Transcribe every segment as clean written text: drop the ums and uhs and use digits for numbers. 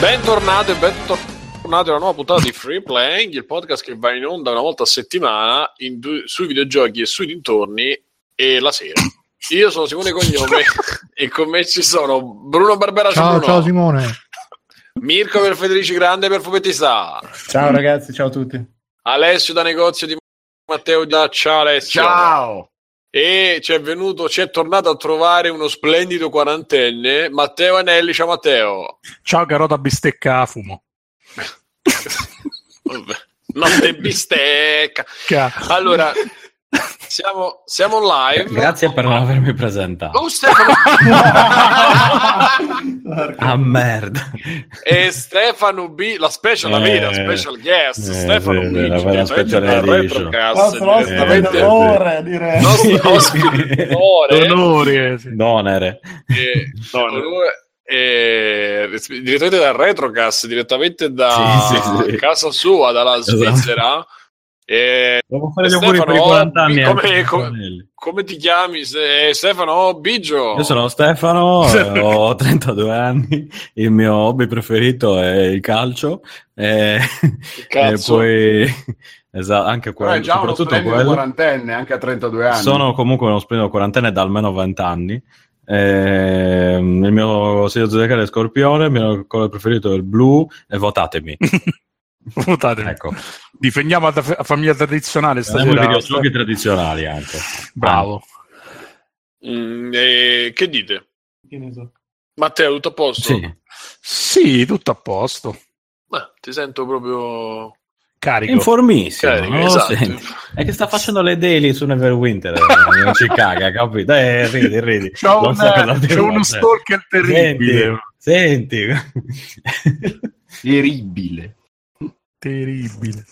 Bentornati e bentornati a una nuova puntata di Free Playing, il podcast che va in onda una volta a settimana sui videogiochi e sui dintorni e la sera. Io sono Simone Cognome e con me ci sono Bruno Barbera. Ciao Simone. Mirko per Federici Grande per Fumettista. Ciao ragazzi, ciao a tutti. Alessio da negozio di Matteo da. Ciao Alessio. Ciao. E ci è tornato a trovare uno splendido quarantenne, Matteo Anelli. Ciao Matteo. Ciao carota bistecca fumo. Vabbè, notte bistecca. Allora siamo live. Grazie per non avermi presentato. Oh, Stefano. Ah merda. E Stefano B, la vera special guest, Stefano B, la special edition. D'onore. Direttamente dal Retrocast, direttamente da casa sua, dalla Svizzera. Devo fare gli auguri per i 40 anni. Come ti chiami? Stefano Biggio. Io sono Stefano, ho 32 anni, il mio hobby preferito è il calcio e poi anche quello, già soprattutto uno quello. Quarantenne anche a 32 anni. Sono comunque uno splendido quarantenne da almeno 20 anni. Il mio segno zodiacale è Scorpione, il mio colore preferito è il blu e votatemi. Votatemi. Ecco. Difendiamo la famiglia tradizionale stasera. Videogiochi tradizionali anche. Bravo. Che dite? Matteo, tutto a posto? Sì, tutto a posto. Ti sento proprio carico. Informissimo. Esatto. È che sta facendo le daily su Neverwinter. Non ci caga, capito? Ridi. C'è uno stalker terribile. Senti. Terribile.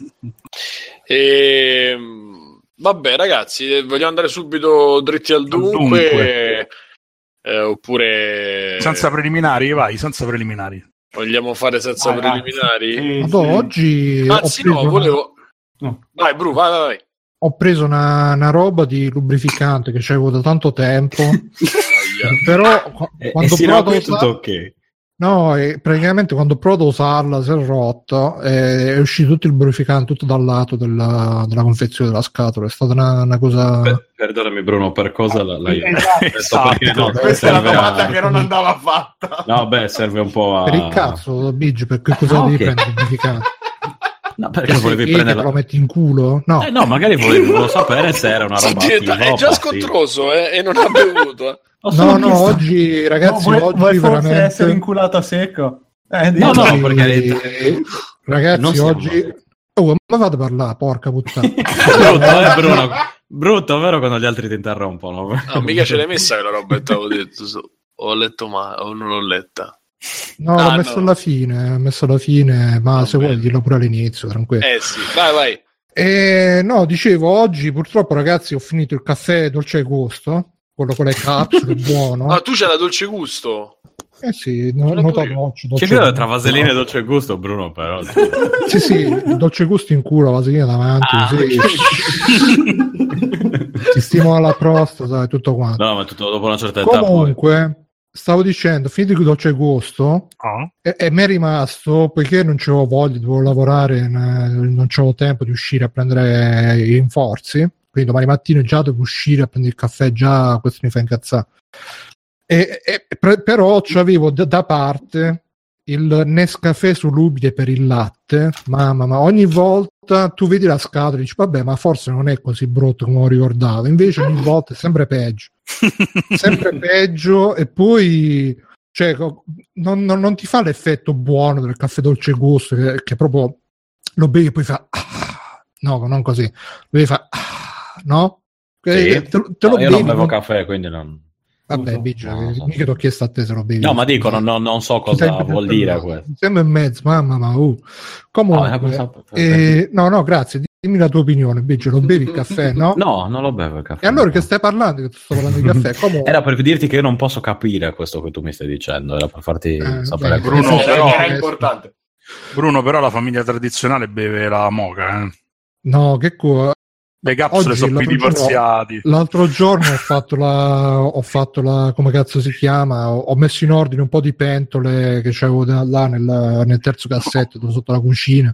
Vabbè ragazzi, vogliamo andare subito dritti al dunque. Oppure senza preliminari? Vai, senza preliminari. Vogliamo fare senza preliminari? Oggi volevo vai Bru, vai. Ho preso una roba di lubrificante che c'avevo da tanto tempo. Però quando provo tutto ok. No, praticamente quando ho provato a usarla si è rotto, è uscito tutto il lubrificante tutto dal lato della confezione della scatola. È stata una cosa. Perdonami Bruno, per cosa l'hai esatto. Questa è la domanda che non andava fatta. No, serve un po' a. Per il cazzo, Biggio, per che cosa devi prendere il lubrificante? No, perché volevi prendere. Lo metti in culo? No, magari volevo sapere se era una roba attiva. È già scontroso e non ha bevuto. No, oggi ragazzi, vuoi veramente essere inculato a secco? No, perché ragazzi, oggi ma vado a parlare, porca puttana. Bruno. Brutto, vero, quando gli altri ti interrompono. No, mica ce l'hai messa quella roba che ti avevo detto. Ho letto male o non l'ho letta. No, l'ho messo alla fine, ma se vuoi dirlo pure all'inizio, tranquillo. Sì, vai. No, dicevo, oggi purtroppo ragazzi ho finito il caffè dolce gusto, quello con le capsule, buono. Ma tu c'hai la dolce gusto? Sì, nota dolce. Che vedo tra vaselina e dolce gusto, Bruno, però. Sì, dolce gusto in culo, vaselina davanti, così. Ti stimola la prostata, sai, tutto quanto. No, ma tutto dopo una certa età. Comunque, stavo dicendo, finito il dolce gusto, e mi è rimasto, poiché non c'avevo voglia, dovevo lavorare, non c'avevo tempo di uscire a prendere i rinforzi, quindi domani mattina già devo uscire a prendere il caffè, già questo mi fa incazzare. Però c'avevo da parte il Nescafè solubile per il latte, mamma, ogni volta tu vedi la scatola e dici vabbè, ma forse non è così brutto come lo ricordavo, invece ogni volta è sempre peggio e poi non ti fa l'effetto buono del caffè dolce gusto che proprio lo bevi e poi fa no, non così, lo bevi fa no? Sì. Te lo io bevi, non bevo caffè, quindi non. Vabbè, mica t'ho chiesto a te se lo bevi. No, ma dico, non so cosa vuol dire questo. Sempre in mezzo, mamma. Comunque, no, grazie. Dimmi la tua opinione, Biggio. Lo bevi il caffè, no? No, non lo bevo il caffè. E allora che stai parlando? Che tu sto parlando di caffè? Comunque. Era per dirti che io non posso capire questo che tu mi stai dicendo. Era per farti sapere. Bruno, però era importante. Bruno, però la famiglia tradizionale beve la moka, No, che Le capsule sono più divorziati. L'altro giorno ho fatto la come cazzo si chiama, ho messo in ordine un po' di pentole che c'avevo là nel terzo cassetto sotto la cucina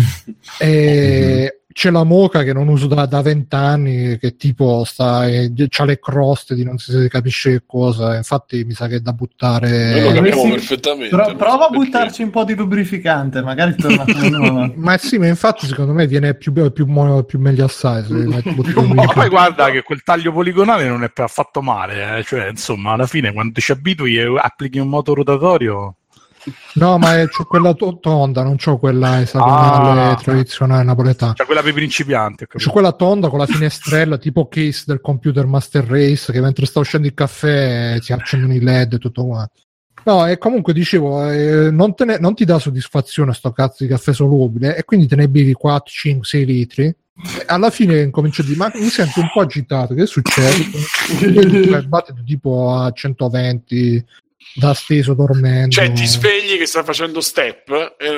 e c'è la moka che non uso da 20 anni, che tipo c'ha le croste di non si capisce che cosa, infatti mi sa che è da buttare. Noi lo capiamo perfettamente. Prova a buttarci un po' di lubrificante, magari torna come nuova. Ma sì, ma infatti secondo me viene più meglio assai. Ma poi guarda che quel taglio poligonale non è affatto male, cioè insomma alla fine quando ci abitui e applichi un moto rotatorio. No, ma c'ho quella tonda, non c'ho quella esagonale tradizionale napoletana. Cioè quella per principianti. C'ho quella tonda con la finestrella tipo case del computer Master Race, che mentre sta uscendo il caffè si accendono i LED e tutto quanto. No, e comunque dicevo, non ti dà soddisfazione sto cazzo di caffè solubile, e quindi te ne bevi 4, 5, 6 litri. E alla fine incomincio a dire, ma mi sento un po' agitato, che succede? Battito tipo a 120... da steso dormendo, cioè ti svegli che sta facendo step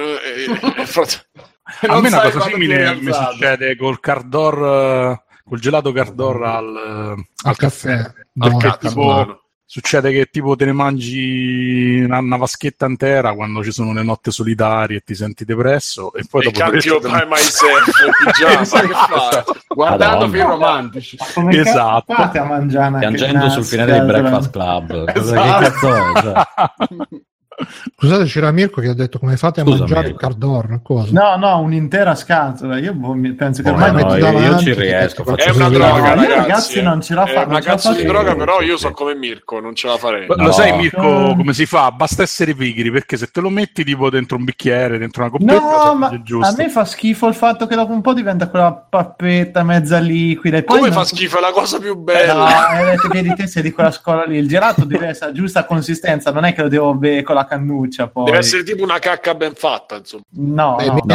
a me una cosa simile mi succede col Cardor, col gelato Cardor al caffè. Tipo, succede che tipo te ne mangi una vaschetta intera quando ci sono le notti solitarie e ti senti depresso e poi dopo canti All By Myself pigiama, che fa? Guardando film romantici, esatto, fate a mangiare piangendo sul finale di Breakfast Club. Esatto. Che cazzo è? Scusate, c'era Mirko che ha detto come fate a mangiare il Cardor, cosa? No, un'intera scatola. Io penso che ormai io ci riesco. È una droga, ragazzi, non ce la fa. È una cazzo di droga, però io so come Mirko, non ce la farei. Lo sai Mirko come si fa? Basta essere pigri, perché se te lo metti tipo dentro un bicchiere, dentro una coppetta, ma a me fa schifo il fatto che dopo un po' diventa quella pappetta mezza liquida. E poi come fa schifo? È la cosa più bella. Vedi te sei di quella scuola lì. Il gelato deve essere a giusta consistenza, non è che lo devo bere con la cannuccia poi. Deve essere tipo una cacca ben fatta, insomma. No,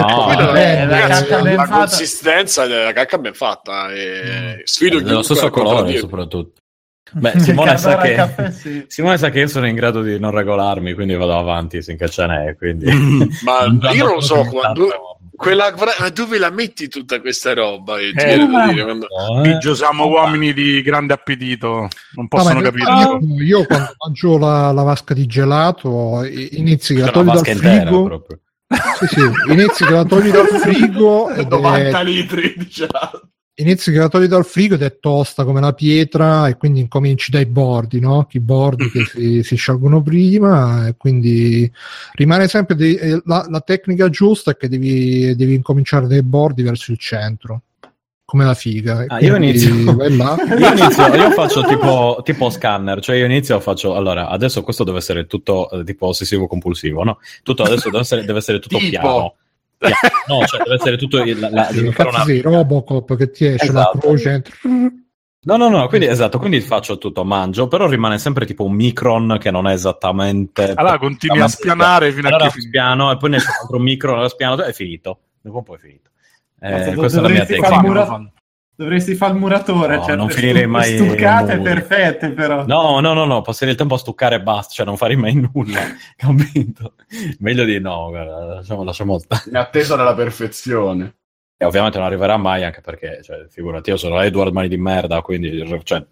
la consistenza della cacca ben fatta. Sfido dello stesso colore, soprattutto. Beh, Simone sa che Simone sa che io sono in grado di non regolarmi, quindi vado avanti finché ce n'è. Quindi. Ma io non so quando. Ma dove la metti tutta questa roba? Biggio, siamo uomini di grande appetito, non possono capire. Io quando mangio la vasca di gelato inizi che la togli dal frigo. Sì, inizi che la togli dal frigo 90 litri di gelato. Inizi che la togli dal frigo ed è tosta come la pietra, e quindi incominci dai bordi, no? I bordi che si sciolgono prima, e quindi rimane sempre la tecnica giusta è che devi incominciare dai bordi verso il centro, come la figa. Io faccio tipo scanner, cioè io inizio faccio, allora adesso questo deve essere tutto tipo ossessivo compulsivo, no? Tutto adesso deve essere tutto piano. No, cioè deve essere tutto Robocop che ti esce la croce. No, quindi faccio tutto, mangio, però rimane sempre tipo un micron che non è esattamente. Allora continui a spianare fino a che spiano e poi ne c'è un altro micron, lo spiano, è finito. Dopo un po' è finito. Questa è la mia tecnica. Dovresti fare il muratore, no, non finirei mai stuccate perfette, però. No, passare il tempo a stuccare e basta, cioè non farei mai nulla, capito? Meglio di no, guarda, lasciamo stare. In attesa della perfezione. E ovviamente non arriverà mai, anche perché, cioè, figurati, io sono Edward Mani di merda, quindi cioè,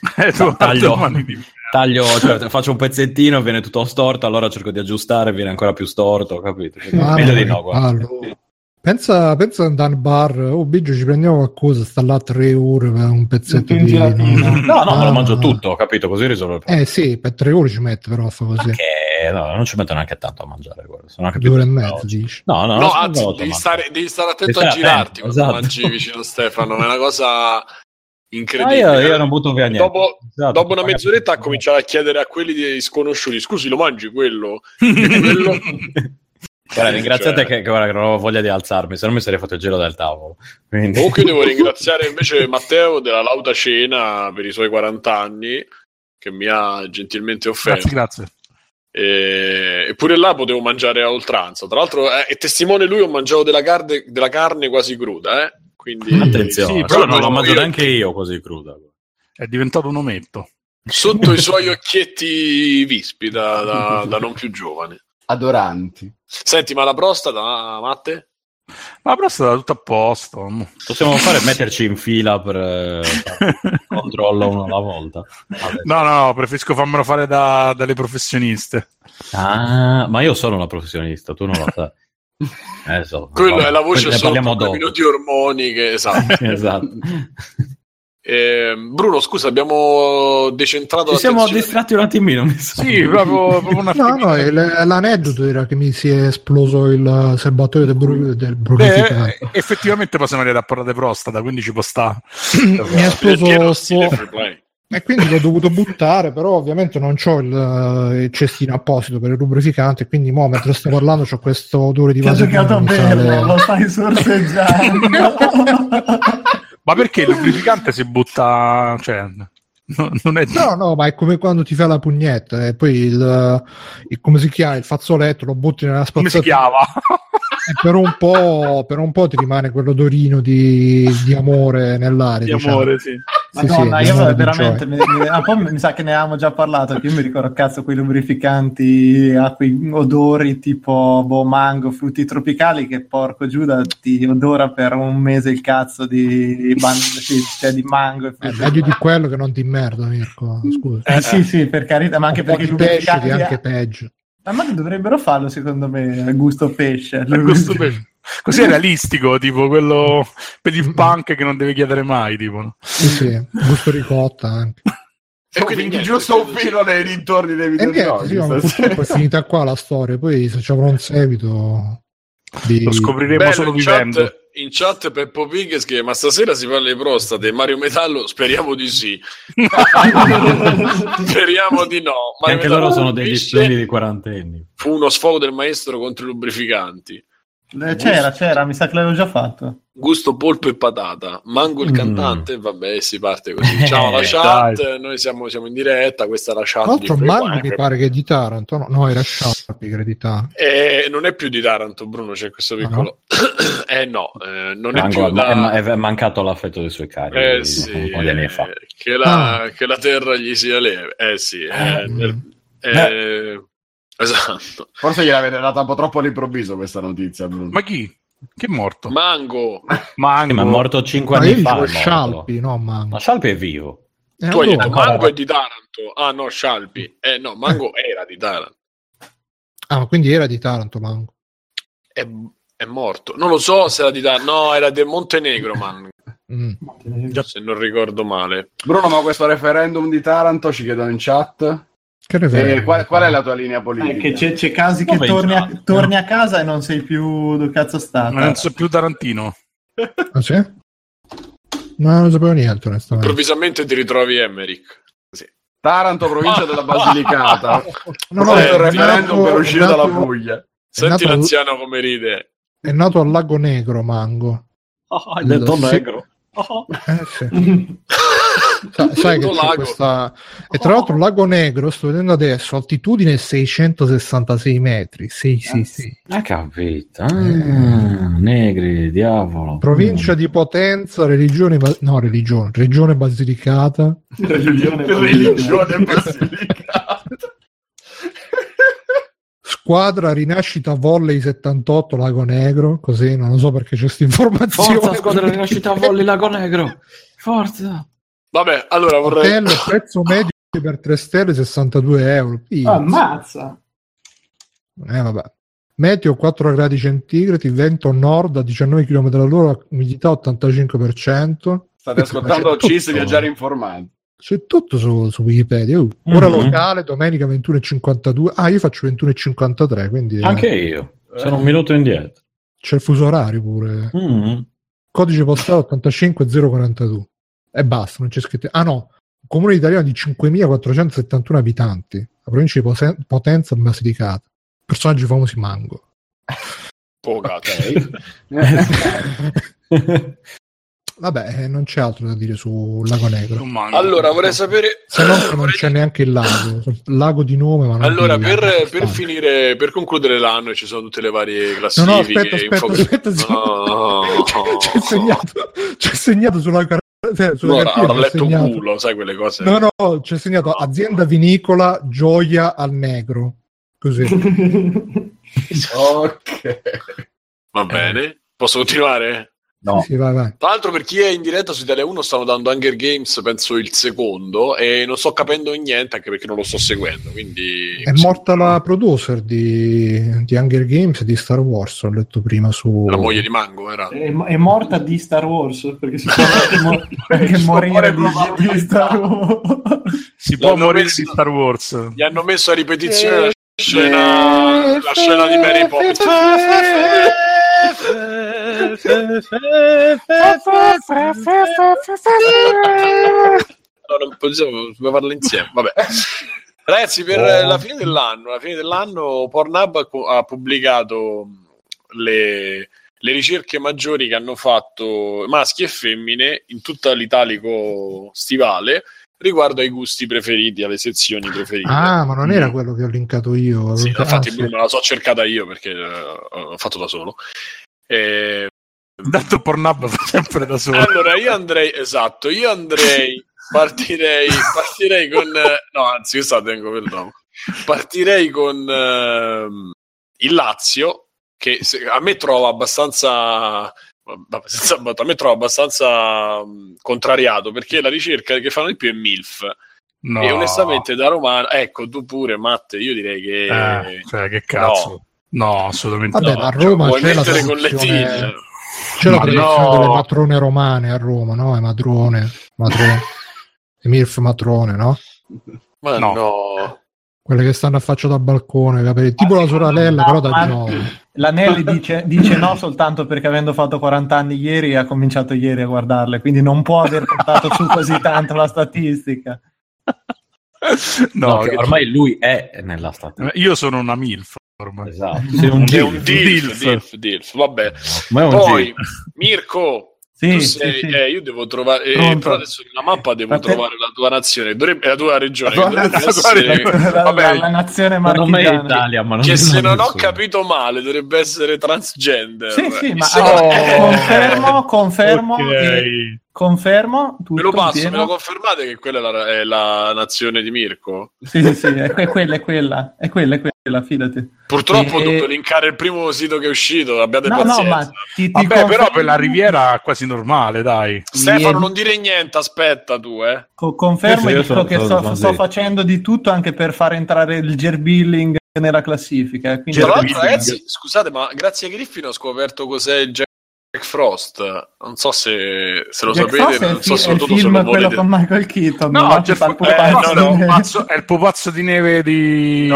taglio, cioè, faccio un pezzettino, viene tutto storto, allora cerco di aggiustare, viene ancora più storto, capito? Meglio di no, guarda. Pensa ad andare al bar, Biggio, ci prendiamo qualcosa, sta là 3 ore per un pezzetto di... No, me lo mangio tutto, capito? Così risolvo il problema. Sì, per 3 ore ci mette, però fa così. No, non ci metto neanche tanto a mangiare, guarda. Sono anche 2 ore e mezzo, dici? No, anzi, devi stare attento a girarti quando mangi vicino a Stefano, è una cosa incredibile. Io non butto via niente. Dopo una mezz'oretta a cominciare a chiedere a quelli dei sconosciuti, scusi, lo mangi quello? Guarda, ringraziate che non ho voglia di alzarmi, se no mi sarei fatto il giro del tavolo. Quindi... Comunque devo ringraziare invece Matteo della Lauda Cena per i suoi 40 anni, che mi ha gentilmente offerto. Grazie. Eppure là potevo mangiare a oltranza. Tra l'altro è testimone lui, ho mangiato della carne quasi cruda, quindi... Attenzione, però non la mangio neanche io così cruda. È diventato un ometto. Sotto i suoi occhietti vispi da non più giovane. Adoranti. Senti, ma la prostata, Matte? Ma però è stato tutto a posto. Possiamo metterci in fila per controllo uno alla volta. No, preferisco farmelo fare dalle professioniste. Ah, ma io sono una professionista, tu non lo sai. Quello è la voce sotto dopo. Minuti ormoni che esatto. Bruno, scusa, abbiamo decentrato. Ci siamo distratti un attimino. Sì, proprio una l'aneddoto era che mi si è esploso il serbatoio del brucificante. Effettivamente possiamo andare a parlare di prostata, quindi ci può stare. Mi è esploso e quindi l'ho dovuto buttare, però ovviamente non c'ho il cestino apposito per il lubrificante, quindi mo mentre sto parlando c'ho questo odore di vaselina. Ti ha giocato bene, lo stai sorseggiando. Ma perché il lubrificante si butta, cioè non è... No, ma è come quando ti fai la pugnetta e poi il come si chiama, il fazzoletto lo butti nella spazzatura. Come si chiama? E per un po' ti rimane quell'odorino di amore nell'aria. Di amore, sì. Madonna, io veramente un po' mi sa che ne avevamo già parlato, che io mi ricordo quei lubrificanti a quei odori tipo mango, frutti tropicali, che porco Giuda ti odora per un mese il cazzo di mango. È meglio di quello che non ti merda, Mirko, scusa. Sì, per carità, ma anche perché i lubrificanti è anche peggio. Ma dovrebbero farlo, secondo me, a gusto pesce. Così è realistico, tipo quello per il punk che non deve chiedere mai, tipo. No? Sì, gusto ricotta anche. E quindi giusto un filo nei dintorni dei videogiochi. Purtroppo è finita qua la storia, poi se ci avrà un seguito lo scopriremo solo vivendo. In chat Peppo Pig scrive: ma stasera si parla di prostate, Mario Metallo? Speriamo di sì. Speriamo di no. Mario anche Metallo loro sono degli splendidi quarantenni. Fu uno sfogo del maestro contro i lubrificanti. C'era, mi sa che l'avevo già fatto. Gusto polpo e patata, Mango il cantante, vabbè, si parte così. Ciao la chat, noi siamo in diretta, questa è la chat di Mango mi pare che è di Taranto, no era Scialpi che di Taranto. Non è più di Taranto, Bruno, c'è questo piccolo non Mango è più è mancato l'affetto dei suoi cari sì, un po' di anni fa. Che la terra gli sia leve, esatto. Forse gliel'avete data un po' troppo all'improvviso questa notizia, Bruno. Ma chi? Che è morto? Mango. Ma è morto 5 anni fa. Scialpi, no Mango. Ma Scialpi è vivo. Tu hai detto Mango è di Taranto. Ah no, Scialpi. No, Mango era di Taranto. Ah, ma quindi era di Taranto Mango. È morto. Non lo so se era di Taranto. No, era del Montenegro, Mango. Se non ricordo male. Bruno, ma questo referendum di Taranto ci chiedono in chat. Che qual è la tua linea politica? Che c'è casi che torni a casa e non sei più dove cazzo sta. Ma non sei più tarantino. Ah sì? No, non sapevo niente onestamente. Improvvisamente ti ritrovi Emerick. Sì. Taranto, provincia della Basilicata. No, il referendum per uscire dalla Puglia. Senti l'anziano come ride. È nato al Lago Negro Mango. Il detto negro. Sì. Sai che c'è questa, e tra l'altro Lago Negro, sto vedendo adesso, altitudine 666 metri. Sì. Hai capito? Negri, diavolo. Provincia di Potenza, regione Basilicata. Religione Basilicata. Squadra Rinascita Volley 78 Lago Negro, così non lo so perché c'è questa informazione. Forza Squadra Rinascita Volley Lago Negro. Forza. Vabbè, allora vorrei... Hotel, prezzo medio per 3 stelle 62 euro. Ammazza! Vabbè. Meteo 4 gradi centigradi, vento nord a 19 km all'ora, umidità 85%. State ascoltando CIS Viaggiare Informati. C'è tutto su Wikipedia. Ora locale, domenica 21.52. Ah, io faccio 21.53, quindi... Anche io. Sono un minuto indietro. C'è il fuso orario pure. Codice postale 85042. E basta, non c'è scritto. Ah no, comune italiano di 5.471 abitanti, la provincia di Potenza e Basilicata. Personaggi famosi Mango. Vabbè, non c'è altro da dire sul Lago Negro. Allora, vorrei sapere... Se no, non c'è neanche il lago di nome. Ma non allora, per finire, per concludere l'anno, ci sono tutte le varie classifiche. No, aspetta. C'è segnato sulla avrà letto un culo, sai quelle cose. No, c'è segnato azienda vinicola Gioia al Negro. Così. Ok. Va bene. Posso continuare? No. Sì, vai. Tra l'altro, per chi è in diretta su Italia 1 stanno dando Hunger Games, penso il secondo, e non sto capendo niente anche perché non lo sto seguendo, quindi... È morta la producer di Hunger Games di Star Wars, ho letto prima su... La moglie di Mango era... È morta di Star Wars, perché si può anche morire di Star Wars. Si può morire di Star Wars. Gli hanno messo a ripetizione la scena di Mary Poppins. No, non possiamo farlo insieme. Vabbè. Ragazzi, per la fine dell'anno Pornhub ha pubblicato le ricerche maggiori che hanno fatto maschi e femmine in tutta l'italico stivale riguardo ai gusti preferiti, alle sezioni preferite. Ah, ma non era quello che ho linkato io. Sì, infatti me la so cercata io perché ho fatto da solo. Dato Pornhub fa sempre da solo. Allora io andrei partirei con no, anzi questa tengo per dopo. Partirei con il Lazio, che a me trovo abbastanza contrariato, perché la ricerca che fanno di più è MILF. No. E onestamente da romano, ecco, tu pure Matte, io direi che cioè che cazzo. No, assolutamente. Vabbè, no. a Roma cioè, c'è la tradizione, c'è la tradizione delle matrone romane a Roma, no? Le matrone, MILF matrone, no? Ma no. Quelle che stanno a faccia dal balcone, capire? Tipo la sorella, però da giovane. L'Anelli dice no soltanto perché avendo fatto 40 anni ieri ha cominciato ieri a guardarle, quindi non può aver portato su così tanto la statistica. No, ormai lui è nella statistica. Io sono una MILF ormai. Esatto. È un DILF. Vabbè. Poi Mirko, sì, tu sei, sì. Io devo trovare però adesso nella mappa devo trovare la tua nazione, la tua regione, la nazione marchigiana, Italia, ma non che se non ho capito male dovrebbe essere transgender. Sì, ma confermo okay. Confermo tutto. Me lo passo, me lo confermate che quella è la nazione di Mirko? Sì, è quella, fidati. Purtroppo ho dovuto linkare il primo sito che è uscito, abbiate pazienza. No, ma vabbè, però per la Riviera è quasi normale, dai. Stefano, non dire niente, aspetta tu, Confermo che sto facendo di tutto anche per far entrare il gearbilling nella classifica. Quindi tra l'altro, ragazzi, scusate, ma grazie a Griffin ho scoperto cos'è Jack Frost. Non so se lo Jack sapete, non so se il film quello con Michael Keaton. No, è il pupazzo di neve di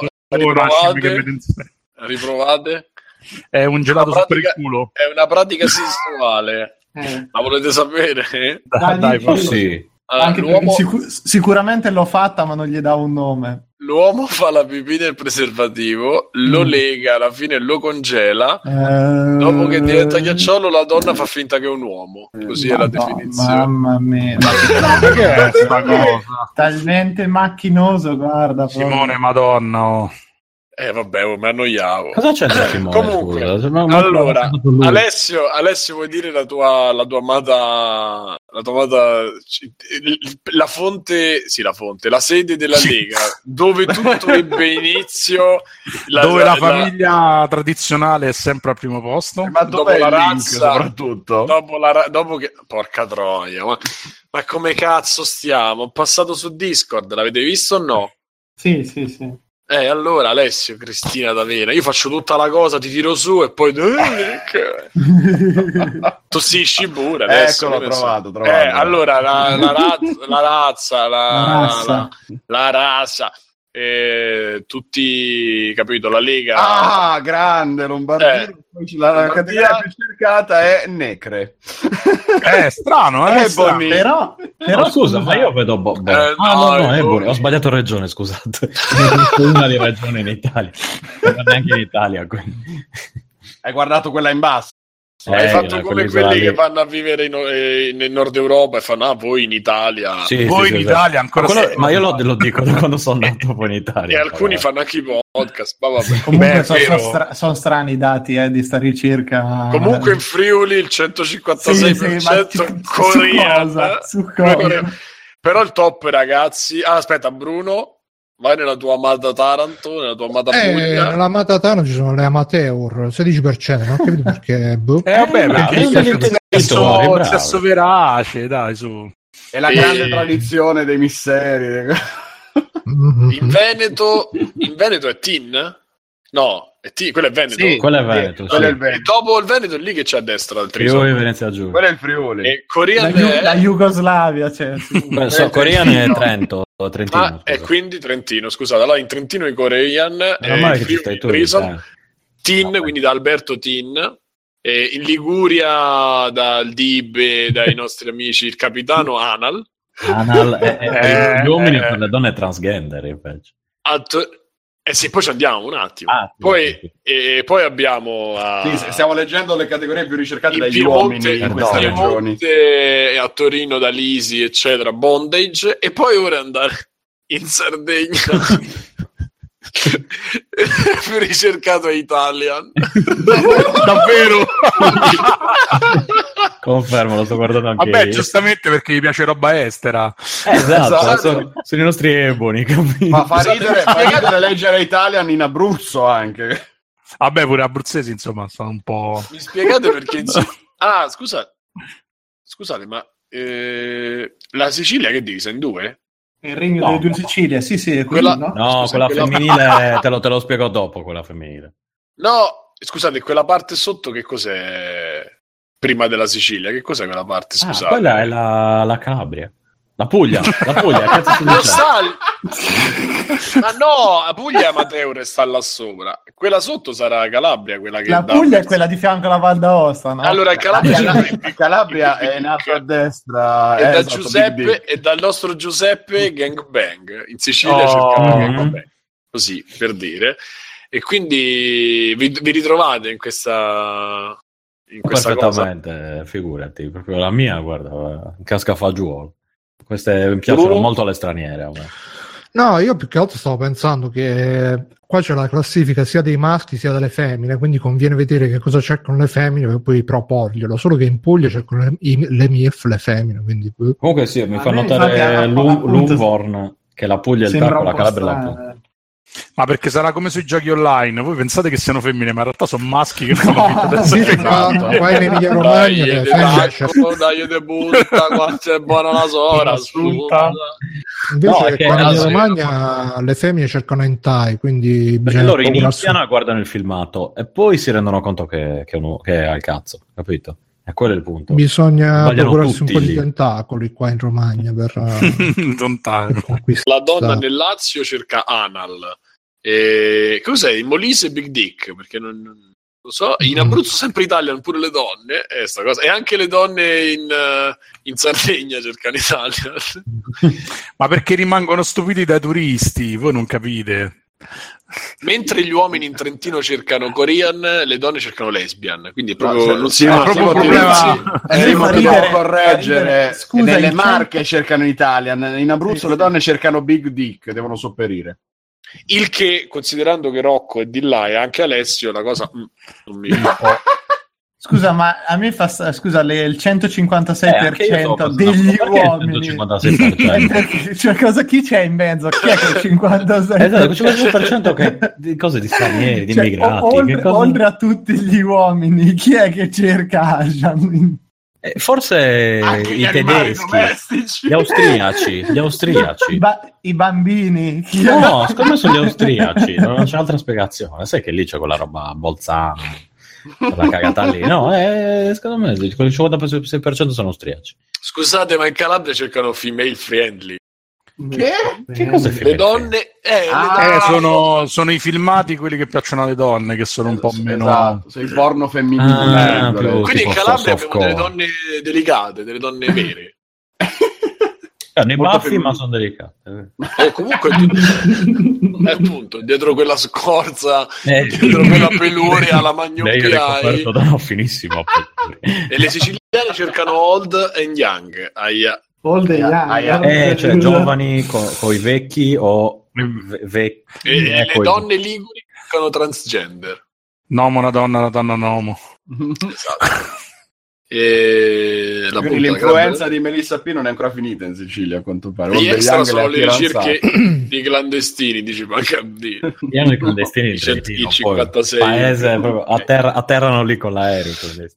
riprovate. È un gelato per il culo. È una pratica sessuale. Ma volete sapere? Dai, sì. Anche sicuramente l'ho fatta, ma non gli dà un nome. L'uomo fa la pipì nel preservativo, lo lega, alla fine lo congela. Dopo che diventa ghiacciolo, la donna fa finta che è un uomo. Così è la definizione. Mamma mia, che è questa cosa? Talmente macchinoso, guarda. Simone, Madonna. Vabbè, mi annoiavo. Cosa c'è da Simone? Comunque, allora, Alessio, vuoi dire la tua amata, la fonte, la sede della Lega, dove tutto ebbe inizio, dove la famiglia tradizionale è sempre al primo posto, ma dopo la razza, soprattutto dopo che, porca troia, ma come cazzo stiamo? Ho passato su Discord, l'avete visto o no? Sì. Allora Alessio, Cristina D'Avena, io faccio tutta la cosa, ti tiro su e poi tossisci pure adesso. Ecco, l'ho trovato. Allora la razza, tutti, capito, la Lega. Grande Lombardia. La categoria più cercata è Necre. È strano, però scusa, ma io vedo ho sbagliato regione, scusate. Una di ragione in Italia, neanche in Italia, quindi. Hai guardato quella in basso? Hai fatto come quelli che vanno a vivere nel nord Europa e fanno voi in Italia, Italia ancora ma io lo dico da quando sono nato poi in Italia, e alcuni fanno anche i podcast, ma vabbè. Comunque sono strani i dati di sta ricerca. Comunque in Friuli il 156% coreano. Su cosa? Però il top, ragazzi, aspetta, Bruno vai nella tua amata Taranto, nella tua amata Puglia. Nella amata Taranto ci sono le amateur, 16%, non ho capito perché. Vabbè, sesso verace, dai, su. È la grande tradizione dei misseri. In Veneto è Tin? No, quello è Veneto. Sì, quello è Veneto. Quello è il Veneto. E dopo il Veneto è lì che c'è a destra il Friuli, Venezia Giù. Quello è il Friuli. E Corian la Jugoslavia, cioè. Corian è Trentino. E quindi Trentino, scusate. Allora in Trentino i Corian Tin, quindi da Alberto Tin. In Liguria dal Dibe, dai nostri amici il capitano Anal per gli uomini e per le donne transgender invece. Sì, poi ci andiamo un attimo. Poi abbiamo stiamo leggendo le categorie più ricercate dagli uomini in queste regioni. A Torino da Lisi eccetera, bondage, e poi ora andare in Sardegna. Più ricercato è Italian. Davvero? Confermo, lo sto guardando anche io. Vabbè, giustamente perché gli piace roba estera. Esatto. Sono i nostri eboni, capito? Ma fa ridere leggere Italian in Abruzzo anche. Vabbè, pure abruzzesi insomma sono un po'. Mi spiegate perché scusate, ma la Sicilia che è divisa in due? Il regno delle due Sicilie, sì, quella, quella femminile te lo spiego dopo, quella femminile. No, scusate, quella parte sotto che cos'è prima della Sicilia? Che cos'è quella parte, scusate? Quella è la Calabria. La Puglia, cazzo Ma no, la Puglia è amateur e sta là sopra. Quella sotto sarà Calabria, quella che la Puglia è quella di fianco alla Val d'Aosta, no? Allora Calabria è nato a destra e da Giuseppe e dal nostro Giuseppe gangbang. In Sicilia cercano gangbang. Così, per dire. E quindi vi ritrovate in questa perfettamente cosa? Figurati, proprio la mia, guarda, casca fagiolo. Queste mi piacciono molto alle straniere. No, io più che altro stavo pensando che qua c'è la classifica sia dei maschi sia delle femmine, quindi conviene vedere che cosa cercano le femmine per poi proporglielo, solo che in Puglia cercano le MILF, le femmine, quindi. Comunque sì, mi fa notare Lungvorn che la Puglia è il tappo, la Calabria è la punta. Ma perché sarà come sui giochi online, voi pensate che siano femmine ma in realtà sono maschi che fanno finta di essere femmine. Qua in Emilia Romagna dai de punta, quanto è buona la sora invece qua in Emilia Romagna le femmine cercano hentai, quindi loro iniziano e guardano il filmato e poi si rendono conto che è al cazzo, capito? E quello è il punto. Bisogna procurarsi un po' di tentacoli qua in Romagna per la donna nel Lazio cerca Anal. Cos'è? Il Molise Big Dick? Perché non lo so. In Abruzzo sempre Italian, pure le donne. Sta cosa. E anche le donne in Sardegna cercano Italian. Ma perché rimangono stupiti dai turisti? Voi non capite. Mentre gli uomini in Trentino cercano Korean, le donne cercano lesbian. Quindi è proprio non si va proprio problema. Devo correggere. Nelle Marche cercano Italian, in Abruzzo le donne cercano Big Dick, devono sopperire. Il che, considerando che Rocco è di là e anche Alessio, la cosa non mi Scusa, ma a me fa scusa, il 156% degli uomini. 156%. Cioè, chi c'è in mezzo? Chi è che il 56%? Esatto, il 156% che di cose di stranieri, di immigrati. Oltre a tutti gli uomini, chi è che cerca Asian? Forse i tedeschi, gli austriaci. I bambini. No, secondo me sono gli austriaci, non c'è altra spiegazione. Sai che lì c'è quella roba Bolzano, la cagata lì. No, secondo me il 56% sono austriaci. Scusate, ma in Calabria cercano female friendly. Che cosa le donne sono i filmati quelli che piacciono alle donne, che sono un po' meno i porno femminili. Quindi in Calabria abbiamo delle donne delicate, delle donne vere. Nei baffi, ma sono delicate. Comunque appunto dietro quella scorza, dietro quella peluria, la magnolia lei è coperto da finissimo. E le siciliane cercano old and young. Old and young, cioè giovani coi vecchi o vecchi. E le donne liguri cercano transgender. Nomo una donna, una donna un uomo. Esatto. L'influenza di Melissa P non è ancora finita in Sicilia, a quanto pare. Gli extra sono le ricerche di clandestini, dici, manca di clandestini, i 56 paese, proprio atterrano lì con l'aereo.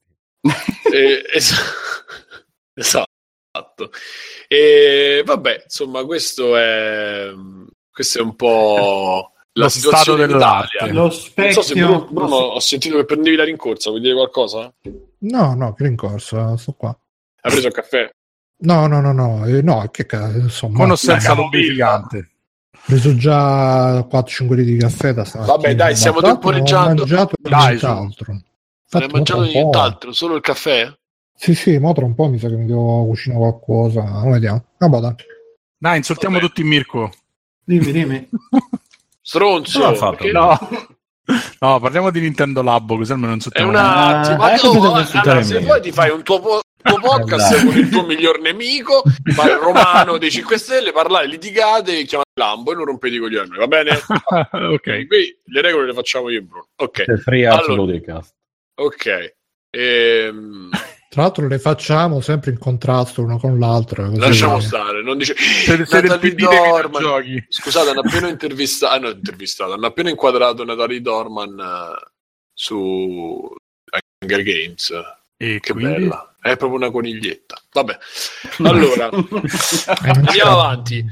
Esatto. E vabbè, insomma, questo è un po' la situazione dell'Italia. Lo specchio. Non so se Bruno, ho sentito che prendevi la rincorsa, vuoi dire qualcosa? No, che rincorsa, sto qua. Hai preso il caffè? No, che cazzo, insomma. Con o senza lubrificante? Ho preso già 4-5 litri di caffè da stamattina. Vabbè, dai, stiamo temporeggiando. Non ho mangiato nient'altro. Non hai mangiato nient'altro, solo il caffè? Sì, ma tra un po' mi sa che mi devo cucinare qualcosa. Vediamo. Dai, insultiamo tutti Mirko. Dimmi. Stronzo. No, parliamo di Nintendo Labo, così almeno non so. È se poi ti fai un tuo podcast con il tuo miglior nemico, il Romano dei 5 Stelle, parlare, litigate, chiamate Lambo e non rompete i coglioni, va bene? Ok. Qui le regole le facciamo io e Bruno. Ok. Ok. Tra l'altro le facciamo sempre in contrasto uno con l'altro. Così lasciamo stare, non dice Natalie Dorman. Scusate, hanno appena hanno appena inquadrato Natalie Dorman su Hunger Games. E che quindi? bella, è proprio una coniglietta. Vabbè, allora andiamo avanti.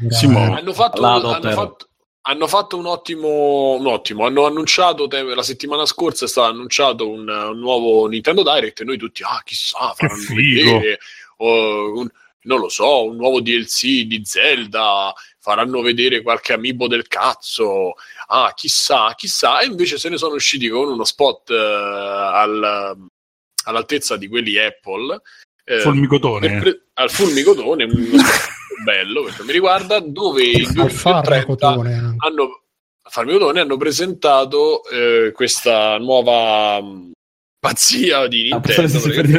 Hanno fatto un ottimo. Hanno annunciato la settimana scorsa è stato annunciato un nuovo Nintendo Direct e noi tutti chissà, faranno vedere non lo so, un nuovo DLC di Zelda, faranno vedere qualche amiibo del cazzo, chissà, e invece se ne sono usciti con uno spot all'altezza di quelli Apple, fulmicotone al fulmicotone, uno spot bello per mi riguarda, dove in 2030 hanno presentato questa nuova pazzia di Nintendo.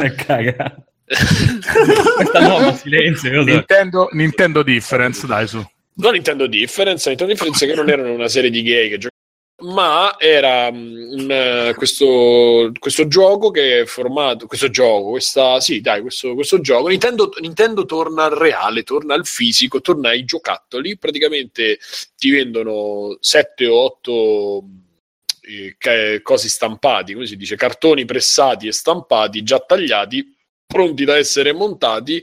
Questa nuova silenzio. Nintendo Difference, dai su. Non Nintendo Difference che non erano una serie di gay che ma era questo gioco che è formato, questo gioco Nintendo torna al reale, torna al fisico, torna ai giocattoli, praticamente ti vendono 7 o 8 cosi stampati, come si dice, cartoni pressati e stampati, già tagliati, pronti da essere montati,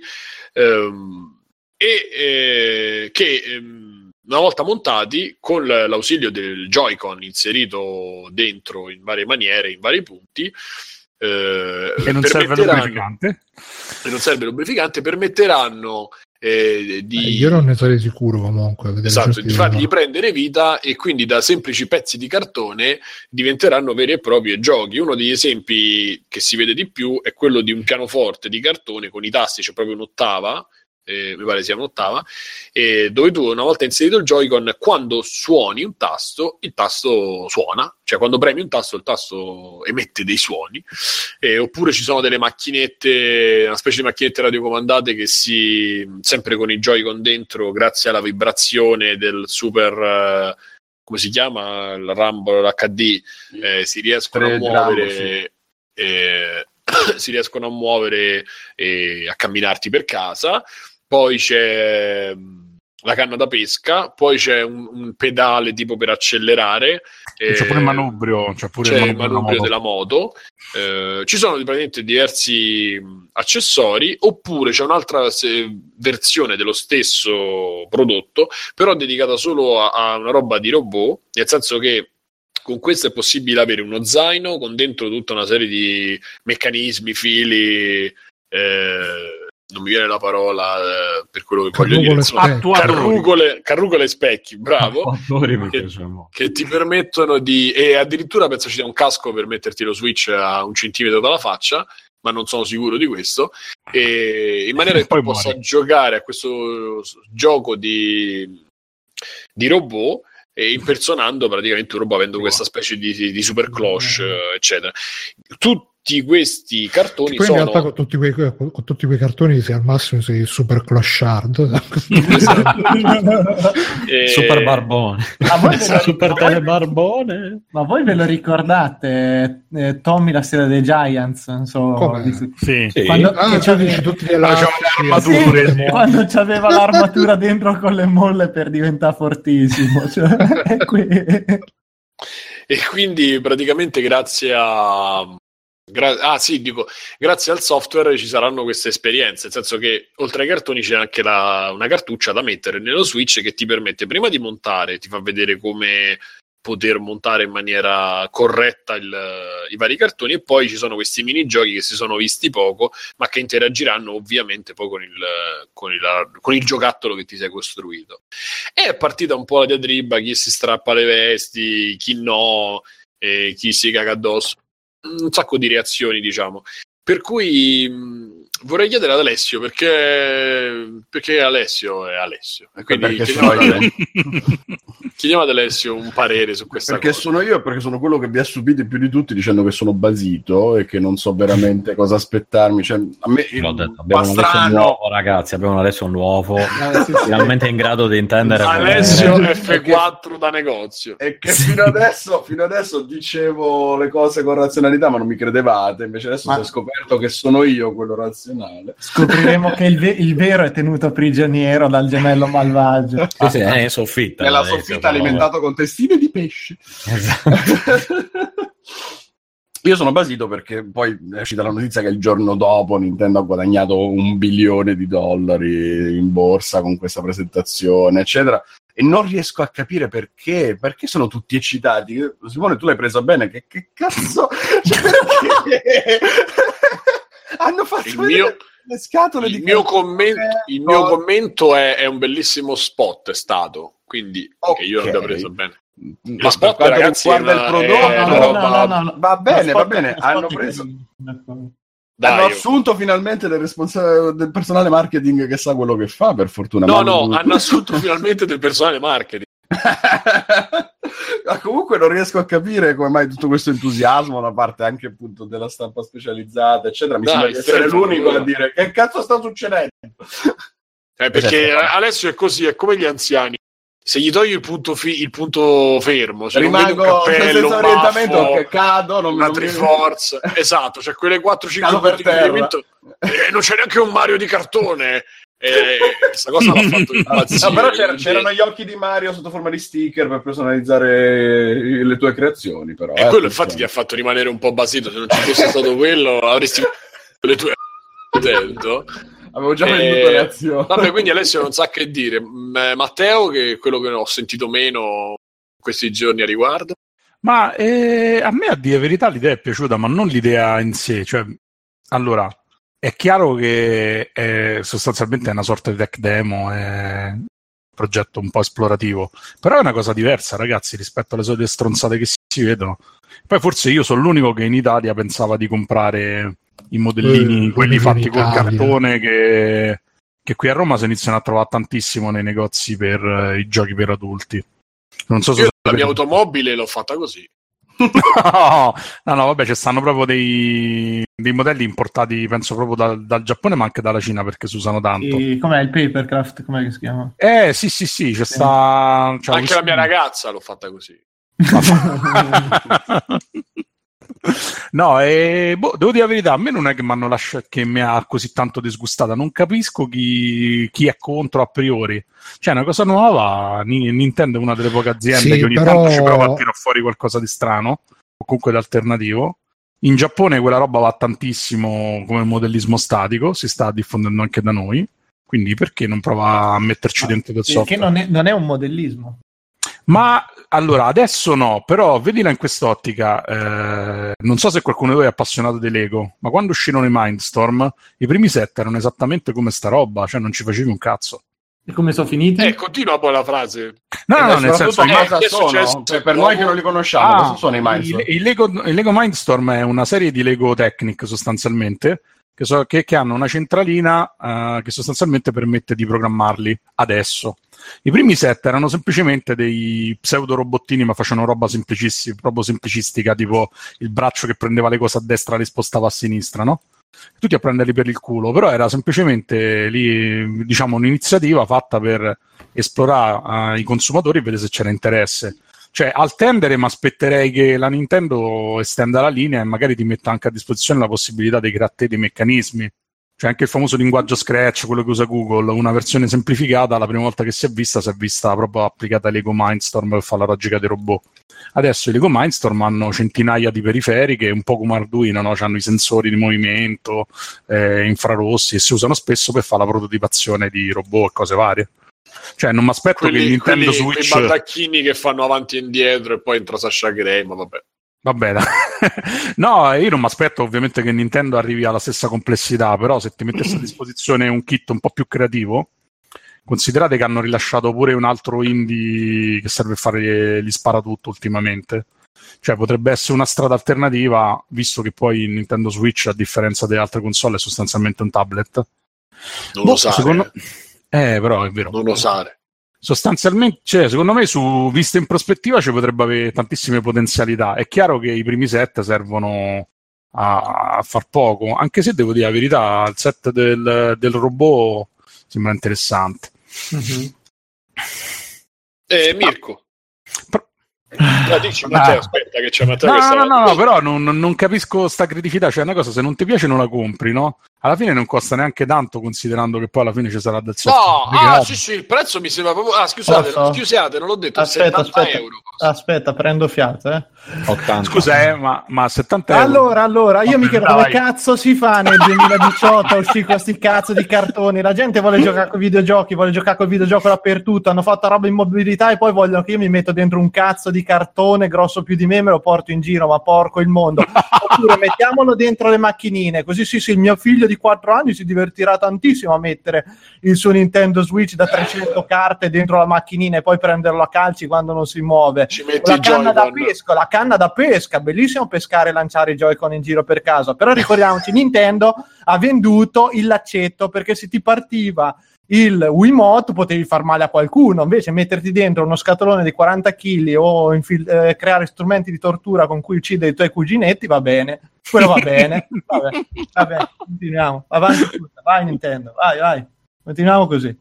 una volta montati, con l'ausilio del Joy-Con inserito dentro in varie maniere, in vari punti, e non serve lubrificante, permetteranno io non ne sarei sicuro comunque. Esatto, di fargli prendere vita, e quindi da semplici pezzi di cartone diventeranno veri e propri giochi. Uno degli esempi che si vede di più è quello di un pianoforte di cartone con i tasti, c'è proprio un'ottava, mi pare sia un'ottava, dove tu, una volta inserito il Joy-Con, quando suoni un tasto, il tasto suona, cioè quando premi un tasto il tasto emette dei suoni, oppure ci sono delle macchinette, una specie di macchinette radiocomandate che sempre con i Joy-Con dentro, grazie alla vibrazione del super come si chiama, il Rumble HD, si riescono a muovere si riescono a muovere e a camminarti per casa. Poi c'è la canna da pesca, poi c'è un pedale tipo per accelerare, c'è pure il manubrio, c'è il manubrio della moto, ci sono praticamente diversi accessori, oppure c'è un'altra versione dello stesso prodotto, però dedicata solo a una roba di robot, nel senso che con questo è possibile avere uno zaino con dentro tutta una serie di meccanismi, fili, non mi viene la parola per quello che voglio dire, carrucole e specchi, bravo, che ti permettono e addirittura penso ci sia un casco per metterti lo Switch a 1 centimetro dalla faccia, ma non sono sicuro di questo, e in maniera che poi possa giocare a questo gioco di robot, e impersonando praticamente un robot, avendo questa specie di super cloche, eccetera. questi cartoni poi sono... in realtà con tutti quei cartoni sei al massimo sei super clochard. Super barbone. Super telebarbone. Ma voi ve lo ricordate Tommy la storia dei Giants? Non so, sì. Quando dici tutti le armature, quando c'aveva l'armatura dentro con le molle per diventare fortissimo, cioè, e quindi praticamente grazie al software ci saranno queste esperienze, nel senso che oltre ai cartoni c'è anche una cartuccia da mettere nello Switch che ti permette prima di montare, ti fa vedere come poter montare in maniera corretta i vari cartoni, e poi ci sono questi minigiochi che si sono visti poco ma che interagiranno ovviamente poi con il giocattolo che ti sei costruito. E è partita un po' la diatriba, chi si strappa le vesti, chi no, chi si caga addosso, un sacco di reazioni, diciamo. Per cui vorrei chiedere ad Alessio perché Alessio è Alessio, e quindi chiediamo ad Alessio un parere su questa cosa. Sono io, perché sono quello che vi ha stupito più di tutti dicendo che sono basito e che non so veramente cosa aspettarmi. Cioè, a me l'ho detto, abbiamo un Alessio nuovo, ragazzi, abbiamo un Alessio nuovo finalmente in grado di intendere Alessio F4 da negozio. E che fino adesso dicevo le cose con razionalità ma non mi credevate, invece adesso si è scoperto che sono io quello razionale. Scopriremo che il vero è tenuto prigioniero dal gemello malvagio. Sì, è in soffitta. Nella soffitta alimentato con testine di pesce. Esatto. Io sono basito perché poi è uscita la notizia che il giorno dopo Nintendo ha guadagnato $1 bilione in borsa con questa presentazione, eccetera. E non riesco a capire perché sono tutti eccitati. Simone, tu l'hai presa bene? Che cazzo? Cioè, perché? Hanno fatto le scatole il mio commento è un bellissimo spot, è stato, quindi okay. Io non l'ho preso bene. Ma spot, ragazzi, guarda il prodotto, no. Va bene, hanno preso. Hanno assunto finalmente del personale marketing che sa quello che fa, per fortuna. Hanno assunto finalmente del personale marketing. Ma comunque non riesco a capire come mai tutto questo entusiasmo da parte anche appunto della stampa specializzata, eccetera. Mi sembra di essere l'unico a dire che cazzo sta succedendo. Perché Alessio è così, è come gli anziani. Se gli togli il punto fermo, se rimango non vedo un cappello, senza orientamento, che cado, una Triforce, esatto, cioè quelle 4-5 punti di riferimento, non c'è neanche un Mario di cartone. Questa cosa l'ha fatto impazzire. No, però c'erano gli occhi di Mario sotto forma di sticker per personalizzare le tue creazioni, però. E quello infatti ti ha fatto rimanere un po' basito. Se non ci fosse stato quello, avresti le tue attento. Avevo già venduto le azioni. Vabbè, quindi Alessio non sa che dire. Matteo, che è quello che ho sentito meno questi giorni a riguardo. Ma a me, a dire la verità, l'idea è piaciuta, ma non l'idea in sé. Cioè, allora, è chiaro che sostanzialmente è una sorta di tech demo, è un progetto un po' esplorativo, però è una cosa diversa, ragazzi, rispetto alle solite stronzate che si vedono. Poi forse io sono l'unico che in Italia pensava di comprare i modellini, quelli fatti col cartone, che qui a Roma si iniziano a trovare tantissimo nei negozi per i giochi per adulti. Non so se la mia automobile l'ho fatta così. No, vabbè, ci stanno proprio dei modelli importati, penso proprio dal Giappone, ma anche dalla Cina, perché si usano tanto. Com'è il Papercraft? Com'è che si chiama? Sì, c'è sta... Anche la mia ragazza l'ho fatta così. No, devo dire la verità, a me non è che mi hanno lasciato, che mi ha così tanto disgustata. Non capisco chi è contro a priori. Cioè, è una cosa nuova. Nintendo è una delle poche aziende che ogni tanto ci prova a tirare fuori qualcosa di strano o comunque di alternativo. In Giappone quella roba va tantissimo come modellismo statico, si sta diffondendo anche da noi, quindi perché non prova a metterci dentro del software? Perché non è un modellismo. Ma allora, adesso no, però vedila in quest'ottica. Non so se qualcuno di voi è appassionato di Lego, ma quando uscirono i Mindstorm, i primi set erano esattamente come sta roba, cioè non ci facevi un cazzo. E come sono finiti? Continua poi la frase. No, nel senso che per noi che non li conosciamo, cosa sono i Mindstorm? Il Lego Mindstorm è una serie di Lego Technic sostanzialmente, che hanno una centralina che sostanzialmente permette di programmarli adesso. I primi set erano semplicemente dei pseudo robottini, ma facevano roba proprio semplicistica, tipo il braccio che prendeva le cose a destra e le spostava a sinistra, no? Tutti a prenderli per il culo, però era semplicemente lì, diciamo, un'iniziativa fatta per esplorare i consumatori e vedere se c'era interesse. Cioè, al tendere, ma aspetterei che la Nintendo estenda la linea e magari ti metta anche a disposizione la possibilità di creare dei meccanismi. Cioè, anche il famoso linguaggio Scratch, quello che usa Google, una versione semplificata, la prima volta che si è vista proprio applicata a Lego Mindstorm per fare la logica dei robot. Adesso i Lego Mindstorm hanno centinaia di periferiche, un po' come Arduino, no? Hanno i sensori di movimento, infrarossi, e si usano spesso per fare la prototipazione di robot e cose varie. Cioè, non mi aspetto che il Nintendo Switch... Quei baldacchini che fanno avanti e indietro e poi entra Sasha Grey, ma vabbè. Vabbè, no, io non mi aspetto ovviamente che Nintendo arrivi alla stessa complessità, però se ti mettesse a disposizione un kit un po' più creativo, considerate che hanno rilasciato pure un altro indie che serve a fare gli sparatutto ultimamente. Cioè, potrebbe essere una strada alternativa, visto che poi il Nintendo Switch, a differenza delle altre console, è sostanzialmente un tablet. Non lo usare. Però è vero. Non lo usare. Sostanzialmente, cioè, secondo me, vista in prospettiva, ci potrebbe avere tantissime potenzialità. È chiaro che i primi set servono a far poco, anche se devo dire la verità, il set del robot sembra interessante. Mm-hmm. Mirko. Dici, Matteo, aspetta che c'è Matteo. No, però non capisco sta criticità. Cioè, una cosa, se non ti piace non la compri, no? Alla fine non costa neanche tanto, considerando che poi alla fine ci sarà del software. Sì, il prezzo mi sembra proprio... scusate, non l'ho detto. Aspetta, prendo fiato, 80. Scusa, ma 70 euro. Allora, io mi chiedo come cazzo si fa nel 2018 a uscire questi cazzo di cartoni. La gente vuole giocare con i videogiochi, vuole giocare col videogioco dappertutto, hanno fatto roba in mobilità e poi vogliono che io mi metto dentro un cazzo di cartone grosso più di me e me lo porto in giro, ma porco il mondo. Oppure mettiamolo dentro le macchinine, così sì, il mio figlio di 4 anni si divertirà tantissimo a mettere il suo Nintendo Switch da 300 carte dentro la macchinina e poi prenderlo a calci quando non si muove. La canna da pesca, bellissimo pescare e lanciare i Joy-Con in giro per casa, però ricordiamoci, Nintendo ha venduto il laccetto, perché se ti partiva il Wiimote potevi far male a qualcuno, invece metterti dentro uno scatolone di 40 kg o creare strumenti di tortura con cui uccidere i tuoi cuginetti, va bene, quello va bene. Vabbè, continuiamo, avanti tutta, vai Nintendo, vai, continuiamo così.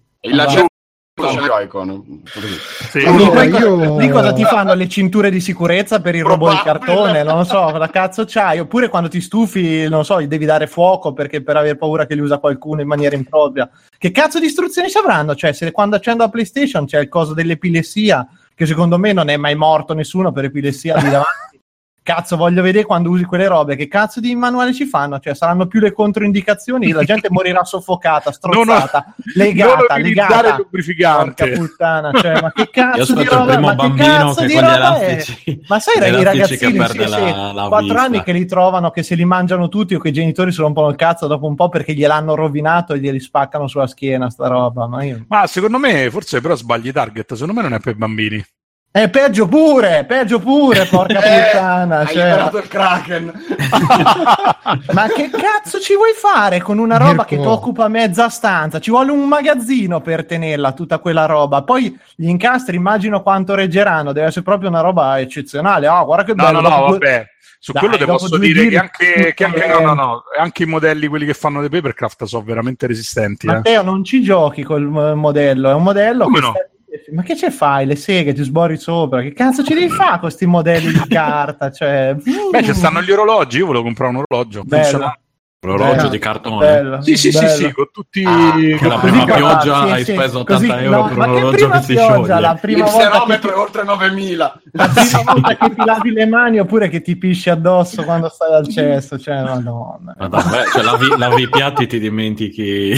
Sì. Di cosa ti fanno le cinture di sicurezza per il robot di cartone? Non lo so, cosa cazzo c'hai? Oppure quando ti stufi, non so, gli devi dare fuoco perché per aver paura che li usa qualcuno in maniera impropria. Che cazzo di istruzioni ci avranno? Cioè, se quando accendo la PlayStation c'è il coso dell'epilessia, che secondo me non è mai morto nessuno per epilessia di davanti. Cazzo, voglio vedere quando usi quelle robe, che cazzo di manuale ci fanno? Cioè, saranno più le controindicazioni, la gente morirà soffocata, strozzata, legata. Il lubrificante. Porca puttana, cioè, ma che cazzo di roba, ma che cazzo di roba è? Ma sai, i ragazzini, 4 anni che li trovano, che se li mangiano tutti o che i genitori si rompono il cazzo dopo un po' perché gliel'hanno rovinato e glieli spaccano sulla schiena, sta roba. Ma secondo me, forse però sbagli target, secondo me non è per bambini. Peggio pure, porca puttana. Hai liberato il Kraken. Ma che cazzo ci vuoi fare con una roba che ti occupa mezza stanza? Ci vuole un magazzino per tenerla, tutta quella roba. Poi gli incastri, immagino quanto reggeranno. Deve essere proprio una roba eccezionale. Guarda che bello. No, vabbè. Su quello ti posso dire che anche i modelli, quelli che fanno dei Papercraft, sono veramente resistenti. Matteo, non ci giochi col modello. È un modello. Come no? Ma che ce fai? Le seghe, ti sbori sopra? Che cazzo ci devi fare con questi modelli di carta? Cioè... Beh, ci stanno gli orologi. Io volevo comprare un orologio. L'orologio di cartone. Sì, con tutti la prima pioggia hai speso 80 euro per un orologio che si scioglie. La prima il serometro è oltre 9.000. La prima volta che ti lavi le mani oppure che ti pisci addosso quando stai al cesso, cioè madonna. Lavi i piatti, ti dimentichi.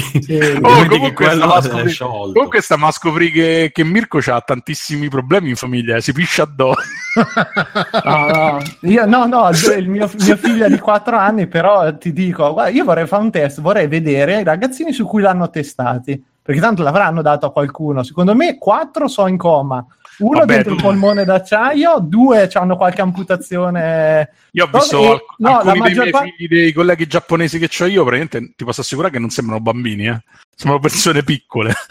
Comunque stiamo a scoprire che Mirko ha tantissimi problemi in famiglia, si piscia addosso. No, il mio figlio è di 4 anni, però ti dico, guarda, io vorrei fare un test, vorrei vedere i ragazzini su cui l'hanno testati, perché tanto l'avranno dato a qualcuno. Secondo me 4 sono in coma, uno dentro il polmone d'acciaio, 2 hanno qualche amputazione. Io ho visto alcuni dei miei figli, dei colleghi giapponesi che ho io, praticamente ti posso assicurare che non sembrano bambini, sembrano persone piccole.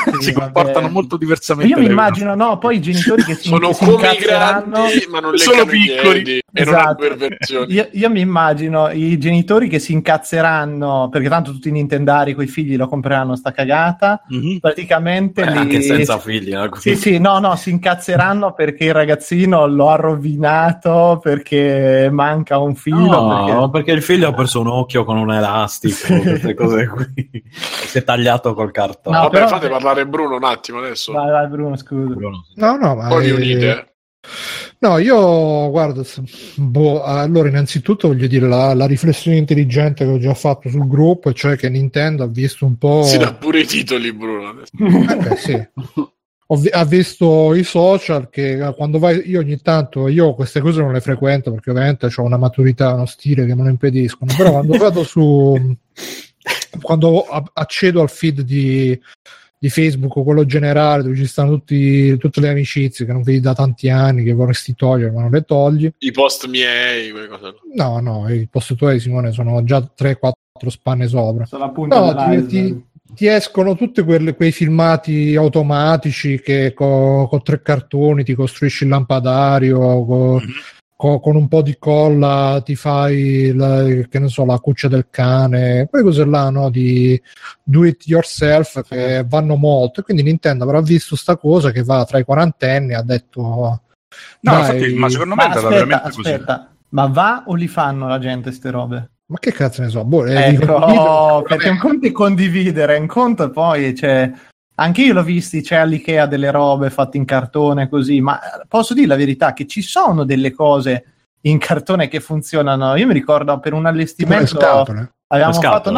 si comportano molto diversamente. Io mi immagino, no, poi i genitori che sono come i grandi, ma non sono piccoli. Esatto. Io mi immagino i genitori che si incazzeranno perché tanto tutti i nintendari coi figli lo compreranno sta cagata. Praticamente anche senza figli, sì, no, si incazzeranno perché il ragazzino lo ha rovinato perché manca un filo. Perché il figlio ha perso un occhio con un elastico, queste cose qui. Si è tagliato col cartone. No, vabbè, fate parlare Bruno un attimo adesso. Vai Bruno, scusa. No, ma poi vi unite. No, io guarda, allora innanzitutto voglio dire la riflessione intelligente che ho già fatto sul gruppo, cioè che Nintendo ha visto un po'... Si dà pure i titoli, Bruno. Sì. Ha visto i social che quando vai, io ogni tanto queste cose non le frequento perché ovviamente ho una maturità, uno stile che me lo impediscono, però quando vado quando accedo al feed di Facebook, quello generale dove ci stanno tutte le amicizie che non vedi da tanti anni, che vorresti togliere ma non le togli, i post miei, quelle cose. No, i post tuoi, Simone, sono già 3-4 spanne sopra. Sono appunto ti escono tutti quei filmati automatici che con 3 cartoni ti costruisci il lampadario, con un po' di colla ti fai che ne so, la cuccia del cane, quelle cose là, no, di do it yourself che vanno molto, e quindi Nintendo avrà visto sta cosa che va tra i quarantenni, ha detto no, infatti, ma secondo me è veramente così. Ma va o li fanno la gente ste robe? Ma che cazzo ne so, perché un conto è condividere, un conto poi anche io l'ho visti, c'è all'Ikea delle robe fatte in cartone così, ma posso dire la verità che ci sono delle cose in cartone che funzionano. Io mi ricordo per un allestimento avevamo fatto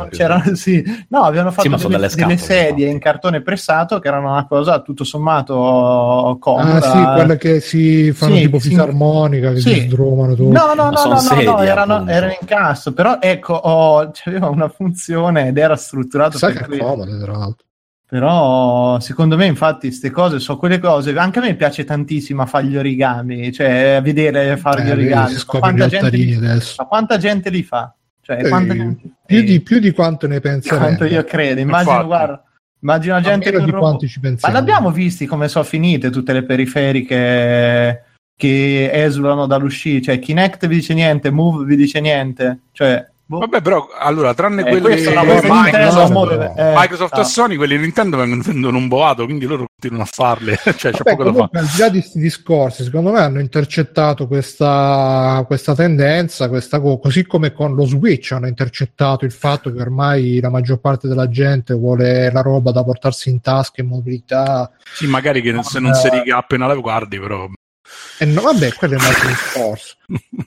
delle sedie in cartone pressato che erano una cosa tutto sommato comoda. Sì, quelle che si fanno tipo fisarmonica, che si sdrumano tutto. No, erano in cassa, però ecco, c'aveva una funzione ed era strutturato per che è comodo, tra l'altro. Però secondo me infatti queste cose sono quelle cose, anche a me piace tantissimo fare gli origami, cioè vedere fare gli origami, ma quanta gente li fa? Cioè, più di quanto ne penserei. Quanto io credo, immagino la gente di quanti ci pensiamo. Ma l'abbiamo visti come sono finite tutte le periferiche che esulano dall'uscita, cioè Kinect vi dice niente, Move vi dice niente, cioè vabbè, però allora tranne quelli Microsoft e Sony, quelli di Nintendo vendono un boato, quindi loro continuano a farle. Cioè, c'è poco da fare. Al di là di questi discorsi, secondo me hanno intercettato questa tendenza, così come con lo Switch hanno intercettato il fatto che ormai la maggior parte della gente vuole la roba da portarsi in tasca in mobilità. Sì, magari che se non si riga appena la guardi, però vabbè, quello è un altro discorso.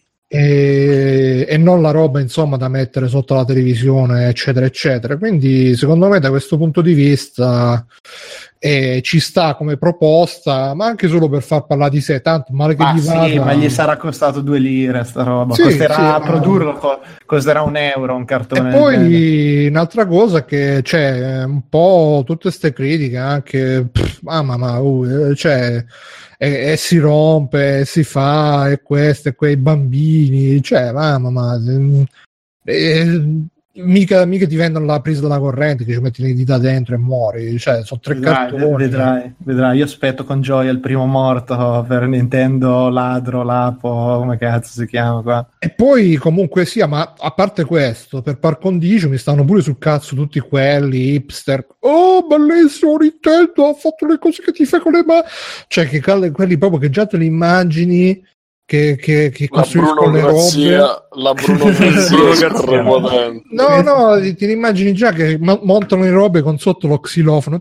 E non la roba insomma da mettere sotto la televisione eccetera eccetera, quindi secondo me da questo punto di vista ci sta come proposta, ma anche solo per far parlare di sé, tanto male che gli vada. Ma gli sarà costato 2 lire sta roba, costerà produrrlo, costerà €1 un cartone. E poi un'altra cosa che c'è un po' tutte ste critiche anche cioè e si rompe, si fa, e questo, e quei bambini, cioè, mica ti vendono la presa della corrente che ci metti le dita dentro e muori, cioè, sono 3 cartoni. Vedrai, io aspetto con gioia il primo morto per Nintendo ladro, Lapo, come cazzo si chiama qua. E poi comunque sia, ma a parte questo, per par condicio mi stanno pure sul cazzo tutti quelli hipster, bellissimo Nintendo, ha fatto le cose che ti fai con le mani, cioè che quelli proprio che già te le immagini che costruiscono le robe, la Bruno Garzia. No, ti immagini già che montano le robe con sotto lo xilofono.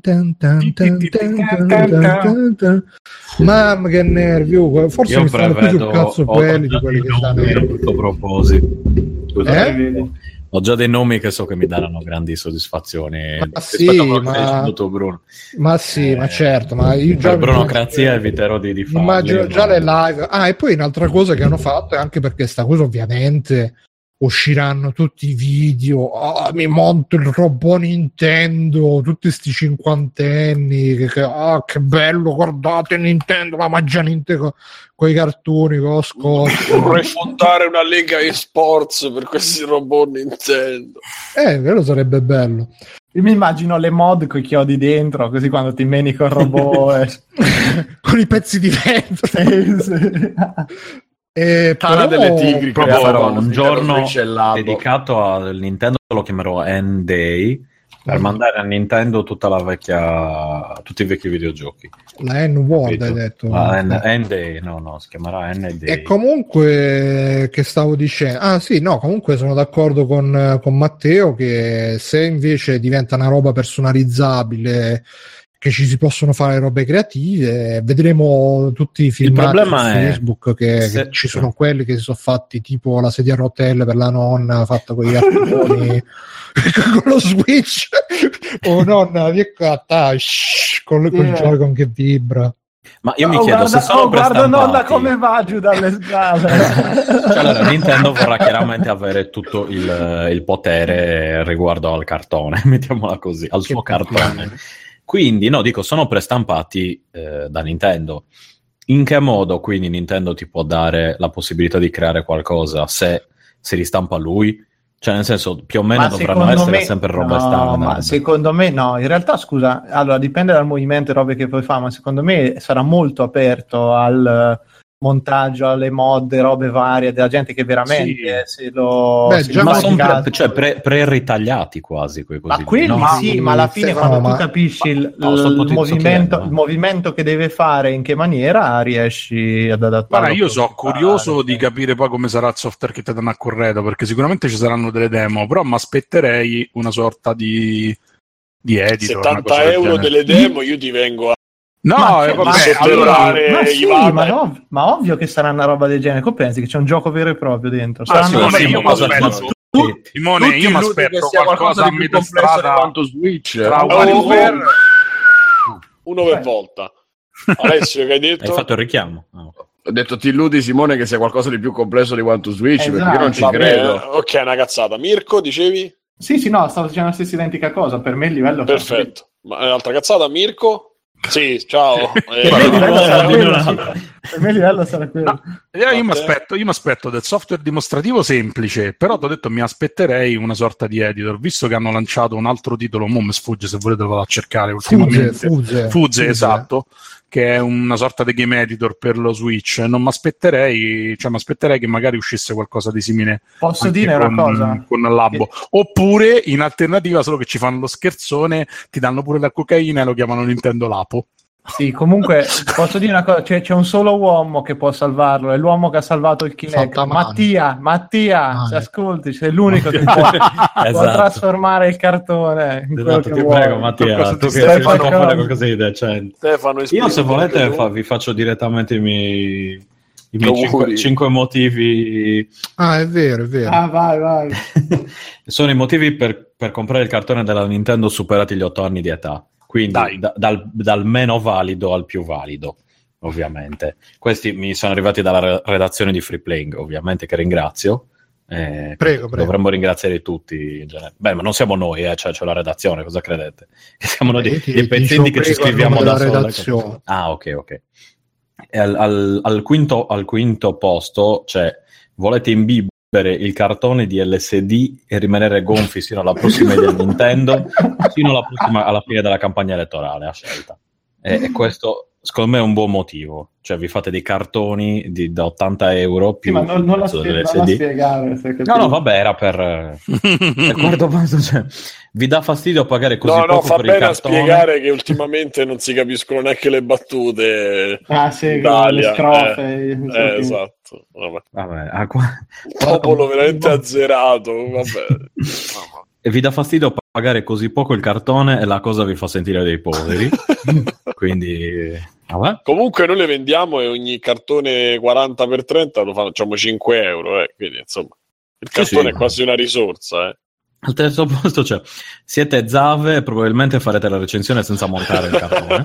Mamma che nervi, forse mi stanno più sul cazzo quelli di quelli che stanno a questo proposito. Ho già dei nomi che so che mi daranno grandi soddisfazioni. Ma certo, ma io già per Bronocrazia eviterò di farlo. Immagino già le live. E poi un'altra cosa che hanno fatto è anche perché sta cosa ovviamente usciranno tutti i video, mi monto il robot Nintendo, tutti sti cinquantenni che bello, guardate Nintendo, la magia Nintendo con i cartoni, con lo scotch. Vorrei fondare una lega eSports per questi robot Nintendo. Quello sarebbe bello. Io mi immagino le mod con i chiodi dentro, così quando ti meni col robot con i pezzi di vetro. Tana delle tigri, proprio farò un giorno dedicato al Nintendo, lo chiamerò N-Day, per mandare a Nintendo tutti i vecchi videogiochi. La N-World hai detto? N-Day, no, si chiamerà N-Day. E comunque, che stavo dicendo? Comunque sono d'accordo con Matteo che se invece diventa una roba personalizzabile, che ci si possono fare robe creative, vedremo tutti i filmati su Facebook che ci sono quelli che si sono fatti tipo la sedia a rotelle per la nonna fatta con gli arconi con lo Switch nonna con il Joy-Con che vibra. Ma io mi chiedo se sono guarda nonna come va giù dalle scale. Allora Nintendo vorrà chiaramente avere tutto il potere riguardo al cartone, mettiamola così, al suo cartone. Quindi, sono prestampati da Nintendo. In che modo quindi Nintendo ti può dare la possibilità di creare qualcosa se si ristampa lui? Cioè, nel senso, più o meno dovranno essere sempre robe standard. Ma secondo me no. In realtà, scusa, allora dipende dal movimento e robe che poi fa, ma secondo me sarà molto aperto al montaggio, alle mod, robe varie della gente che veramente se lo sono pre-ritagliati quasi quei così. Ma quelli ma alla fine quando tu capisci il movimento che deve fare, in che maniera riesci ad adattarlo. Guarda, io sono curioso di capire poi come sarà il software che ti danno a corredo, perché sicuramente ci saranno delle demo, però mi aspetterei una sorta di editor. 70 euro delle demo io ti vengo a ma ovvio che sarà una roba del genere. Come pensi che c'è un gioco vero e proprio dentro? Simone, io mi aspetto qualcosa di più complesso di quanto Switch. Uno per volta. Alessio, che hai detto? Hai fatto il richiamo. Ho detto ti illudi Simone che sia qualcosa di più complesso di quanto Switch, perché io non ci credo. Ok, una cazzata. Mirko, dicevi? Sì, no, stavo dicendo la stessa identica cosa. Per me il livello perfetto. Ma un'altra cazzata, Mirko? Sì, ciao. Per me il livello sarà quello. Io mi aspetto del software dimostrativo semplice, però ti ho detto mi aspetterei una sorta di editor, visto che hanno lanciato un altro titolo, mo mi sfugge, se volete vado a cercare ultimamente. Fuse, esatto, che è una sorta di game editor per lo Switch. Non mi aspetterei, che magari uscisse qualcosa di simile. Posso dire una cosa? Con Labo. Oppure, in alternativa, solo che ci fanno lo scherzone, ti danno pure la cocaina e lo chiamano Nintendo Lapo. Sì, comunque posso dire una cosa, c'è un solo uomo che può salvarlo, è l'uomo che ha salvato il Kinect. Mattia, se ascolti, sei l'unico che può trasformare il cartone in quello che ti vuoi. Prego Mattia, tu che sei fare qualcosa di decente. Io se volete vi faccio direttamente i miei 5 motivi. È vero. Vai. Sono i motivi per comprare il cartone della Nintendo superati gli 8 anni di età. Quindi dal meno valido al più valido, ovviamente. Questi mi sono arrivati dalla redazione di Free Playing, ovviamente, che ringrazio. Prego. Dovremmo ringraziare tutti in genere. Beh, ma non siamo noi, c'è la redazione, cosa credete? Che siamo noi dei pezzenti che ci scriviamo da redazione. Ok. E al quinto posto c'è volete imbibere il cartone di LSD e rimanere gonfi sino alla prossima idea di Nintendo, fino alla fine della campagna elettorale a scelta. E questo secondo me è un buon motivo, cioè vi fate dei cartoni da 80 euro più ma non la spiegare. No, vabbè, era per il quarto passo, cioè, vi dà fastidio pagare così poco fa per il bene cartone? A spiegare che ultimamente non si capiscono neanche le battute. Le strofe. Esatto. Vabbè, popolo veramente azzerato. Vabbè. E vi dà fastidio pagare così poco il cartone e la cosa vi fa sentire dei poveri. Quindi vabbè. Comunque noi le vendiamo e ogni cartone 40x30 lo facciamo 5 euro, quindi insomma il cartone è quasi una risorsa. Al terzo posto c'è siete zave e probabilmente farete la recensione senza montare il cartone.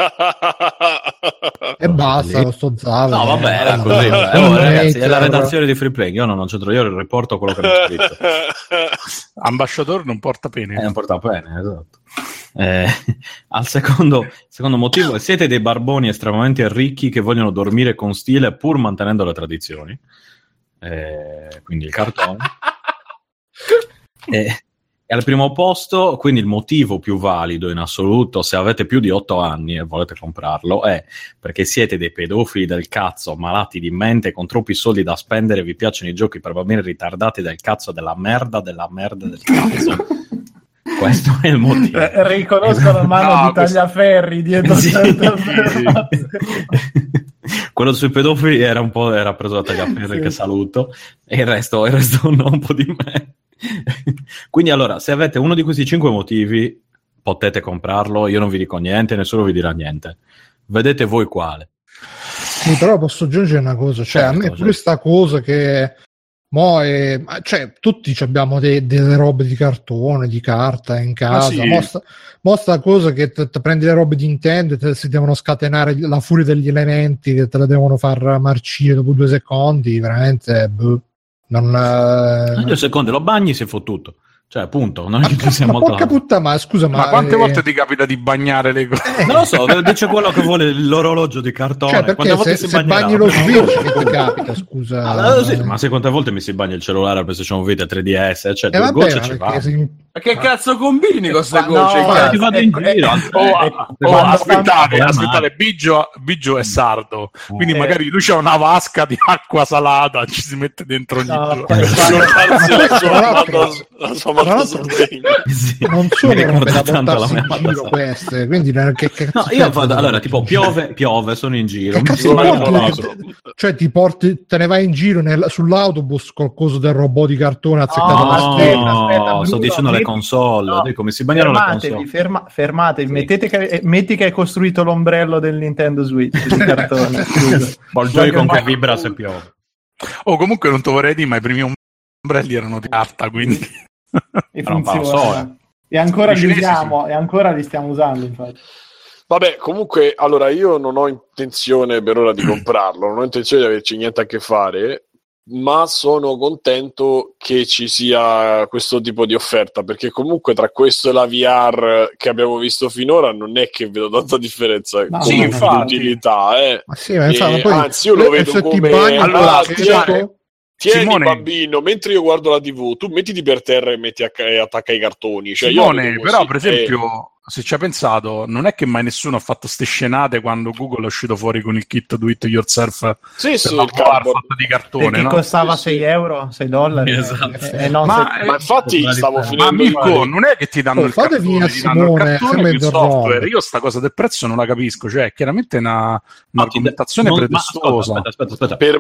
E basta, lo sto zave. No, vabbè, era così. Ragazzi, è la redazione di Free Play. Io non c'entro, io riporto quello che ho scritto. Ambasciatore non porta pene. Non porta pene, esatto. Al secondo motivo, siete dei barboni estremamente ricchi che vogliono dormire con stile pur mantenendo le tradizioni. Quindi il cartone. E è al primo posto, quindi il motivo più valido in assoluto, se avete più di 8 anni e volete comprarlo, è perché siete dei pedofili del cazzo, malati di mente, con troppi soldi da spendere, vi piacciono i giochi per bambini ritardati del cazzo, della merda del cazzo. Questo è il motivo. Riconosco la mano di Tagliaferri dietro. Sì. Quello sui pedofili era preso da Tagliaferri, che saluto, e il resto no, un po' di me. Quindi allora, se avete uno di questi 5 motivi, potete comprarlo, io non vi dico niente, nessuno vi dirà niente. Vedete voi quale. Sì, però posso aggiungere una cosa, cioè a me questa cosa che cioè tutti abbiamo delle robe di cartone, di carta in casa, mostra cosa che prendi le robe di Nintendo e si devono scatenare la furia degli elementi che te la devono far marcire dopo 2 secondi, veramente non 2 secondi lo bagni, si è fottuto. Cioè, appunto, non è che sia molto. Porca puttana, ma scusa, ma quante volte ti capita di bagnare le cose? Non lo so, dice quello che vuole l'orologio di cartone. Cioè, perché se bagni lo Switch che ti capita, scusa. Sì, ma se quante volte mi si bagna il cellulare al PlayStation Vita 3DS? Cioè, 2 gocce ci va. Ma che cazzo combini con queste gocce? Ti vado in giro. Aspettate, Biggio è sardo, quindi magari lui c'ha una vasca di acqua salata, ci si mette dentro ogni giorno. Non sono robe da portarsi in giro queste, quindi allora tipo piove, sono in giro, cioè te ne vai in giro sull'autobus col coso del robot di cartone azzeccato alla schiena. Sto dicendo le console, come si bagnano le console. Fermatevi, metti che hai costruito l'ombrello del Nintendo Switch di cartone. Il Joy-Con che vibra se piove. Comunque non te vorrei dire, ma i primi ombrelli erano di carta, quindi e funziona. E ancora li stiamo usando, infatti. Vabbè, comunque, allora io non ho intenzione per ora di comprarlo, non ho intenzione di averci niente a che fare, ma sono contento che ci sia questo tipo di offerta, perché comunque tra questo e la VR che abbiamo visto finora non è che vedo tanta differenza come utilità. Ma sì, ma poi, anzi, io lo vedo come... Tieni, Simone, bambino, mentre io guardo la TV, tu mettiti per terra e attacca i cartoni. Cioè, Simone, però, per esempio, se ci ha pensato, non è che mai nessuno ha fatto ste scenate quando Google è uscito fuori con il kit do it yourself fatto di cartone, perché costava 6 euro, 6 dollari. Esatto. Ma infatti stavo finendo. Ma Mirko, non è che ti danno il cartone, ti danno il cartone e il software. Io sta cosa del prezzo non la capisco, cioè è chiaramente un'argomentazione pretestuosa. Aspetta. Per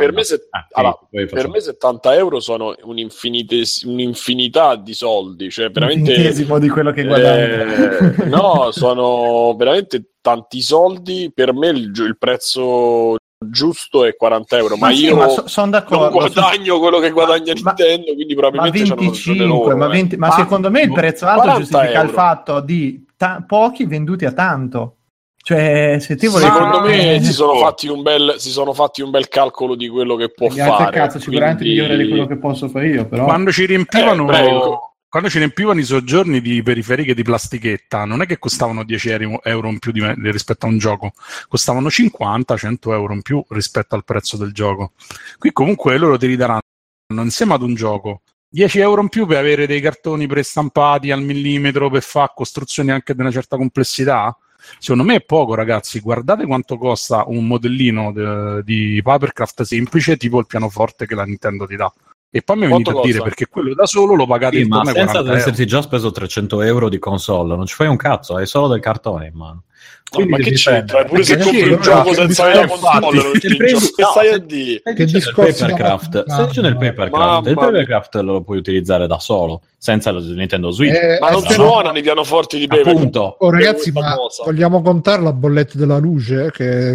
me 70 euro sono un'infinità di soldi, cioè veramente un centesimo di quello che guadagni. No, sono veramente tanti soldi. Per me il prezzo giusto è 40 euro, ma io sono d'accordo, non guadagno quello che guadagna Nintendo, quindi probabilmente 25, ma secondo me il prezzo alto giustifica il fatto di pochi venduti a tanto. Cioè, se ti secondo me si sono fatti un bel calcolo di quello che può fare. Cazzo, sicuramente migliore di quello che posso fare io, però. Quando ci riempivano i soggiorni di periferiche di plastichetta, non è che costavano 10 euro in più rispetto a un gioco, costavano 50-100 euro in più rispetto al prezzo del gioco. Qui comunque loro ti ridaranno insieme ad un gioco 10 euro in più per avere dei cartoni prestampati al millimetro per fare costruzioni anche di una certa complessità. Secondo me è poco, ragazzi. Guardate quanto costa un modellino di Papercraft semplice, tipo il pianoforte che la Nintendo ti dà. E poi mi venite a dire perché quello da solo lo pagate ma senza esserti già speso 300 euro di console, non ci fai un cazzo, hai solo del cartone in mano. Ma che c'entra? Pure se compri un gioco senza avere la console, stai a dire che discorso Papercraft. Se c'è nel Papercraft, il Papercraft lo puoi utilizzare da solo senza il Nintendo Switch. Ma non suonano i pianoforti di Papercraft. Ragazzi, ma vogliamo contare la bolletta della luce? Che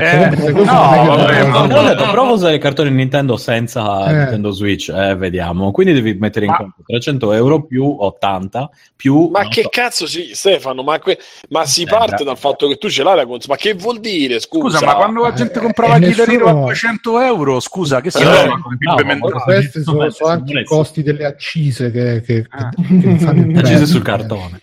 prova a usare i cartoni Nintendo senza Nintendo Switch, vediamo. Quindi devi mettere in conto 300 euro più 80 più. Ma che cazzo, Stefano? Ma si parte dal fatto che tu ce l'hai la console. Ma che vuol dire? Scusa, ma quando la gente comprava il chitarrino a 200 euro, scusa, che questi sono anche i costi delle accise che accise sul cartone.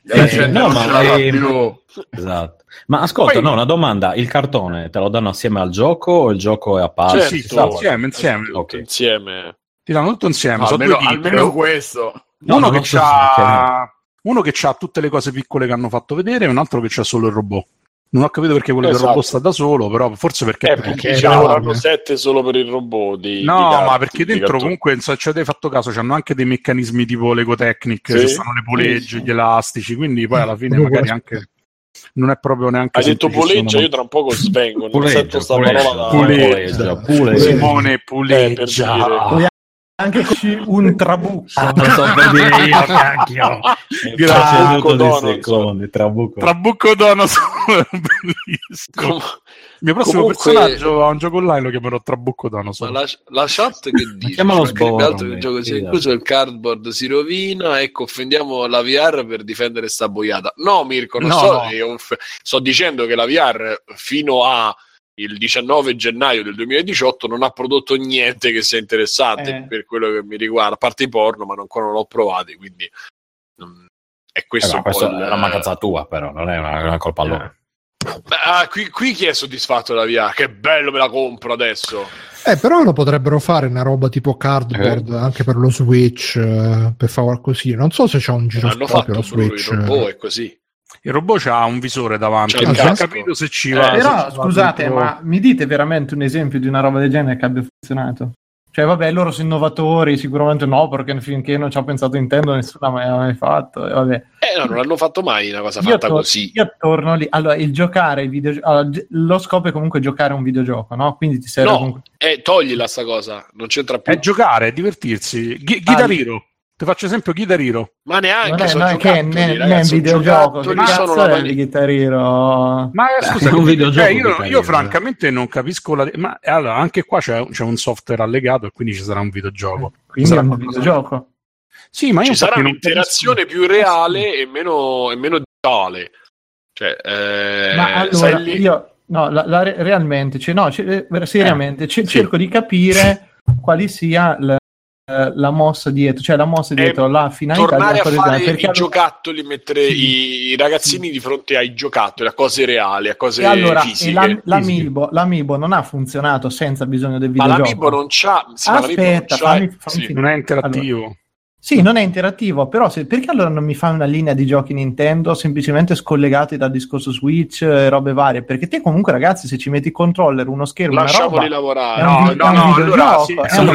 Esatto. Ma ascolta, una domanda: il cartone te lo danno assieme al gioco o il gioco è a parte? Insieme. Ti danno tutto insieme. Almeno questo. Uno che c'ha tutte le cose piccole che hanno fatto vedere e un altro che c'ha solo il robot. Non ho capito perché quello del robot sta da solo, però forse perché avranno 7 solo per il robot. Ma perché dentro comunque, se ci avete fatto caso, c'hanno anche dei meccanismi tipo Lego Technic, ci stanno le polegge, gli elastici, quindi poi alla fine magari anche non è proprio neanche. Hai detto puleggia, io tra un poco svengo, non sento sta parola. Puleggia. Simone puleggia. Anche un trabucco. Non so per dire io, cacchio. Trabucco dono bellissimo. Il mio prossimo personaggio a un gioco online lo chiamerò Trabucco dono. La chat che dice? Chiamalo sborro. Il gioco si è incluso, il cardboard si rovina, ecco, offendiamo la VR per difendere sta boiata. No, Mirko, sto dicendo che la VR fino a il 19 gennaio del 2018 non ha prodotto niente che sia interessante per quello che mi riguarda, a parte i porno, ma ancora non l'ho provati, quindi è questo è una mancanza tua, però non è una colpa loro. Qui chi è soddisfatto della VR? Che bello, me la compro adesso. Però lo potrebbero fare una roba tipo cardboard anche per lo Switch, per fare qualcosì. Non so se c'è un giroscopio lo Switch. Il robot è così. Il robot c'ha un visore davanti, non ho capito se ci va. Però scusate, ma mi dite veramente un esempio di una roba del genere che abbia funzionato? Cioè, vabbè, loro sono innovatori, sicuramente no, perché finché non ci ha pensato Nintendo nessuno l'ha mai fatto. Vabbè. No, non l'hanno fatto mai una cosa fatta così. Io torno lì. Allora, il giocare lo scopo è comunque giocare un videogioco, no? Quindi ti serve comunque. Toglila sta cosa, non c'entra più. È giocare, è divertirsi. Guitar Hero. Ti faccio esempio Guitar Hero. Ma neanche non è che è un videogioco, che cazzo è il Guitar Hero? Ma scusa, è un videogioco. Io francamente non capisco ma allora anche qua c'è un software allegato e quindi ci sarà un videogioco. Quindi è un videogioco. Sì, ma ci sarà un'interazione più reale e meno digitale. Cioè, ma allora io realmente, seriamente cerco di capire quali sia la mossa dietro, cioè la mossa dietro la finalità tornare a fare i giocattoli, mettere i ragazzini di fronte ai giocattoli, a cose reali, a cose fisiche. L'Amiibo non ha funzionato senza bisogno del videogioco. Ma l'Amiibo non c'ha. Aspetta, non è interattivo. Allora, sì, non è interattivo, però perché allora non mi fai una linea di giochi Nintendo semplicemente scollegati dal discorso Switch e robe varie? Perché te comunque, ragazzi, se ci metti il controller, uno schermo, lasciamoli lavorare. Allora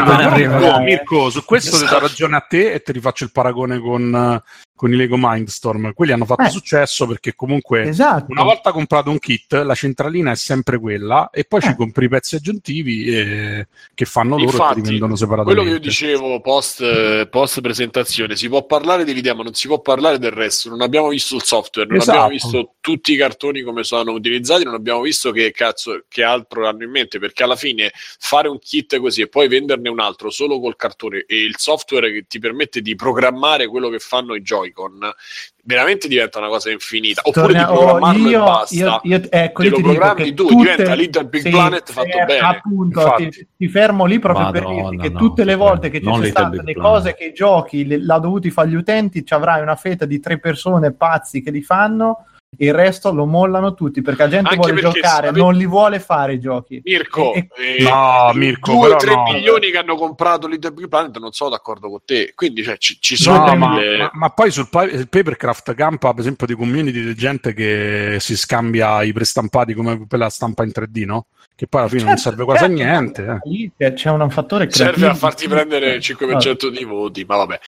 Mirko, su questo ti do ragione a te e ti rifaccio il paragone con i Lego Mindstorm. Quelli hanno fatto successo perché comunque una volta comprato un kit, la centralina è sempre quella e poi ci compri i pezzi aggiuntivi che fanno loro. Infatti, e ti vendono separatamente. Quello che io dicevo post presentazione, si può parlare di video ma non si può parlare del resto. Non abbiamo visto il software, non abbiamo visto tutti i cartoni come sono utilizzati, non abbiamo visto che altro hanno in mente, perché alla fine fare un kit così e poi venderne un altro solo col cartone e il software che ti permette di programmare quello che fanno i Joy-Con veramente diventa una cosa infinita. Oppure di programmarlo e basta. Te lo programmi tu, diventa Little Big Planet fatto bene. Appunto, ti fermo lì proprio per dirti che tutte le volte che ci sono state le cose che i giochi l'ha dovuti fare gli utenti, ci avrai una fetta di 3 persone pazzi che li fanno e il resto lo mollano tutti perché la gente vuole giocare, non li vuole fare i giochi. Mirko, Mirko 2 o 3 milioni che hanno comprato Little Big Planet, non sono d'accordo con te, quindi ci sono ma poi sul Papercraft campa per esempio di community di gente che si scambia i prestampati come per la stampa in 3D, no? Che poi alla fine non serve quasi a niente. C'è un fattore creativo. Serve a farti prendere il 5% di voti, ma vabbè.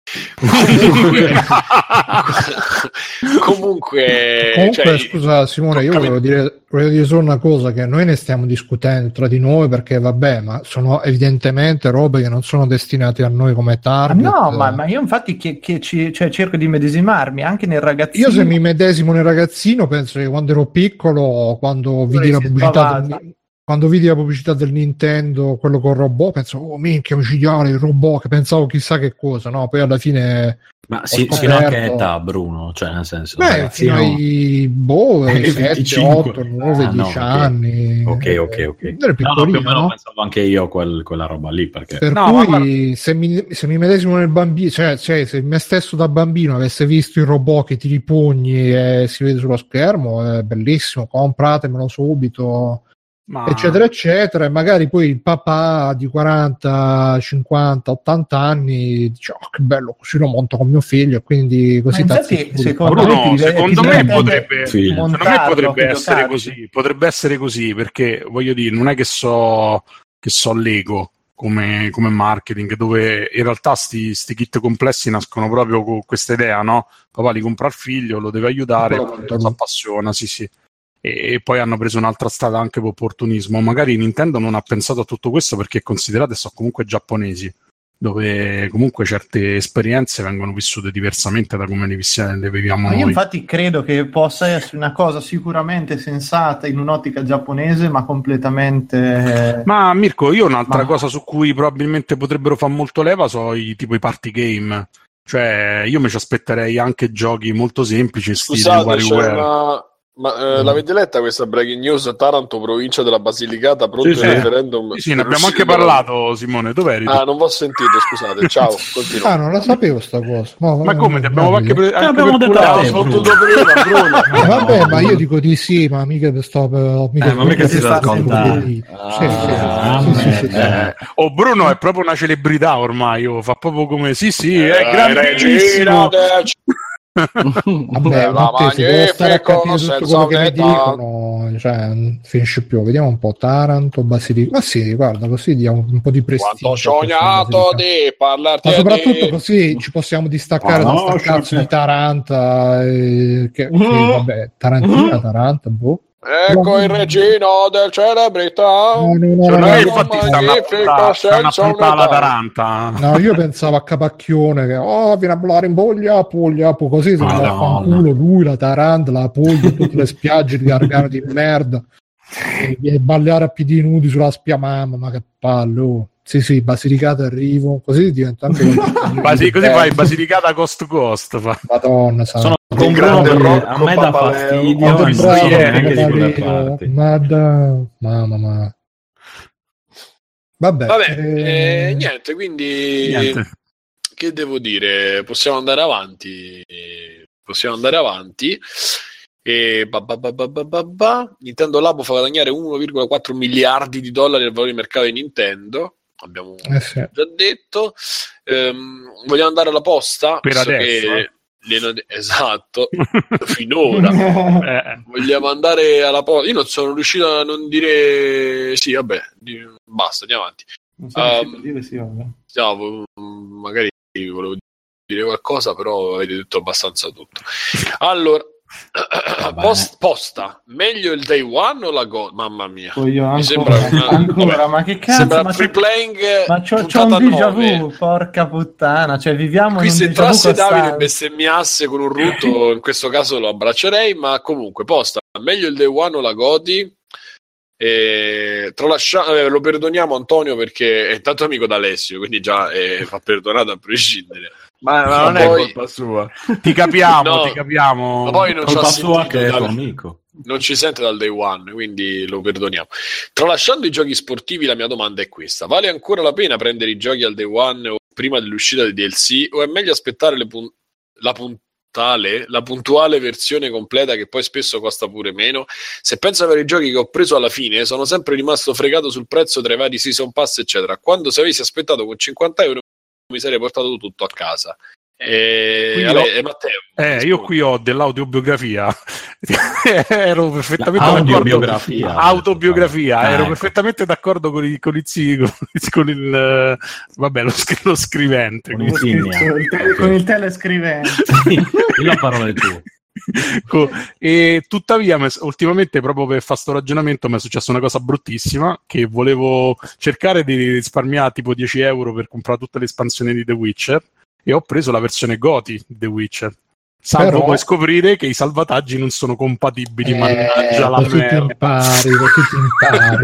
Comunque scusa Simone, io volevo dire solo una cosa, che noi ne stiamo discutendo tra di noi perché vabbè, ma sono evidentemente robe che non sono destinate a noi come target. No, ma io infatti cerco di medesimarmi anche nel ragazzino. Io se mi medesimo nel ragazzino penso che quando ero piccolo, quando vidi la pubblicità del Nintendo, quello con il robot, penso, oh minchia, micidiale, il robot, che pensavo chissà che cosa, no? Poi alla fine... Ma fino a che età, Bruno? Cioè, nel senso... fino ai 7, 8, 9, 10 anni. Ok. Ero piccolino, più o meno pensavo anche io quella roba lì, perché... Per cui, se mi medesimo nel bambino, cioè se me stesso da bambino avesse visto il robot che tira i pugni e si vede sullo schermo, è bellissimo, compratemelo subito... eccetera eccetera, e magari poi il papà di 40, 50, 80 anni dice che bello, così lo monto con mio figlio, e quindi così secondo me potrebbe essere così, potrebbe essere così, perché voglio dire, non è che so Lego come marketing, dove in realtà sti kit complessi nascono proprio con questa idea, no? Papà li compra al figlio, lo deve aiutare, si appassiona, sì. E poi hanno preso un'altra strada anche per opportunismo. Magari Nintendo non ha pensato a tutto questo perché considerate sono comunque giapponesi, dove comunque certe esperienze vengono vissute diversamente da come le viviamo noi. Io infatti credo che possa essere una cosa sicuramente sensata in un'ottica giapponese, ma completamente... Ma Mirko, io un'altra cosa su cui probabilmente potrebbero fare molto leva sono i party game. Cioè io mi ci aspetterei anche giochi molto semplici, stile WarioWare. Ma l'avete letta questa breaking news? Taranto, provincia della Basilicata, pronto il referendum? Sì, ne abbiamo anche parlato, Simone, dov'eri? Non vi ho sentito, scusate, ciao, continua. Non la sapevo sta cosa. Ma come, ti abbiamo anche abbiamo detto Bruno. Vabbè, ma io dico di sì, ma mica mica si sta raccontando. Oh, Bruno è proprio una celebrità ormai, fa proprio come sì, è grandissimo. Vabbè, se stare a capire tutto quello che mi dicono, cioè, finisce più. Vediamo un po'. Taranto, Basilicata. Ma sì, guarda, così diamo un po' di prestigio. Quanto sognato di parlarti, ma soprattutto così ci possiamo distaccare da sta cazzo di Taranta, che vabbè, Taranta, boh. Ecco il regino del celebrità. Infatti stanno a puntare la Taranta. No, io pensavo a Capacchione che viene a ballare in Puglia, così se ne va a fanculo lui, la Taranta, la Puglia, tutte le spiagge di Gargano di merda e ballare a piedi nudi sulla spiamama, ma che palle. Sì, Basilicata arrivo, così diventa anche così fai Basilicata cost to cost. Madonna, sono con Bruno, a me dà fastidio, mamma. Vabbè, niente, quindi che devo dire? Possiamo andare avanti. E Nintendo Labo fa guadagnare 1,4 miliardi di dollari al valore di mercato di Nintendo. Abbiamo già detto. Vogliamo andare alla posta? Per adesso. Esatto, finora. Vogliamo andare alla posta. Io non sono riuscito a non dire sì, vabbè, basta, andiamo avanti. Non sono riuscito a dire sì, vabbè. Magari volevo dire qualcosa, però avete detto abbastanza tutto. Allora, posta, meglio il day one o la God? Mamma mia, mi sembra ancora, ma che cazzo, sembra free playing, ma c'ho un déjà vu, porca puttana, cioè viviamo qui in un se entrasse Davide costante. bestemmiasse con un rutto, in questo caso lo abbraccerei, ma comunque posta, meglio il day one o la Godi? Lo perdoniamo Antonio perché è tanto amico d'Alessio, quindi già va perdonato a prescindere. Ma non è colpa sua. Ti capiamo. Ma poi non colpa sua che è tuo amico. Non ci sente dal day one, quindi lo perdoniamo. Tralasciando i giochi sportivi, la mia domanda è questa: vale ancora la pena prendere i giochi al day one o prima dell'uscita dei DLC, o è meglio aspettare la puntuale versione completa, che poi spesso costa pure meno? Se penso avere i giochi che ho preso alla fine, sono sempre rimasto fregato sul prezzo tra i vari season pass eccetera, quando se avessi aspettato con 50 euro mi sarei portato tutto a casa. Matteo, io qui ho dell'autobiografia. Ero perfettamente autobiografia. Ero perfettamente d'accordo con il lo scrivente, con il telescrivente. La parola è tua. E tuttavia ultimamente, proprio per fare sto ragionamento, mi è successa una cosa bruttissima, che volevo cercare di risparmiare tipo 10 euro per comprare tutte le espansioni di The Witcher, e ho preso la versione GOTY di The Witcher, salvo poi scoprire che i salvataggi non sono compatibili. Mannaggia la merda, così ti impari.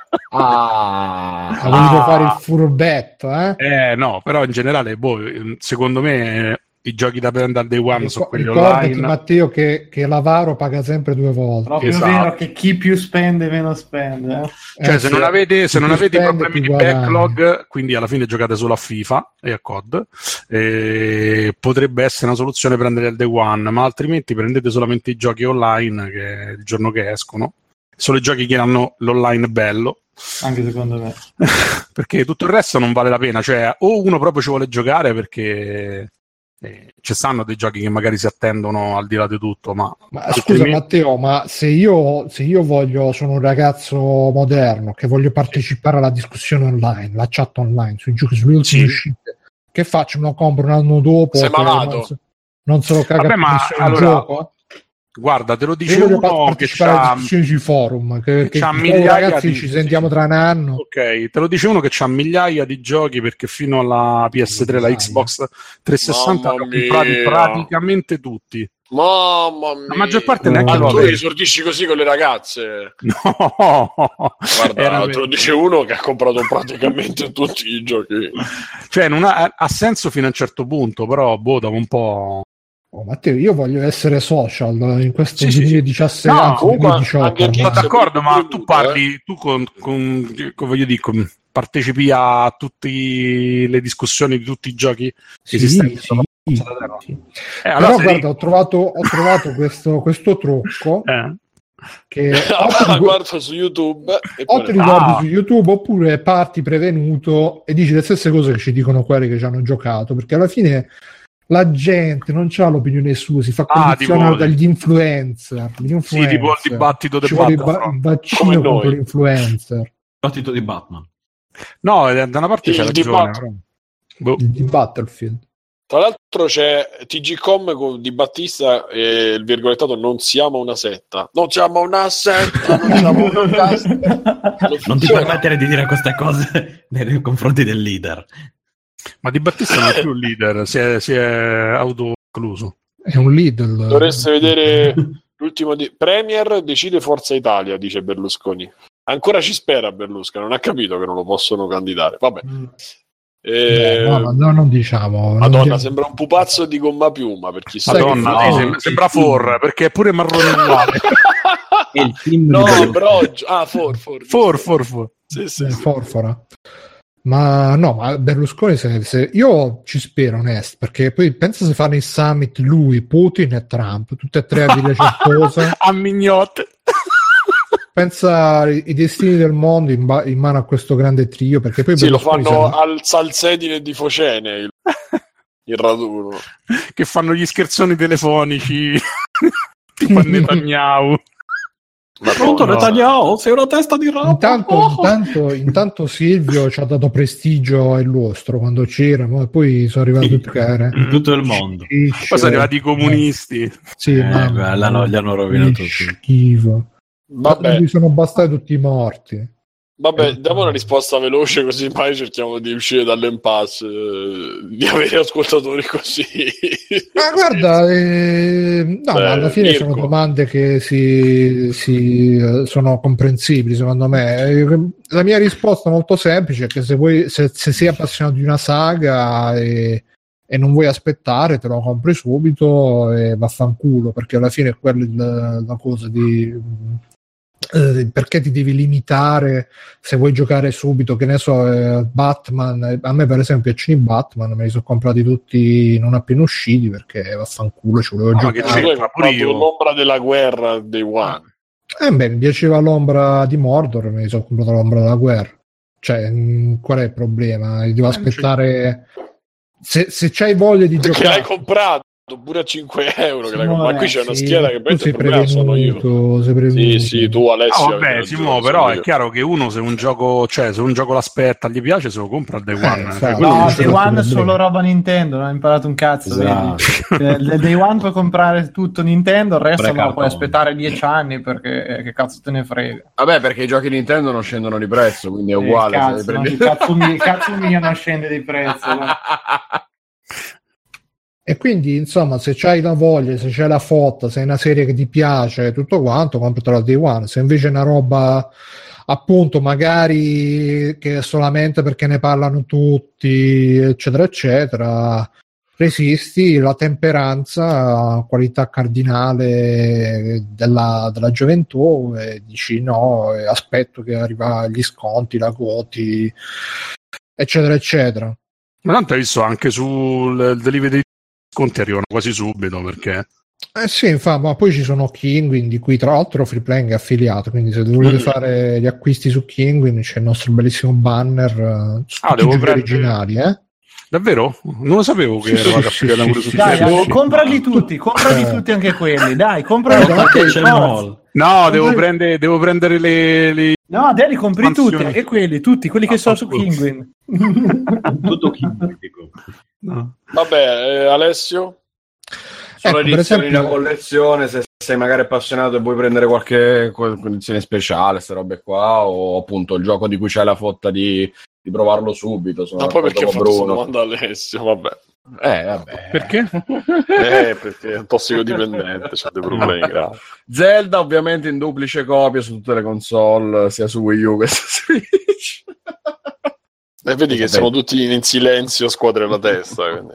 Ha voluto fare il furbetto, no, però in generale secondo me i giochi da prendere al day one sono quelli ricordati, online. Matteo, che l'avaro paga sempre 2 volte. Proprio vero che chi più spende meno spende. Cioè, se non avete i problemi di backlog, quindi alla fine giocate solo a FIFA e a COD, potrebbe essere una soluzione prendere il day one, ma altrimenti prendete solamente i giochi online il giorno che escono, solo i giochi che hanno l'online bello. Anche secondo me. Perché tutto il resto non vale la pena, cioè o uno proprio ci vuole giocare perché ci stanno dei giochi che magari si attendono al di là di tutto, ma scusa Matteo, ma se io sono un ragazzo moderno che voglio partecipare alla discussione online, la chat online sui giochi sulle ultime uscite, che faccio? Me lo compro un anno dopo? Sei malato? Non se lo caga più nessuno il gioco? Guarda, te lo dice uno che c'ha sui forum, che ragazzi ci sentiamo tra un anno. Ok, te lo dice uno che c'ha migliaia di giochi perché fino alla PS3, la Xbox 360 hanno comprati praticamente tutti. Mamma mia, la maggior parte neanche tu esordisci così con le ragazze? No, guarda, te lo dice uno che ha comprato praticamente tutti i giochi. Cioè, non ha senso fino a un certo punto, però dopo un po'. Matteo, io voglio essere social in questo 2017, no, anzi 2018. Sono d'accordo, ma tu parli, tu voglio dire, partecipi a tutte le discussioni di tutti i giochi che esistono. Allora, però guarda, ho trovato questo trucco che guardo su YouTube o ti ricordi su YouTube oppure parti prevenuto e dici le stesse cose che ci dicono quelli che ci hanno giocato, perché alla fine la gente non c'ha l'opinione sua, si fa condizionare dagli influencer. Sì, tipo il dibattito del il vaccino contro l'influencer. Il dibattito di Batman. No, da una parte c'è ragione. Di Battlefield. Tra l'altro c'è TGcom di Battista e il virgolettato non siamo una setta. Non siamo una setta, non siamo una setta. Non ti permettere di dire queste cose nei confronti del leader. Ma Di Battista non è più un leader, si è autocluso. È un leader. Dovreste vedere l'ultimo Premier decide Forza Italia, dice Berlusconi. Ancora ci spera Berlusconi, non ha capito che non lo possono candidare. Vabbè. No, non diciamo. Madonna, sembra un pupazzo di gomma piuma per chi Madonna, sembra For, perché è pure marrone uguale. No, però For. Sì. Forfora. Ma Berlusconi se io ci spero, onesto, perché poi pensa se fanno il summit lui, Putin e Trump, tutte e tre a dire certosa a mignotte. Pensa i destini del mondo in mano a questo grande trio, perché poi lo fanno al Salsedine di Focene il raduno, che fanno gli scherzoni telefonici tipo a Netanyahu. Pronto Netanyahu, sei una testa di rapa. Intanto Silvio ci ha dato prestigio ai lustro quando c'era, ma poi sono arrivati in tutto il mondo. Poi sono arrivati i comunisti. Sì, gli hanno rovinato tutto. Schifo. Vabbè. Sono bastati tutti morti. Vabbè, diamo una risposta veloce così poi cerchiamo di uscire dall'impasse, di avere ascoltatori così. Ma guarda, alla fine Mirko. Sono domande che sono comprensibili secondo me. La mia risposta è molto semplice, è che se sei appassionato di una saga e non vuoi aspettare, te lo compri subito e vaffanculo, perché alla fine è quella la cosa di... perché ti devi limitare se vuoi giocare subito, che ne so, Batman. A me per esempio piacciono i Batman, me li sono comprati tutti non appena usciti perché vaffanculo ci volevo giocare. Pure io l'ombra della guerra dei One. Mi piaceva l'ombra di Mordor, me li sono comprato l'ombra della guerra. Cioè, qual è il problema? Devo aspettare se c'hai voglia di giocare. Che l'hai comprato pure a 5 euro, ma qui c'è una scheda che penso che sono io. Sì, tu Alessio. Vabbè, Simo, però è chiaro che uno se un gioco l'aspetta, gli piace, se lo compra al Day One. Day One è solo roba Nintendo, non ho imparato un cazzo. Esatto. Del Day One puoi comprare tutto Nintendo, il resto no, puoi aspettare 10 anni perché che cazzo te ne frega. Vabbè, perché i giochi Nintendo non scendono di prezzo, quindi è uguale. Cazzo mio non scende di prezzo. E quindi, insomma, se c'hai la voglia, se c'hai la foto, se è una serie che ti piace, tutto quanto, compratela al Day One. Se invece è una roba, appunto, magari che è solamente perché ne parlano tutti, eccetera, eccetera, resisti, la temperanza, qualità cardinale della gioventù, e dici no, e aspetto che arriva gli sconti, la quoti, eccetera, eccetera. Ma tanto hai visto anche sul delivery sconti arrivano quasi subito, perché Sì, infatti, ma poi ci sono Kinguin, di cui tra l'altro Freeplaying è affiliato, quindi se volete fare gli acquisti su Kinguin c'è il nostro bellissimo banner su tutti i giochi originali, Davvero? Non lo sapevo che era affiliata pure su Dai, comprali tutti anche quelli, dai, comprali tutti. No, devo prendere le... No, te li compri tutti, e tutti quelli che sono su Kinguin. Tutto Kinguin, dico. No. Vabbè, Alessio? Sono edizioni da collezione, se sei magari appassionato e vuoi prendere qualche edizione speciale, queste robe qua, o appunto il gioco di cui c'hai la fotta di provarlo subito. Ma poi perché ho fatto questa domanda a Alessio? Vabbè. Perché? Perché è un tossicodipendente, c'ha dei problemi gravi. Zelda ovviamente in duplice copia su tutte le console, sia su Wii U che su Switch. E vedi che siamo tutti in silenzio, scuotere la testa. Quindi.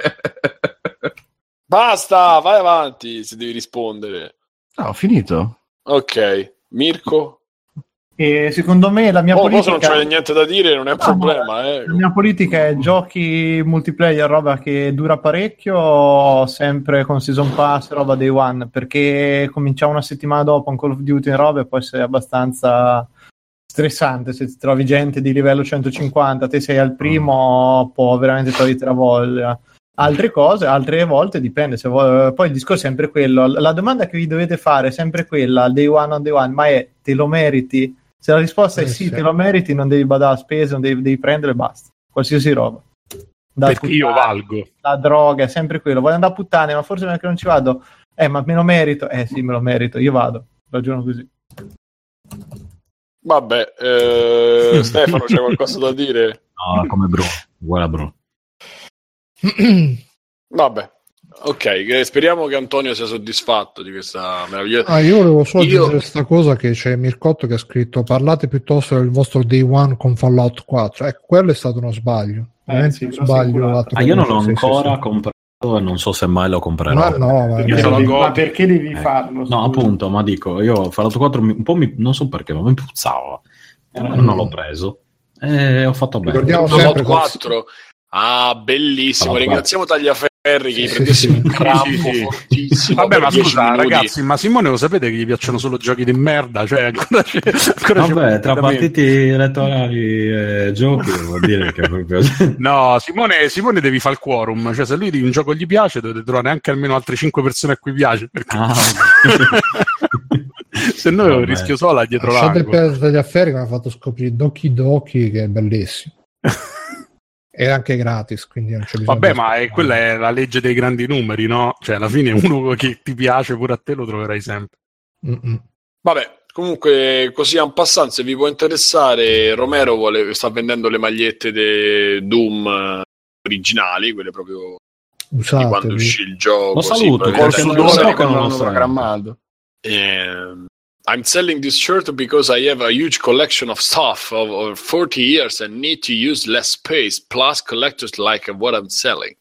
Basta, vai avanti se devi rispondere. Ho finito. Ok, Mirko? E secondo me la mia politica... se non c'è niente da dire non è un problema. La mia politica è giochi multiplayer, roba che dura parecchio, sempre con Season Pass, roba Day One, perché cominciamo una settimana dopo un Call of Duty in roba e può essere abbastanza stressante se ti trovi gente di livello 150, te sei al primo, può veramente toglierti la voglia. Altre cose, altre volte dipende. Se vuoi, poi il discorso è sempre quello. La domanda che vi dovete fare è sempre quella: day one on day one, ma è te lo meriti? Se la risposta è sì, te lo meriti, non devi badare a spese, non devi prendere e basta. Qualsiasi roba. Perché puttane, io valgo. La droga è sempre quello. Voglio andare a puttane, ma forse perché non ci vado. Ma me lo merito? Sì, me lo merito. Io vado. Ragiono così. Vabbè, Stefano, c'è qualcosa da dire? No, come Bruno. Uguale a Bruno. Vabbè, ok, speriamo che Antonio sia soddisfatto di questa meravigliosa. Io volevo solo aggiungere questa cosa, che c'è Mircotto che ha scritto: parlate piuttosto del vostro day one con Fallout 4. Ecco, quello è stato uno sbaglio, sì, sbaglio. Io non l'ho ancora comprato e non so se mai lo comprerò. Ma perché devi farlo? No, appunto, ma dico, io Fallout 4 un po' non so perché, ma mi puzzava, non l'ho preso e ho fatto bene. Ricordiamo Fallout 4. Bellissimo, ringraziamo Tagliaferri che prendesse un crampo fortissimo. Vabbè, ma scusa ragazzi, ma Simone lo sapete che gli piacciono solo giochi di merda? Cioè ancora vabbè, tra partiti elettorali e giochi vuol dire che proprio... No, Simone devi fare il quorum, cioè se lui un gioco gli piace dovete trovare anche almeno altre 5 persone a cui piace, perché... se no è un rischio sola dietro l'angolo. Tagliaferri mi ha fatto scoprire Doki Doki, che è bellissimo. È anche gratis, quindi non c'è bisogno. Vabbè, ma quella è la legge dei grandi numeri, no? Cioè, alla fine uno che ti piace pure a te lo troverai sempre. Vabbè, comunque, così en passant, se vi può interessare, Romero sta vendendo le magliette dei Doom originali, quelle proprio usate, di quando uscì il gioco. Lo saluto, col sudore che non l'ho programmato. I'm selling this shirt because I have a huge collection of stuff of 40 years and need to use less space. Plus, collectors like what I'm selling.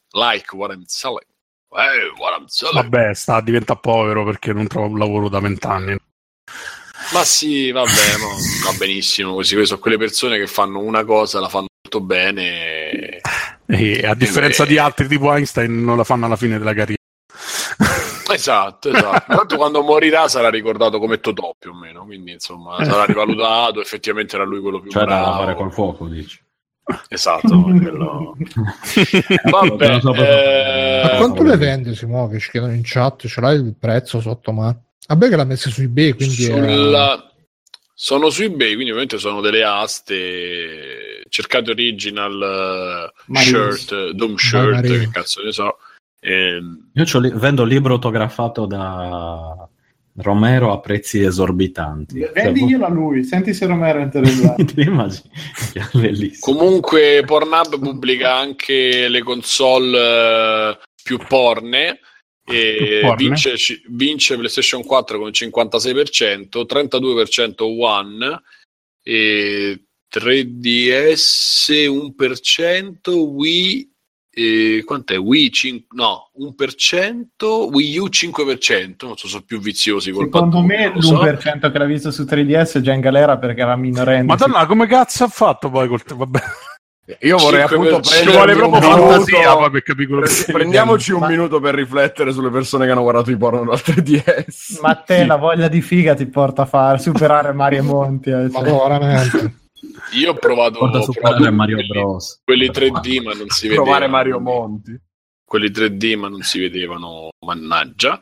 Vabbè, sta a diventare povero perché non trova un lavoro da 20 anni. Ma sì, vabbè, va benissimo così. Queste sono quelle persone che fanno una cosa, la fanno molto bene. E a differenza di altri tipo Einstein non la fanno alla fine della carriera. Esatto. Tanto quando morirà sarà ricordato come Totò più o meno, quindi insomma sarà rivalutato, effettivamente era lui quello più bravo. Da fare col fuoco, dici. Esatto, quello... Vabbè, ma quanto le vende, Simone, che ci chiedono in chat? Ce l'hai il prezzo sotto mano? Vabbè che l'ha messa su eBay, quindi sono su eBay, quindi ovviamente sono delle aste. Cercate original shirt, Doom shirt, che cazzo ne so. Io vendo il libro autografato da Romero a prezzi esorbitanti. Vendiglielo a lui, senti se Romero è interessato. Bellissimo. Comunque Pornhub pubblica anche le console più porne e vince PlayStation 4 con il 56%, 32% One e 3DS 1%, Wii quant'è? Wii 1%, Wii U 5%, non so, sono più viziosi. Secondo me l'1% che l'ha visto su 3DS è già in galera perché era minorenne. Madonna, come cazzo ha fatto poi vabbè. Io vorrei appunto ci vuole proprio fantasia per capire quello che prendiamoci un minuto per riflettere sulle persone che hanno guardato i porno dal 3DS. Ma te la voglia di figa ti porta a fare superare Mario Monti. Ma no, veramente. Io ho provato Mario Bros. Quelli 3D, ma non si vedevano. Provare Mario Monti. Quelli 3D, ma non si vedevano, mannaggia.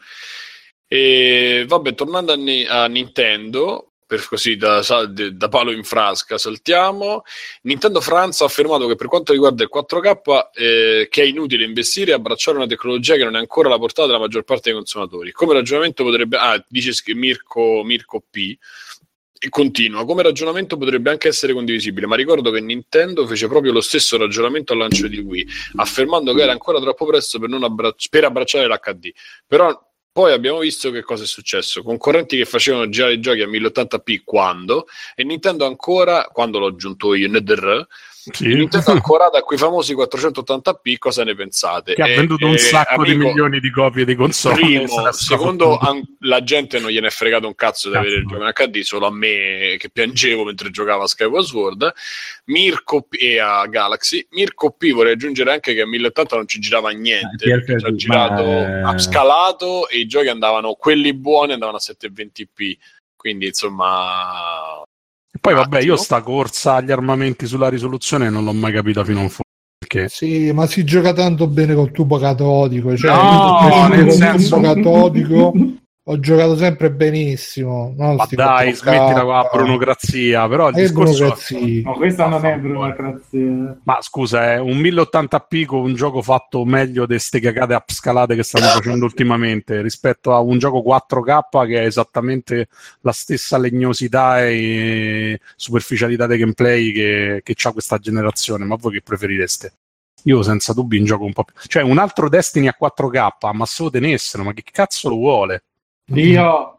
E vabbè, tornando a Nintendo, per così da palo in frasca saltiamo. Nintendo France ha affermato che per quanto riguarda il 4K che è inutile investire e abbracciare una tecnologia che non è ancora alla portata della maggior parte dei consumatori. Come ragionamento potrebbe dice Mirko P, e continua, come ragionamento potrebbe anche essere condivisibile, ma ricordo che Nintendo fece proprio lo stesso ragionamento al lancio di Wii, affermando che era ancora troppo presto per abbracciare l'HD. Però poi abbiamo visto che cosa è successo: concorrenti che facevano girare i giochi a 1080p quando, e Nintendo ancora, quando l'ho aggiunto io, Nintendo ancora da quei famosi 480p. Cosa ne pensate? Che ha venduto un sacco di milioni di copie di console. Primo, secondo, la gente non gliene è fregato un cazzo di avere il gioco in HD, solo a me che piangevo mentre giocavo a Skyward Sword. Mirko P e a Galaxy. Mirko P vorrei aggiungere anche che a 1080 non ci girava niente, perché ci ha girato upscalato e i giochi andavano, quelli buoni andavano a 720p, quindi insomma. E poi vabbè, io sta corsa agli armamenti sulla risoluzione non l'ho mai capita fino a un fondo. Perché... Sì, ma si gioca tanto bene col tubo catodico, cioè no, nel senso... tubo catodico ho giocato sempre benissimo. No, ma dai, smettila con la brunocrazia. Però il discorso... No, questa non è brunocrazia. Ma scusa, è un 1080p con un gioco fatto meglio di ste cagate upscalate che stanno facendo ultimamente, rispetto a un gioco 4K che è esattamente la stessa legnosità e superficialità dei gameplay che c'ha questa generazione. Ma voi che preferireste? Io senza dubbi un gioco un po' più... Cioè un altro Destiny a 4K, ma se lo tenessero, ma che cazzo lo vuole? Io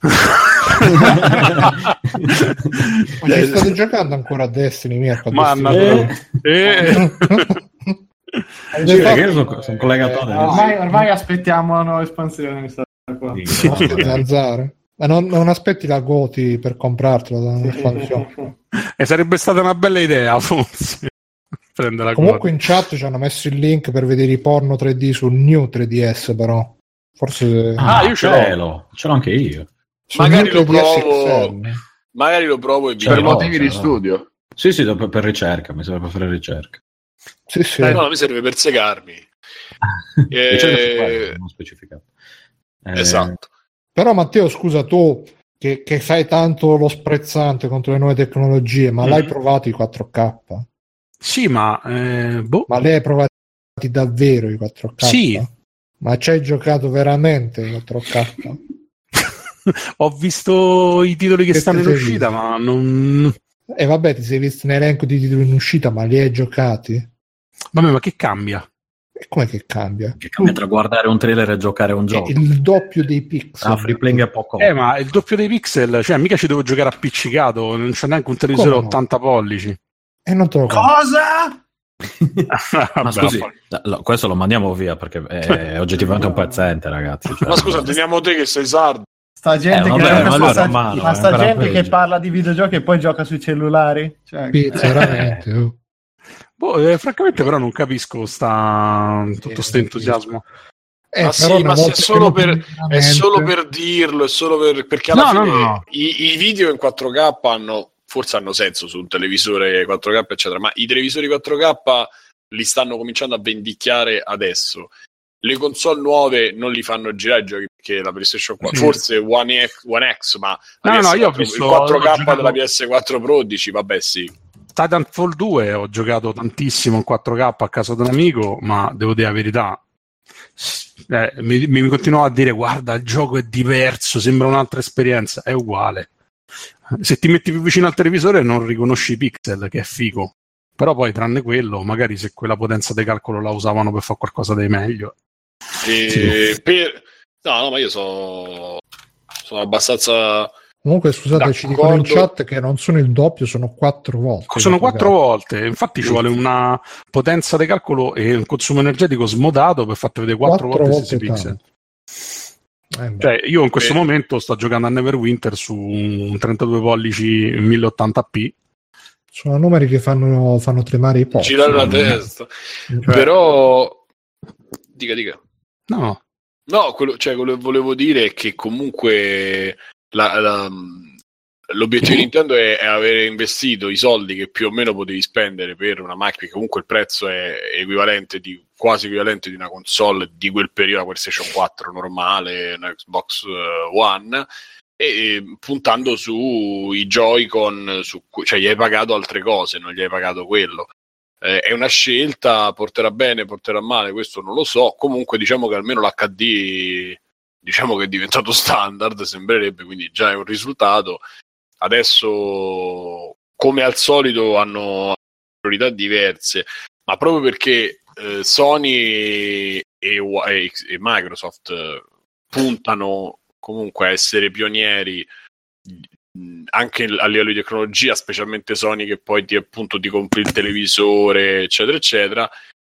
ma state giocando ancora a Destiny, Mirko? Sono collegato ormai aspettiamo la nuova espansione. Ma non aspetti la Goti per comprartela l'espansione. E sarebbe stata una bella idea, forse. Comunque in chat ci hanno messo il link per vedere i porno 3D sul New 3DS, però forse io ce l'ho anche io. Magari lo provo e per motivi di studio. Sì, per ricerca, mi serve per fare ricerca. Sì. No, mi serve per segarmi. Non specificato. Esatto. Però Matteo, scusa, tu che fai tanto lo sprezzante contro le nuove tecnologie, ma l'hai provato i 4K? Sì, ma ma lei hai provati davvero i 4K? Sì. Ma ci hai giocato veramente i 4K? Ho visto i titoli che stanno in uscita, ma non... E vabbè, ti sei visto un elenco di titoli in uscita, ma li hai giocati? Vabbè, ma che cambia? E com'è che cambia? Che cambia tra guardare un trailer e giocare un gioco? Il doppio dei pixel. Free playing è poco. Ma il doppio dei pixel, cioè mica ci devo giocare appiccicato, non c'è neanche un televisore 80 pollici. E non te lo cosa? Ma scusi, questo lo mandiamo via perché è oggettivamente un pezzente, ragazzi. Cioè, ma scusa, teniamo te che sei sardo. Sta gente che parla di videogiochi e poi gioca sui cellulari. Cioè, veramente. Francamente, però non capisco tutto sto entusiasmo. Ma sì, ma è solo per dirlo, è solo perché alla fine i video in 4K forse hanno senso su un televisore 4K, eccetera, ma i televisori 4K li stanno cominciando a vendicchiare adesso. Le console nuove non li fanno girare i giochi perché la PlayStation 4, forse One X, ma io ho visto il 4K della PS4 Pro, dici vabbè sì. Titanfall 2 ho giocato tantissimo in 4K a casa di un amico, ma devo dire la verità, mi continuava a dire guarda, il gioco è diverso, sembra un'altra esperienza, è uguale. Se ti metti più vicino al televisore non riconosci i pixel, che è figo, però poi tranne quello, magari se quella potenza di calcolo la usavano per fare qualcosa di meglio. No, ma io sono abbastanza... Comunque scusate, ci dicono in chat che non sono il doppio, sono 4 volte. Sono 4 volte, infatti ci vuole una potenza di calcolo e un consumo energetico smodato per farti vedere 4 volte questi pixel. Cioè, io in questo momento sto giocando a Neverwinter su un 32 pollici 1080p Sono numeri che fanno tremare i polsi. Girare la testa. Però dica. No, quello che volevo dire è che comunque l'obiettivo di Nintendo è avere investito i soldi che più o meno potevi spendere per una macchina, che comunque il prezzo è quasi equivalente di una console di quel periodo, la PlayStation 4 normale, una Xbox One, e puntando sui Joy-Con, cioè gli hai pagato altre cose, non gli hai pagato quello. È una scelta, porterà bene, porterà male, questo non lo so. Comunque diciamo che almeno l'HD diciamo che è diventato standard, sembrerebbe, quindi già è un risultato. Adesso, come al solito, hanno priorità diverse, ma proprio perché Sony e Microsoft puntano comunque a essere pionieri anche a livello di tecnologia, specialmente Sony, che poi ti compri il televisore, eccetera eccetera.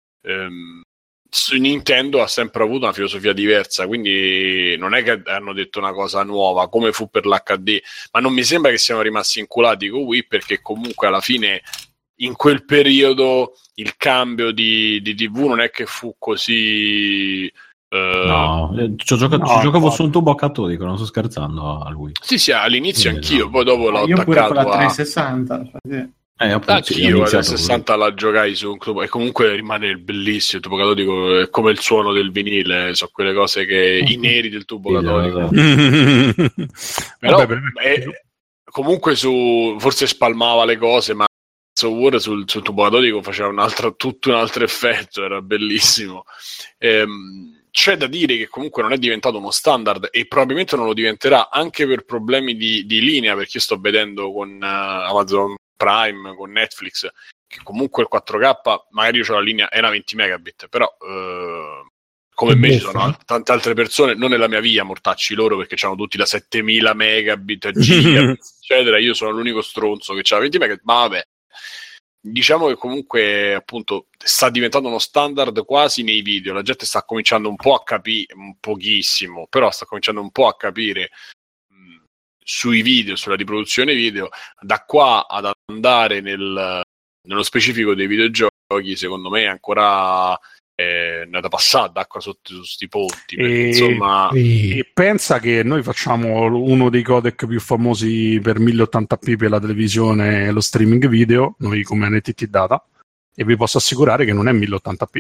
Nintendo ha sempre avuto una filosofia diversa, quindi non è che hanno detto una cosa nuova come fu per l'HD, ma non mi sembra che siano rimasti inculati con Wii, perché comunque alla fine in quel periodo il cambio di TV non è che fu così. Ci giocavo su un tubo catodico, non sto scherzando a lui. Sì, all'inizio anch'io, poi dopo l'ho io attaccato pure con la 360. Anch'io la 360 la giocai su un tubo, e comunque rimane bellissimo. Il tubo catodico è come il suono del vinile, sono quelle cose che i neri del tubo catodico. Però comunque forse spalmava le cose, ma sul tubo catodico faceva tutto un altro effetto, era bellissimo. C'è da dire che comunque non è diventato uno standard, e probabilmente non lo diventerà anche per problemi di linea, perché io sto vedendo con Amazon Prime, con Netflix, che comunque il 4K, magari io ho la linea, è una 20 megabit, però come me ci sono tante altre persone, non nella mia via, mortacci loro, perché hanno tutti da 7000 megabit, giga, eccetera. Io sono l'unico stronzo che ha 20 megabit, ma vabbè. Diciamo che comunque appunto sta diventando uno standard quasi nei video, la gente sta cominciando un po' a capire, un pochissimo, però sta cominciando un po' a capire sui video, sulla riproduzione video. Da qua ad andare nello specifico dei videogiochi, secondo me è ancora da passare d'acqua sotto sti ponti, insomma. E pensa che noi facciamo uno dei codec più famosi per 1080p per la televisione e lo streaming video, noi come NTT Data, e vi posso assicurare che non è 1080p.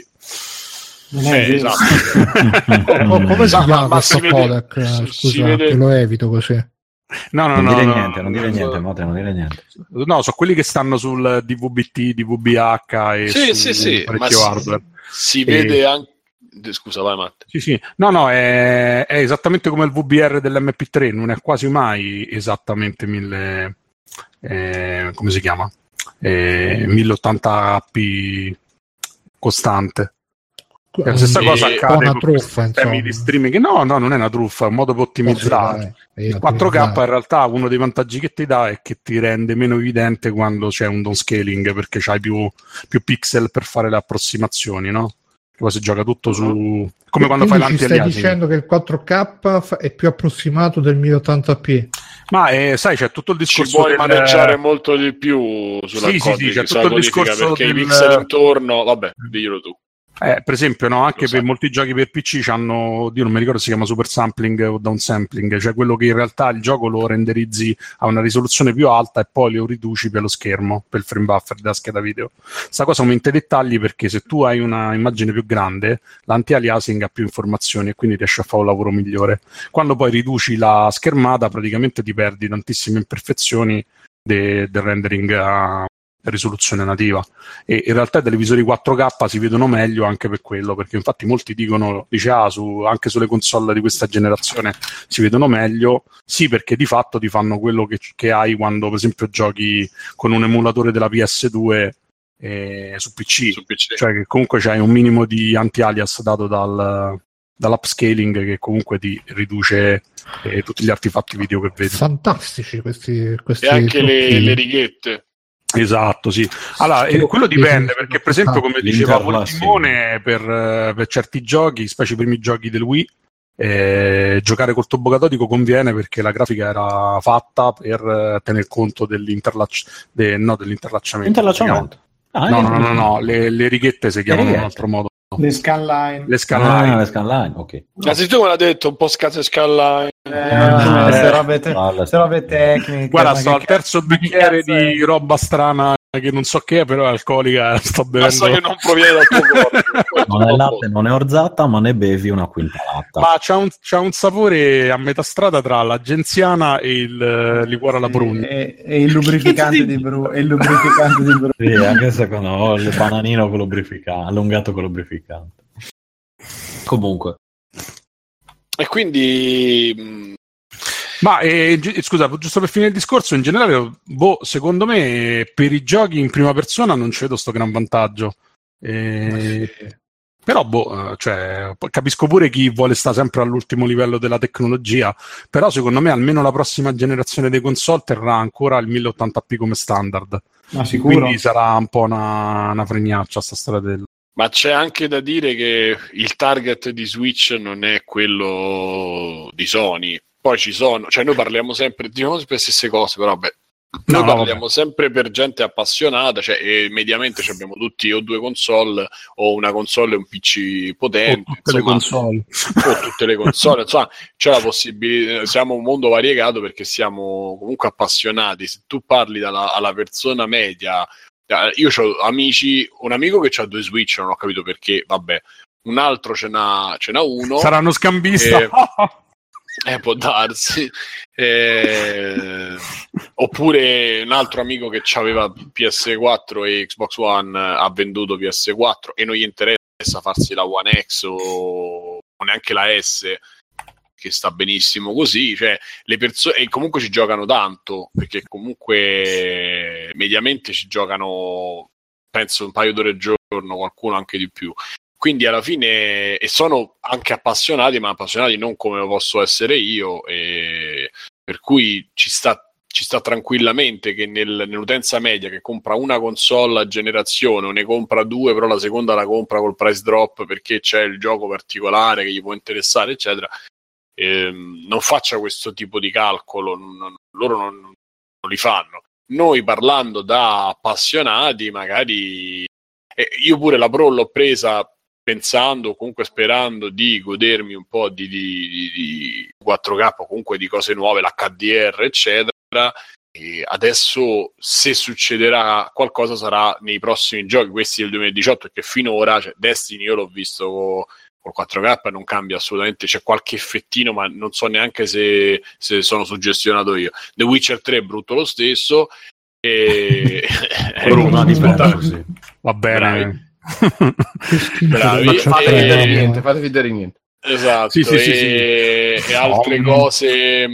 Esatto. Come si chiama questo codec? Scusa, che lo evito così. Non dire niente. No, sono quelli che stanno sul DVB-T, DVB-H e sì, parecchio hardware. Si vede anche. Scusa, vai Matt. Sì. No, è esattamente come il VBR dell'MP3, non è quasi mai esattamente 1000. Come si chiama? 1080p costante. La stessa cosa accade con i sistemi di streaming. No, non è una truffa, è un modo per ottimizzare. Il 4K in realtà uno dei vantaggi che ti dà è che ti rende meno evidente quando c'è un downscaling, perché c'hai più pixel per fare le approssimazioni, no? Poi si gioca tutto su come quando fai l'anti-aliasing. Stai dicendo che il 4K è più approssimato del 1080p? Ma sai, c'è tutto il discorso. Ci puoi maneggiare molto di più sulla c'è tutto il discorso perché i pixel intorno, vabbè, diglielo tu. Per esempio, no, anche per molti giochi per PC c'hanno, io non mi ricordo se si chiama super sampling o downsampling, cioè quello che in realtà il gioco lo renderizzi a una risoluzione più alta e poi lo riduci per lo schermo, per il frame buffer della scheda video. Sta cosa aumenta i dettagli, perché se tu hai una immagine più grande, l'anti-aliasing ha più informazioni e quindi riesci a fare un lavoro migliore. Quando poi riduci la schermata, praticamente ti perdi tantissime imperfezioni del rendering a risoluzione nativa, e in realtà i televisori 4K si vedono meglio anche per quello, perché infatti molti anche sulle console di questa generazione si vedono meglio, sì, perché di fatto ti fanno quello che hai quando per esempio giochi con un emulatore della PS2 su PC, cioè che comunque c'hai un minimo di anti-alias dato dall'upscaling, che comunque ti riduce tutti gli artefatti video che vedi. Fantastici questi e anche le righette. Esatto, sì. Allora, quello dipende, perché per esempio, come diceva Timone, per certi giochi, specie i primi giochi del Wii, giocare col tubo catodico conviene perché la grafica era fatta per tener conto dell'interlacciamento. No, le righette si chiamano in un altro modo. Le scanline. Le scanline, ok. Ma se tu me l'hai detto, un po' scazzo scanline. Se robe tecniche. Guarda, sto al terzo bicchiere di roba strana che non so che è, però è alcolica, sto bevendo. Ma so che non proviene dal tuo corpo. Non è latte, non è orzata, ma ne bevi una quintalata. Ma c'ha un sapore a metà strada tra l'agenziana e il liquore alla prugna. E il lubrificante di Bru. Sì, anche secondo me il bananino con lubrificante, allungato con lubrificante. Comunque. E quindi... Ma scusa, giusto per finire il discorso, in generale, secondo me per i giochi in prima persona non ci vedo sto gran vantaggio. Però, cioè, capisco pure chi vuole stare sempre all'ultimo livello della tecnologia, però secondo me almeno la prossima generazione dei console terrà ancora il 1080p come standard. Ma sicuro. Quindi sarà un po' una fregnaccia sta storia Ma c'è anche da dire che il target di Switch non è quello di Sony. Poi ci sono, cioè noi parliamo sempre, diciamo sempre le stesse cose, però noi parliamo sempre per gente appassionata, cioè e mediamente abbiamo tutti o due console o una console e un PC potente, o tutte le console, insomma c'è la possibilità, siamo un mondo variegato perché siamo comunque appassionati. Se tu parli alla persona media, io ho amici, un amico che ha 2 Switch, non ho capito perché, vabbè, un altro ce n'ha uno. Saranno scambista. Può darsi. Oppure un altro amico che aveva PS4 e Xbox One ha venduto PS4 e non gli interessa farsi la One X o neanche la S, che sta benissimo così, cioè le persone, e comunque ci giocano tanto, perché comunque mediamente ci giocano penso un paio d'ore al giorno, qualcuno anche di più. Quindi alla fine, e sono anche appassionati, ma appassionati non come lo posso essere io, e per cui ci sta tranquillamente che nell'utenza media che compra una console a generazione o ne compra 2, però la seconda la compra col price drop perché c'è il gioco particolare che gli può interessare, eccetera, non faccia questo tipo di calcolo, loro non li fanno. Noi parlando da appassionati, magari io pure la Pro l'ho presa pensando, comunque sperando di godermi un po' di 4K, comunque di cose nuove, l'HDR, eccetera. E adesso, se succederà qualcosa, sarà nei prossimi giochi, questi del 2018, perché finora, cioè, Destiny io l'ho visto col 4K, non cambia assolutamente, c'è qualche effettino, ma non so neanche se sono suggestionato io. The Witcher 3 è brutto lo stesso, e va bene. Bravi. Fate vedere niente. Esatto, sì. E altre cose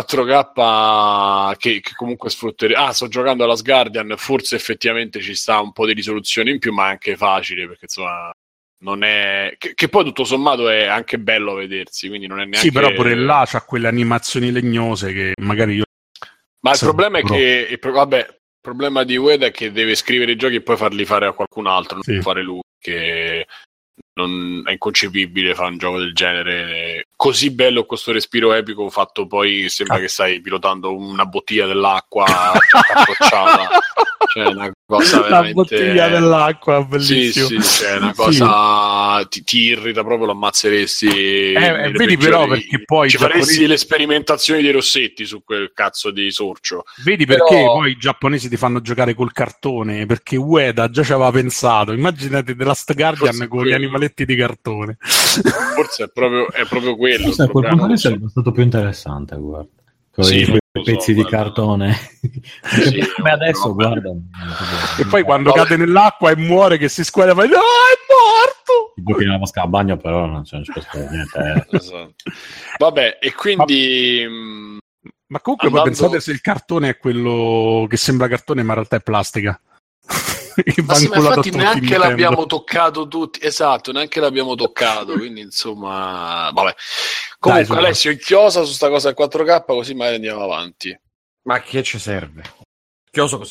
4K che comunque sfrutteremo. Sto giocando alla Asgardian, forse effettivamente ci sta un po' di risoluzione in più, ma è anche facile perché insomma non è che poi tutto sommato è anche bello vedersi, quindi non è neanche. Sì, però pure là c'ha quelle animazioni legnose che magari io. Ma il problema è che il problema di Ueda è che deve scrivere i giochi e poi farli fare a qualcun altro, non fare lui, che non è inconcepibile fare un gioco del genere così bello, con questo respiro epico fatto, poi sembra che stai pilotando una bottiglia dell'acqua capocciata, cioè una cosa veramente. La bottiglia dell'acqua, bellissimo. Sì, cioè una cosa ti irrita proprio, lo ammazzeresti. Vedi però perché poi ci faresti le sperimentazioni dei rossetti su quel cazzo di sorcio. Vedi perché poi i giapponesi ti fanno giocare col cartone, perché Ueda già ci aveva pensato. Immaginate The Last Guardian con gli animaletti di cartone. Forse è proprio quello. Forse a quel punto lì sarebbe stato più interessante, guarda. Con i pezzi di cartone. Come adesso, guarda. E poi quando cade nell'acqua e muore, che si squadra, fa: no, è morto! Tipo che nella mosca a bagno, però non c'è niente. Esatto. Vabbè, e quindi. Ma comunque poi pensate se il cartone è quello che sembra cartone, ma in realtà è plastica. Ma infatti neanche l'abbiamo toccato tutti, esatto, neanche l'abbiamo toccato, quindi insomma, vabbè. Comunque Alessio inchiosa su sta cosa del 4K, così magari andiamo avanti. Ma che ci serve? Chioso così.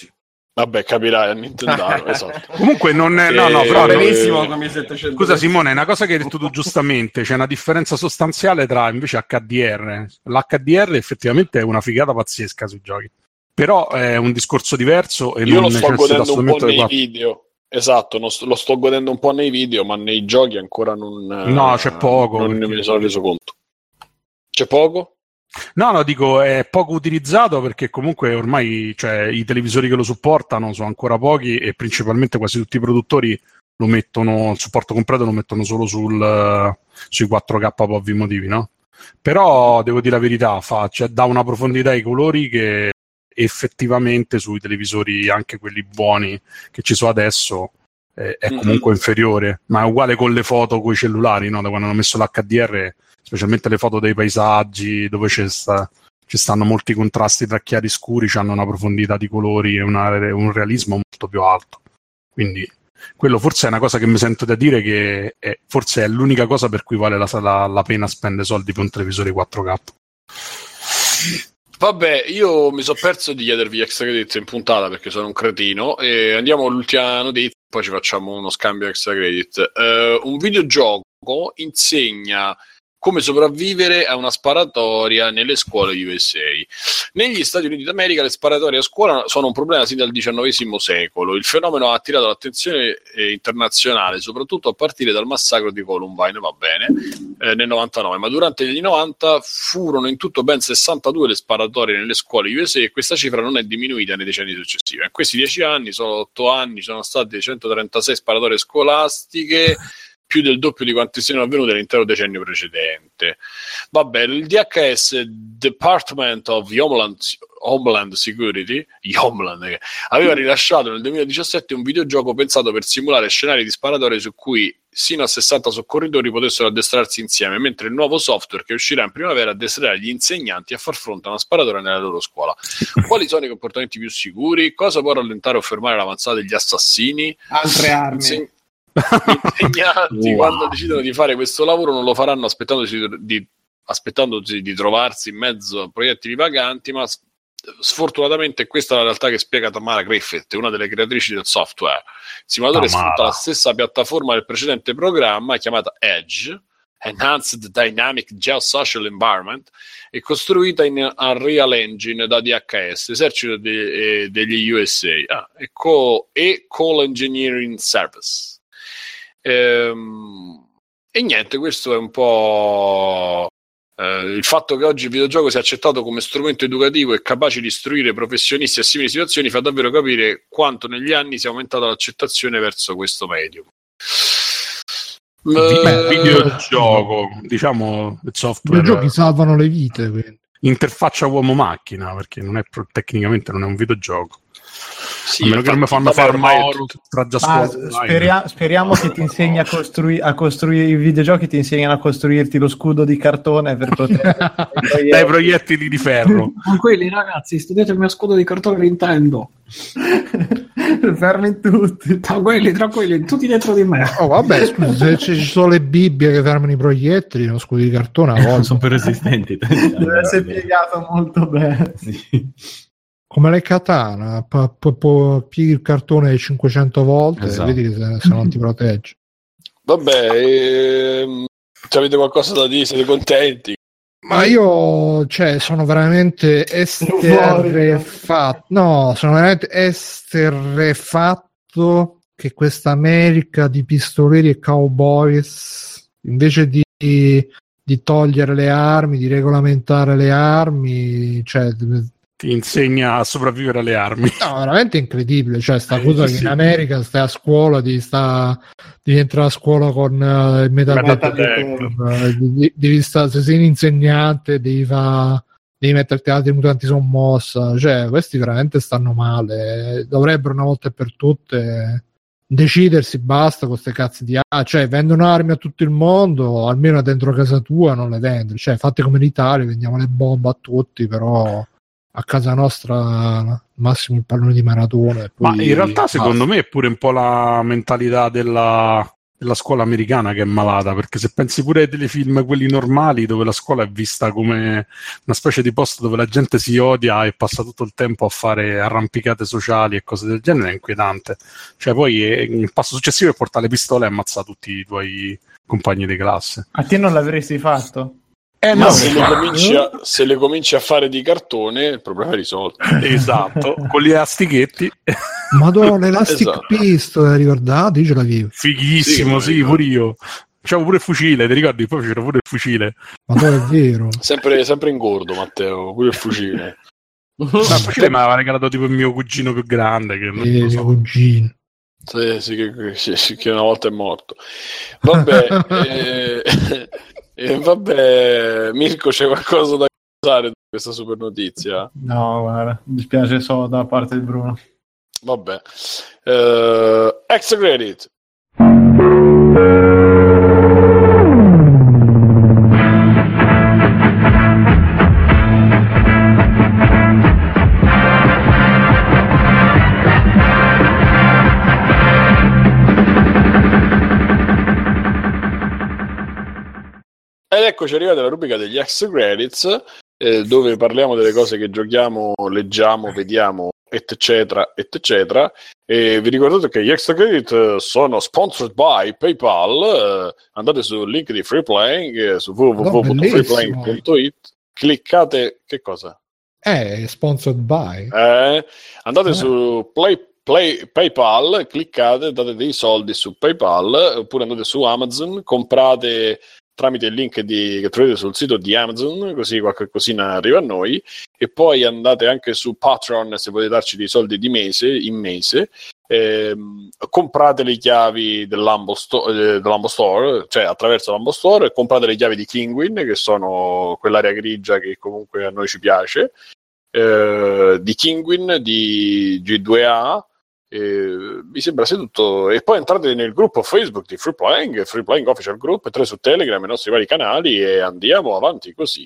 Vabbè, capirai, a Nintendo, esatto. Comunque non è... No, però benissimo con 1700. Scusa Simone, una cosa che hai detto tu giustamente, c'è una differenza sostanziale tra invece HDR. L'HDR effettivamente è una figata pazzesca sui giochi, però è un discorso diverso e io non lo sto godendo un po' nei 4. video. Esatto, lo sto godendo un po' nei video, ma nei giochi ancora non... No, c'è poco. Non me ne sono reso conto. C'è poco? No, dico, è poco utilizzato perché comunque ormai i televisori che lo supportano sono ancora pochi e principalmente quasi tutti i produttori lo mettono, il supporto completo lo mettono solo sui 4K per ovvi motivi, no? Però devo dire la verità, dà una profondità ai colori che effettivamente sui televisori, anche quelli buoni che ci sono adesso, è comunque inferiore, ma è uguale con le foto con i cellulari, no? Da quando hanno messo l'HDR, specialmente le foto dei paesaggi dove ci stanno molti contrasti tra chiari e scuri, hanno una profondità di colori e un realismo molto più alto. Quindi quello forse è una cosa che mi sento da dire che forse è l'unica cosa per cui vale la pena spendere soldi per un televisore 4K. Vabbè, io mi sono perso di chiedervi extra credit in puntata perché sono un cretino e andiamo all'ultima notizia, poi ci facciamo uno scambio extra credit. Un videogioco insegna come sopravvivere a una sparatoria nelle scuole USA. Negli Stati Uniti d'America le sparatorie a scuola sono un problema sin dal XIX secolo. Il fenomeno ha attirato l'attenzione internazionale, soprattutto a partire dal massacro di Columbine, nel 99, ma durante gli anni 90 furono in tutto ben 62 le sparatorie nelle scuole USA e questa cifra non è diminuita nei decenni successivi. In questi 10 anni, solo 8 anni, sono state 136 sparatorie scolastiche, più del doppio di quante siano avvenute all'intero decennio precedente. Vabbè, il DHS, Department of Homeland Security, aveva rilasciato nel 2017 un videogioco pensato per simulare scenari di sparatorie su cui sino a 60 soccorritori potessero addestrarsi insieme, mentre il nuovo software che uscirà in primavera addestrerà gli insegnanti a far fronte a una sparatoria nella loro scuola. Quali sono i comportamenti più sicuri? Cosa può rallentare o fermare l'avanzata degli assassini? Altre armi. Gli insegnanti quando decidono di fare questo lavoro non lo faranno aspettandosi di trovarsi in mezzo a proiettili vaganti, ma sfortunatamente questa è la realtà che spiega Tamara Griffith, una delle creatrici del software. Il simulatore sfrutta la stessa piattaforma del precedente programma chiamata Edge, Enhanced Dynamic Geosocial Environment, è costruita in Unreal Engine da DHS, esercito degli USA e Call Engineering Service. E niente, questo è un po' il fatto che oggi il videogioco sia accettato come strumento educativo e capace di istruire professionisti a simili situazioni fa davvero capire quanto negli anni sia aumentata l'accettazione verso questo medium. Videogioco, diciamo, il software. I videogiochi salvano le vite, quindi. Interfaccia uomo-macchina, perché tecnicamente non è un videogioco. Sì, a meno che non mi fanno fare speriamo che ti insegni a costruire i videogiochi, ti insegnano a costruirti lo scudo di cartone per proteggere dai proiettili di ferro. Con quelli ragazzi, studiate il mio scudo di cartone Nintendo. Fermi tutti. Tranquilli, tutti dentro di me. Oh, vabbè, scusa, se ci sono le Bibbie che fermano i proiettili, lo scudo di cartone sono più resistenti. Deve essere piegato molto bene. Sì. Come le katana, pieghi il cartone 500 volte, esatto. E vedi se non ti protegge. Vabbè, avete qualcosa da dire? Siete contenti? Ma io, sono veramente esterrefatto. No, sono veramente esterrefatto che questa America di pistoleri e cowboys, invece di togliere le armi, di regolamentare le armi, ti insegna a sopravvivere alle armi. No, veramente incredibile. Sta cosa che in America stai a scuola, devi entrare a scuola con il devi stare, se sei un insegnante, devi metterti altri mutanti sommossa. Questi veramente stanno male. Dovrebbero una volta per tutte decidersi, basta con queste cazzi di vendono armi a tutto il mondo, almeno dentro casa tua non le vendono. Fate come l'Italia, vendiamo le bombe a tutti, però a casa nostra massimo il pallone di maratona. Ma in realtà secondo me è pure un po' la mentalità della scuola americana che è malata, perché se pensi pure ai telefilm quelli normali dove la scuola è vista come una specie di posto dove la gente si odia e passa tutto il tempo a fare arrampicate sociali e cose del genere, è inquietante. Cioè poi il passo successivo è portare le pistole e ammazzare tutti i tuoi compagni di classe. A te non l'avresti fatto? Ma no, se le cominci a fare di cartone, il problema è risolto. Esatto, con gli elastichetti. Madonna, l'Elastic Pistol, ricordate? Io ce l'avevo. Fighissimo, sì, pure io. C'avevo pure il fucile, ti ricordi? Poi c'era pure il fucile. Madonna, è vero. Sempre ingordo, Matteo, pure il fucile. Il fucile mi aveva regalato tipo il mio cugino più grande. Che non lo so. Mio cugino. Sì, che una volta è morto. Vabbè, vabbè, Mirko, c'è qualcosa da usare di questa super notizia? No, guarda, mi dispiace solo da parte di Bruno. Vabbè, extra credit. Ed eccoci arrivati alla rubrica degli extra credits, dove parliamo delle cose che giochiamo, leggiamo, vediamo, eccetera, eccetera. E vi ricordate che gli extra credit sono sponsored by PayPal. Andate sul link di Freeplaying, su www.freeplaying.it, cliccate, che cosa? Sponsored by. Andate su PayPal, cliccate, date dei soldi su PayPal, oppure andate su Amazon, comprate tramite il link che trovate sul sito di Amazon, così qualche cosina arriva a noi, e poi andate anche su Patreon se volete darci dei soldi di mese in mese, comprate le chiavi dell'Ambo Store, cioè attraverso l'Ambo Store, e comprate le chiavi di Kinguin, che sono quell'area grigia che comunque a noi ci piace, di Kinguin, di G2A. Mi sembra sia tutto. E poi entrate nel gruppo Facebook di Freeplaying Official Group, 3 su Telegram, i nostri vari canali, e andiamo avanti così.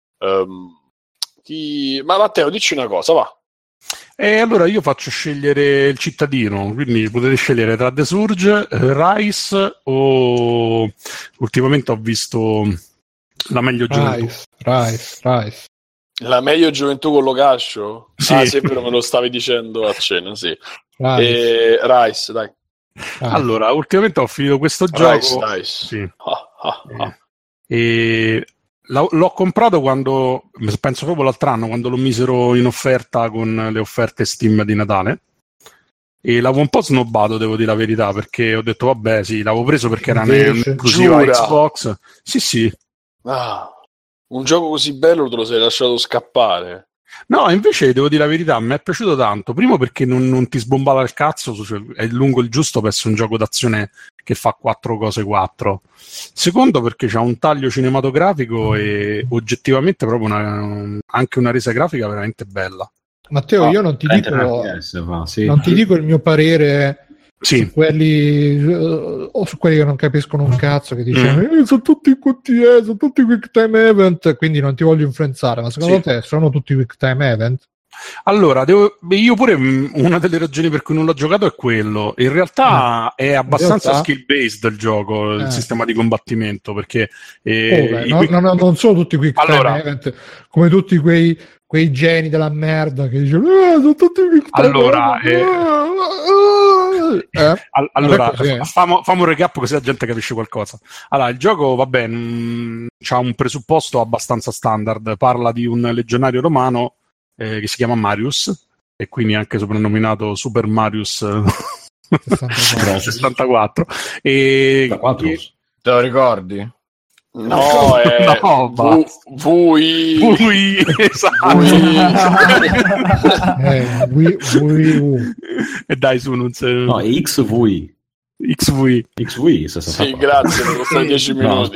Ma Matteo, dici una cosa, va. E allora io faccio scegliere il cittadino, quindi potete scegliere tra The Surge, Rise o ultimamente ho visto La meglio gioventù. Rise. La meglio gioventù con Locascio? Sì. Ah, sì, però me lo stavi dicendo a cena, sì. Rise, dai. Allora, ultimamente ho finito questo gioco. Rise. Sì. E l'ho comprato quando, penso proprio l'altro anno, quando lo misero in offerta con le offerte Steam di Natale. E l'avevo un po' snobbato, devo dire la verità, perché ho detto vabbè, sì, l'avevo preso perché era un'esclusiva Xbox. Sì. Un gioco così bello te lo sei lasciato scappare. No, invece devo dire la verità, mi è piaciuto tanto. Primo perché non ti sbombava il cazzo, cioè è lungo il giusto per essere un gioco d'azione che fa 4 cose 4. Secondo perché c'ha un taglio cinematografico e oggettivamente proprio anche una resa grafica veramente bella. Matteo, io non ti dico il mio parere su quelli o su quelli che non capiscono un cazzo, che dicono sono tutti QTE, sono tutti quick time event, quindi non ti voglio influenzare, ma secondo te sono tutti quick time event? Allora, io pure una delle ragioni per cui non l'ho giocato è quello. In realtà è abbastanza skill based il gioco, il sistema di combattimento, perché non sono tutti quick time event come tutti quei geni della merda che dicono sono tutti quick time Allora, famo un recap così la gente capisce qualcosa. Allora, il gioco, vabbè, c'ha un presupposto abbastanza standard. Parla di un legionario romano che si chiama Marius, e quindi anche soprannominato Super Marius 64. Te lo ricordi? No, è Vui, esatto. E dai, su, non sei... No, è XVI. Sì, grazie, mi costa 10 minuti.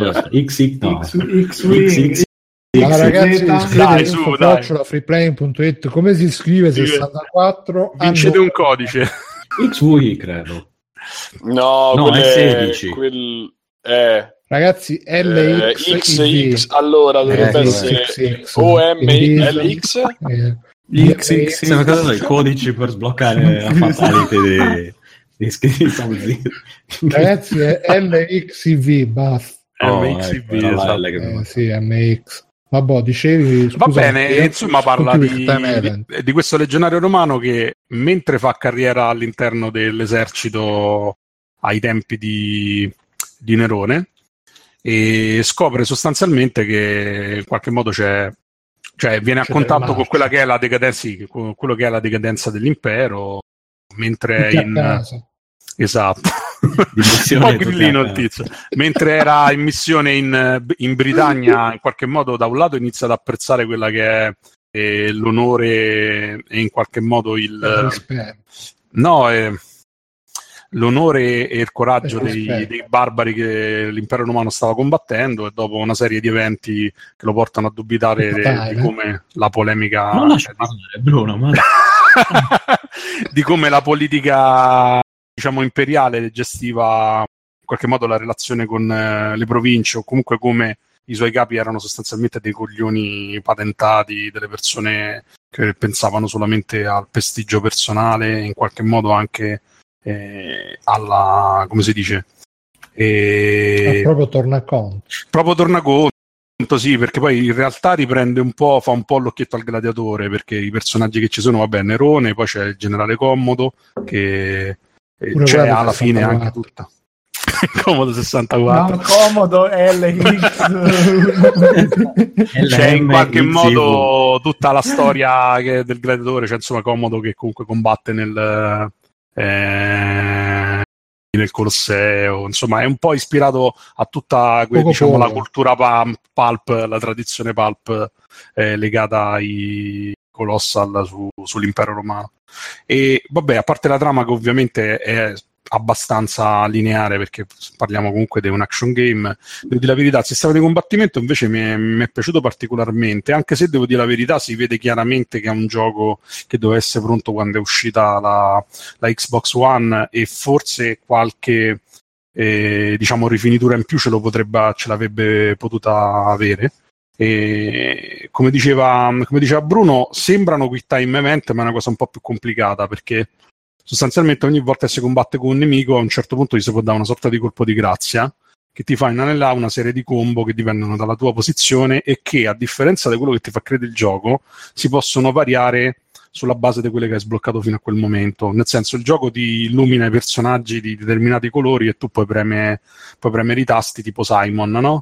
XX. Allora, ragazzi, dai, freeplaying.it, come si scrive 64? Vincete un codice. XVI, credo. No, è 16. Ragazzi, LX allora dovrebbe essere OMLX. Stiamo caso i codici per sbloccare la fatality Ragazzi, è LXV, basta. MXV, sì, MX. Vabbè, dicevi, scusa, va bene, insomma parla di questo legionario romano che mentre fa carriera all'interno dell'esercito ai tempi di Nerone, e scopre sostanzialmente che in qualche modo viene a contatto con quella che è la decadenza, con quello che è la decadenza dell'impero, mentre esatto. Un po' grillino il tizio. Mentre era in missione in Britannia, in qualche modo da un lato inizia ad apprezzare quella che è l'onore e in qualche modo l'onore e il coraggio dei barbari che l'impero romano stava combattendo, e dopo una serie di eventi che lo portano a dubitare di come la polemica Bruno, di come la politica, diciamo, imperiale gestiva in qualche modo la relazione con le province, o comunque come i suoi capi erano sostanzialmente dei coglioni patentati, delle persone che pensavano solamente al prestigio personale, in qualche modo anche alla, come si dice, proprio tornaconto, sì, perché poi in realtà riprende fa un po' l'occhietto al gladiatore, perché i personaggi che ci sono, vabbè, Nerone, poi c'è il generale Commodo che c'è alla fine anche tutta Commodo 64, no, Commodo LX c'è in qualche modo tutta la storia del gladiatore, c'è insomma Commodo che comunque combatte nel Colosseo, insomma è un po' ispirato a tutta la cultura pulp, la tradizione pulp legata ai Colossal sull'impero romano. E vabbè, a parte la trama che ovviamente è abbastanza lineare, perché parliamo comunque di un action game, devo dire la verità, il sistema di combattimento invece mi è piaciuto particolarmente, anche se devo dire la verità, si vede chiaramente che è un gioco che doveva essere pronto quando è uscita la Xbox One, e forse qualche diciamo rifinitura in più ce l'avrebbe potuta avere. E come diceva Bruno, sembrano quick time event, ma è una cosa un po' più complicata, perché sostanzialmente ogni volta che si combatte con un nemico a un certo punto gli si può dare una sorta di colpo di grazia che ti fa inanellare una serie di combo che dipendono dalla tua posizione, e che, a differenza di quello che ti fa credere il gioco, si possono variare sulla base di quelle che hai sbloccato fino a quel momento. Nel senso, il gioco ti illumina i personaggi di determinati colori e tu puoi premere i tasti tipo Simon, no?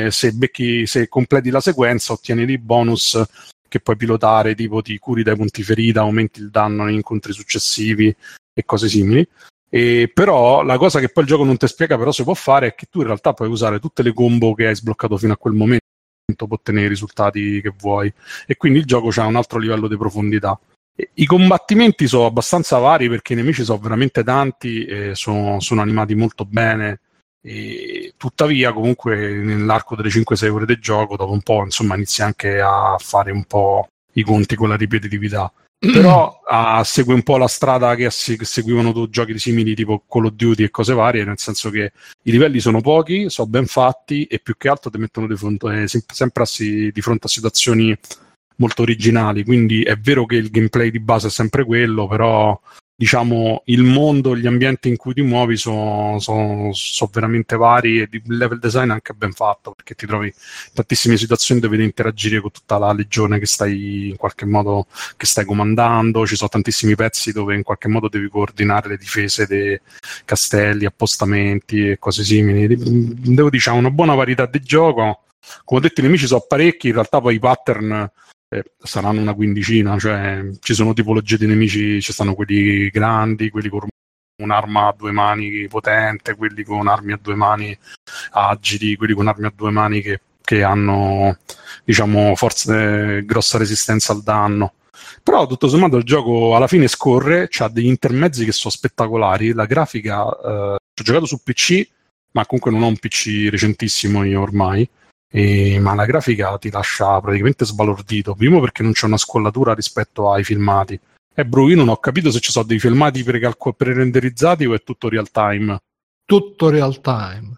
Se completi la sequenza ottieni dei bonus che puoi pilotare, tipo ti curi dai punti ferita, aumenti il danno negli incontri successivi e cose simili. Però la cosa che poi il gioco non ti spiega, però si può fare, è che tu in realtà puoi usare tutte le combo che hai sbloccato fino a quel momento per ottenere i risultati che vuoi, e quindi il gioco ha un altro livello di profondità. I combattimenti sono abbastanza vari, perché i nemici sono veramente tanti e sono animati molto bene, e tuttavia comunque nell'arco delle 5-6 ore del gioco dopo un po' insomma inizi anche a fare un po' i conti con la ripetitività. Però segue un po' la strada che seguivano giochi simili tipo Call of Duty e cose varie, nel senso che i livelli sono pochi, sono ben fatti, e più che altro ti mettono sempre di fronte a situazioni molto originali. Quindi è vero che il gameplay di base è sempre quello, però diciamo il mondo, gli ambienti in cui ti muovi sono veramente vari, e il level design è anche ben fatto, perché ti trovi in tantissime situazioni dove devi interagire con tutta la legione che stai in qualche modo comandando. Ci sono tantissimi pezzi dove in qualche modo devi coordinare le difese dei castelli, appostamenti e cose simili. Devo dire, c'è una buona varietà di gioco. Come ho detto, i nemici sono parecchi, in realtà poi i pattern saranno una quindicina, cioè ci sono tipologie di nemici, ci stanno quelli grandi, quelli con un'arma a due mani potente, quelli con armi a due mani agili, quelli con armi a due mani che hanno, diciamo, grossa resistenza al danno. Però tutto sommato il gioco alla fine scorre, c'ha degli intermezzi che sono spettacolari. La grafica, ho giocato su PC, ma comunque non ho un PC recentissimo io ormai, ma la grafica ti lascia praticamente sbalordito. Primo perché non c'è una scollatura rispetto ai filmati, e bro, io non ho capito se ci sono dei filmati pre-renderizzati o è tutto real time. Tutto real time.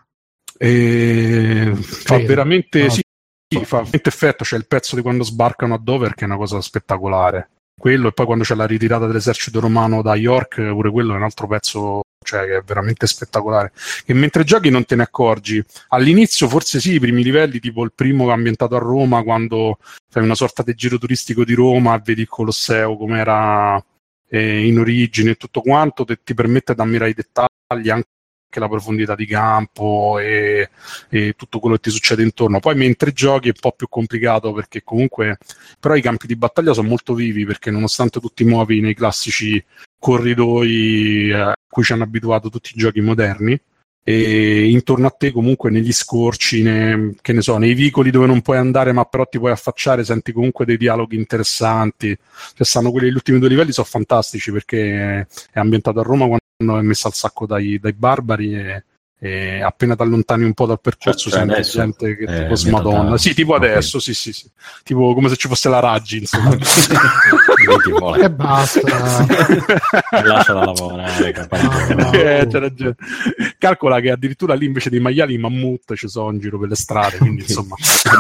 Fa veramente fa veramente effetto. C'è il pezzo di quando sbarcano a Dover che è una cosa spettacolare, quello, e poi quando c'è la ritirata dell'esercito romano da York, pure quello è un altro pezzo cioè che è veramente spettacolare, che mentre giochi non te ne accorgi. All'inizio forse sì, i primi livelli, tipo il primo ambientato a Roma, quando fai una sorta di giro turistico di Roma e vedi il Colosseo com'era in origine e tutto quanto, ti permette di ammirare i dettagli, anche la profondità di campo e tutto quello che ti succede intorno. Poi mentre giochi è un po' più complicato, perché comunque però i campi di battaglia sono molto vivi, perché nonostante tu ti muovi nei classici corridoi a cui ci hanno abituato tutti i giochi moderni, e intorno a te comunque negli scorci, che ne so, nei vicoli dove non puoi andare ma però ti puoi affacciare, senti comunque dei dialoghi interessanti. Cioè, stanno quelli, gli ultimi 2 livelli sono fantastici, perché è ambientato a Roma quando è messa al sacco dai barbari, e appena ti allontani un po' dal percorso senti gente che tipo smadonna. Sì, tipo adesso, sì. Tipo come se ci fosse la Raggi, insomma. E basta. Lasciala lavorare. C'è ragione. Calcola che addirittura lì invece dei maiali i mammut ci sono in giro per le strade, quindi insomma.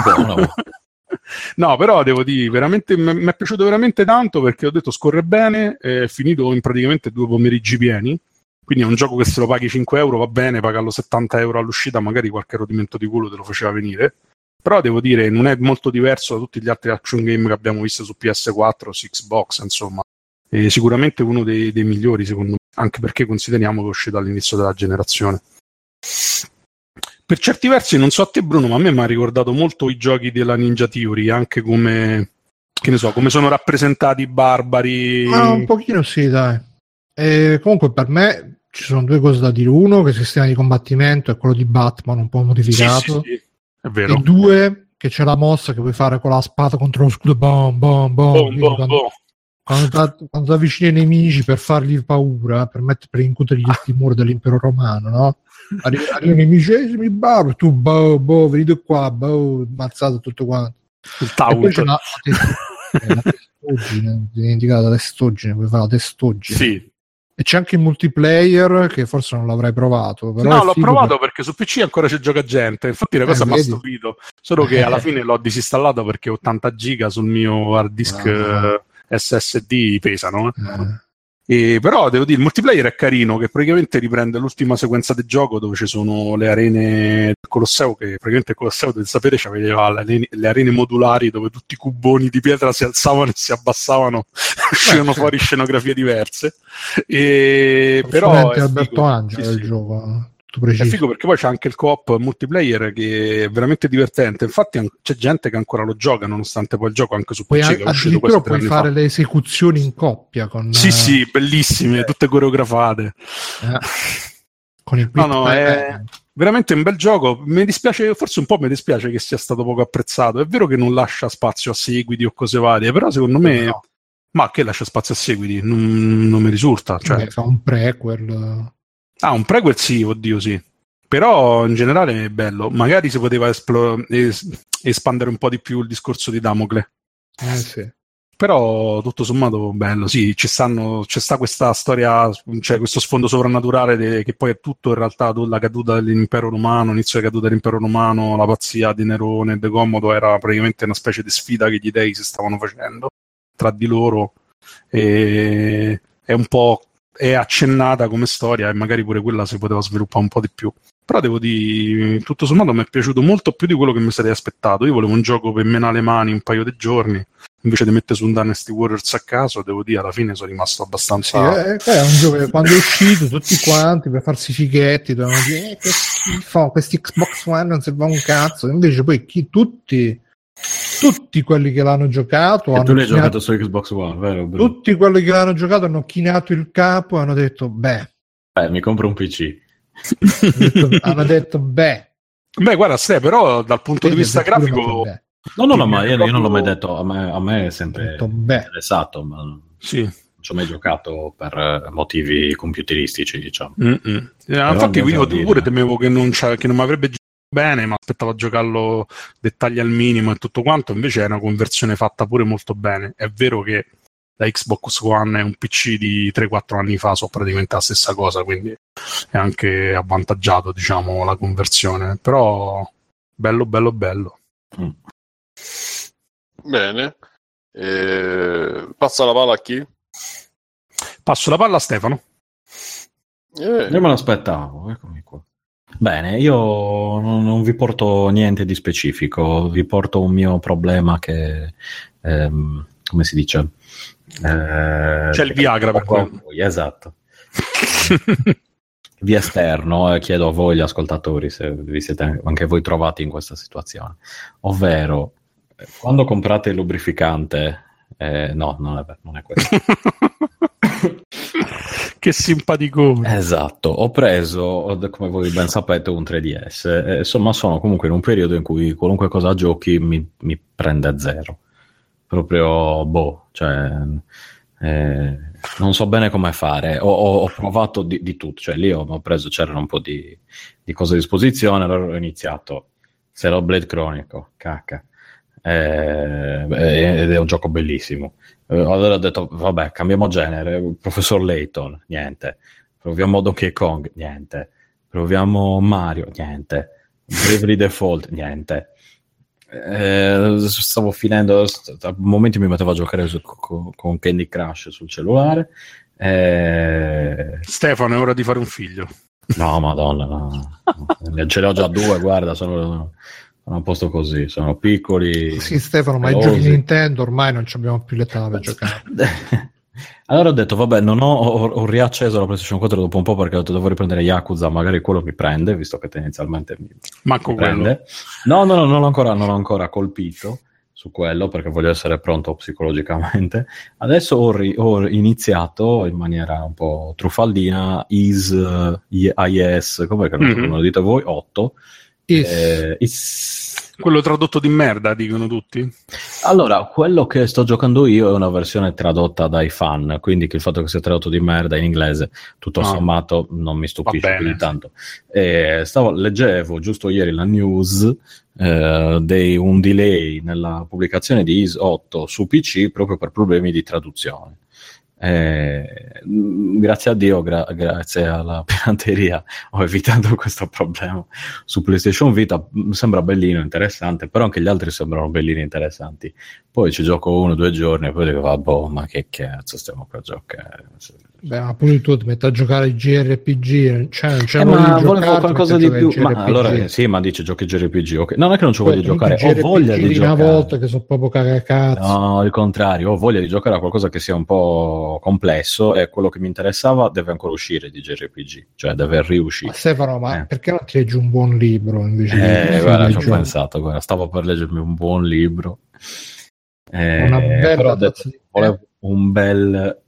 No, però devo dire, veramente mi è piaciuto veramente tanto, perché ho detto scorre bene, è finito in praticamente 2 pomeriggi pieni. Quindi è un gioco che se lo paghi 5 euro va bene, pagarlo 70 euro all'uscita magari qualche rodimento di culo te lo faceva venire. Però devo dire, non è molto diverso da tutti gli altri action game che abbiamo visto su PS4 o su Xbox, insomma. È sicuramente uno dei migliori, secondo me, anche perché consideriamo che è uscito all'inizio della generazione. Per certi versi, non so a te Bruno, ma a me mi ha ricordato molto i giochi della Ninja Theory, anche come, che ne so, come sono rappresentati i barbari. Ma un pochino sì, dai. Comunque per me ci sono 2 cose da dire. Uno, che il sistema di combattimento è quello di Batman, un po' modificato. Sì, è vero. E 2, che c'è la mossa che puoi fare con la spada contro lo scudo, quando ti avvicini ai nemici per fargli paura, per incutergli il timore dell'impero romano, no? Arrivano i nemici, tu venite qua, ammazzato tutto quanto. Il taunt. E poi c'è la testoggine, dimenticato la testoggine, puoi fare la testoggine. Sì. E c'è anche il multiplayer, che forse non l'avrei provato. Però no, l'ho provato perché su PC ancora c'è gioca gente. Infatti la cosa mi ha stupito. Solo che alla fine l'ho disinstallato perché 80 giga sul mio hard disk SSD pesano. Però devo dire, il multiplayer è carino, che praticamente riprende l'ultima sequenza del gioco dove ci sono le arene del Colosseo, che praticamente il Colosseo, dovete sapere, aveva le arene modulari dove tutti i cuboni di pietra si alzavano e si abbassavano, uscivano fuori scenografie diverse. Però è Alberto Angelo il gioco. È figo perché poi c'è anche il co-op multiplayer che è veramente divertente. Infatti c'è gente che ancora lo gioca, nonostante poi il gioco anche su PC che è uscito quasi 3 anni fa. Puoi fare le esecuzioni in coppia con... Sì, bellissime, tutte coreografate. Con il è veramente un bel gioco. Mi dispiace, forse un po' mi dispiace che sia stato poco apprezzato. È vero che non lascia spazio a seguiti o cose varie, però secondo me... No. Ma che lascia spazio a seguiti? Non mi risulta. Cioè... fa un prequel... un prequel sì, oddio sì. Però in generale è bello. Magari si poteva espandere un po' di più il discorso di Damocle. Sì. Però tutto sommato bello, sì, c'è sta questa storia, cioè questo sfondo sovrannaturale che poi è tutto in realtà la caduta dell'impero romano, l'inizio della caduta dell'impero romano, la pazzia di Nerone e De Commodo era praticamente una specie di sfida che gli dei si stavano facendo tra di loro, e è un po' è accennata come storia, e magari pure quella si poteva sviluppare un po' di più. Però devo dire, tutto sommato mi è piaciuto molto più di quello che mi sarei aspettato. Io volevo un gioco per menare le mani un paio di giorni, invece di mettere su un Dynasty Warriors a caso, devo dire, alla fine sono rimasto abbastanza... Sì, è un gioco che quando è uscito tutti quanti per farsi fighetti dovevano dire che schifo, questi Xbox One non servono un cazzo. Invece poi tutti quelli che l'hanno giocato... E tu l'hai giocato su Xbox One, vero? Tutti quelli che l'hanno giocato hanno chinato il capo e hanno detto, mi compro un PC. hanno detto, guarda, Ste, però dal punto di vista grafico... No, ma io non l'ho mai detto, a me è sempre interessato, ma sì. non ci ho mai giocato per motivi computeristici, diciamo. Infatti io pure temevo che non mi avrebbe giocato bene, ma aspettavo a giocarlo dettagli al minimo e tutto quanto, invece è una conversione fatta pure molto bene. È vero che la Xbox One è un PC di 3-4 anni fa, so praticamente la stessa cosa, quindi è anche avvantaggiato, diciamo, la conversione, però bello. Bene, passa la palla a chi? Passo la palla a Stefano. Io me l'aspettavo, eccomi qua. Bene, io non vi porto niente di specifico, vi porto un mio problema che, come si dice? C'è il Viagra per quello. Esatto. Vi esterno e chiedo a voi gli ascoltatori se vi siete anche voi trovati in questa situazione, ovvero quando comprate il lubrificante no, non è questo. Che simpaticone. Esatto, ho preso, come voi ben sapete, un 3DS, insomma sono comunque in un periodo in cui qualunque cosa giochi mi prende zero, proprio cioè non so bene come fare. Ho provato di tutto, cioè lì ho preso, c'erano un po' di cose a disposizione, allora ho iniziato Xenoblade Chronicle, cacca, ed è un gioco bellissimo. Allora ho detto vabbè, cambiamo genere, Professor Layton, niente, proviamo Donkey Kong, niente, proviamo Mario, niente, Bravely Default, niente. Stavo finendo, a momenti mi mettevo a giocare con Candy Crush sul cellulare. Stefano, è ora di fare un figlio. No, madonna, no. Ce ne ho già 2, guarda, sono a posto così, sono piccoli. Sì, Stefano, ma i giochi Nintendo ormai non abbiamo più l'età per giocare. Allora ho detto, vabbè, ho riacceso la PlayStation 4 dopo un po' perché ho detto devo riprendere Yakuza, magari quello mi prende, visto che inizialmente mi prende. No, non l'ho ancora colpito su quello perché voglio essere pronto psicologicamente. Adesso ho iniziato in maniera un po' truffaldina IS, come lo dite voi? 8. Quello tradotto di merda, dicono tutti. Allora, quello che sto giocando io è una versione tradotta dai fan, quindi il fatto che sia tradotto di merda in inglese, tutto sommato, non mi stupisce più di tanto. Leggevo giusto ieri la news un delay nella pubblicazione di IS 8 su PC proprio per problemi di traduzione. Grazie a Dio, grazie alla pirateria ho evitato questo problema. Su PlayStation Vita sembra bellino, interessante, però anche gli altri sembrano bellini, interessanti. Poi ci gioco 1 o 2 giorni e poi dico vabbè, ma che cazzo stiamo per giocare? Beh, ma pure tu ti metti a giocare i JRPG, cioè non c'è ma volevo qualcosa di più. Ma allora sì, ma dici giochi JRPG, ok. Non è che non ci voglio giocare, ho voglia di giocare. Una volta che sono proprio cagacazzo. No, il contrario, ho voglia di giocare a qualcosa che sia un po' complesso e quello che mi interessava deve ancora uscire di JRPG, cioè deve riuscire. Ma Stefano, perché non ti leggi un buon libro invece guarda, ci ho pensato, guarda, stavo per leggermi un buon libro. Una bella volevo un bel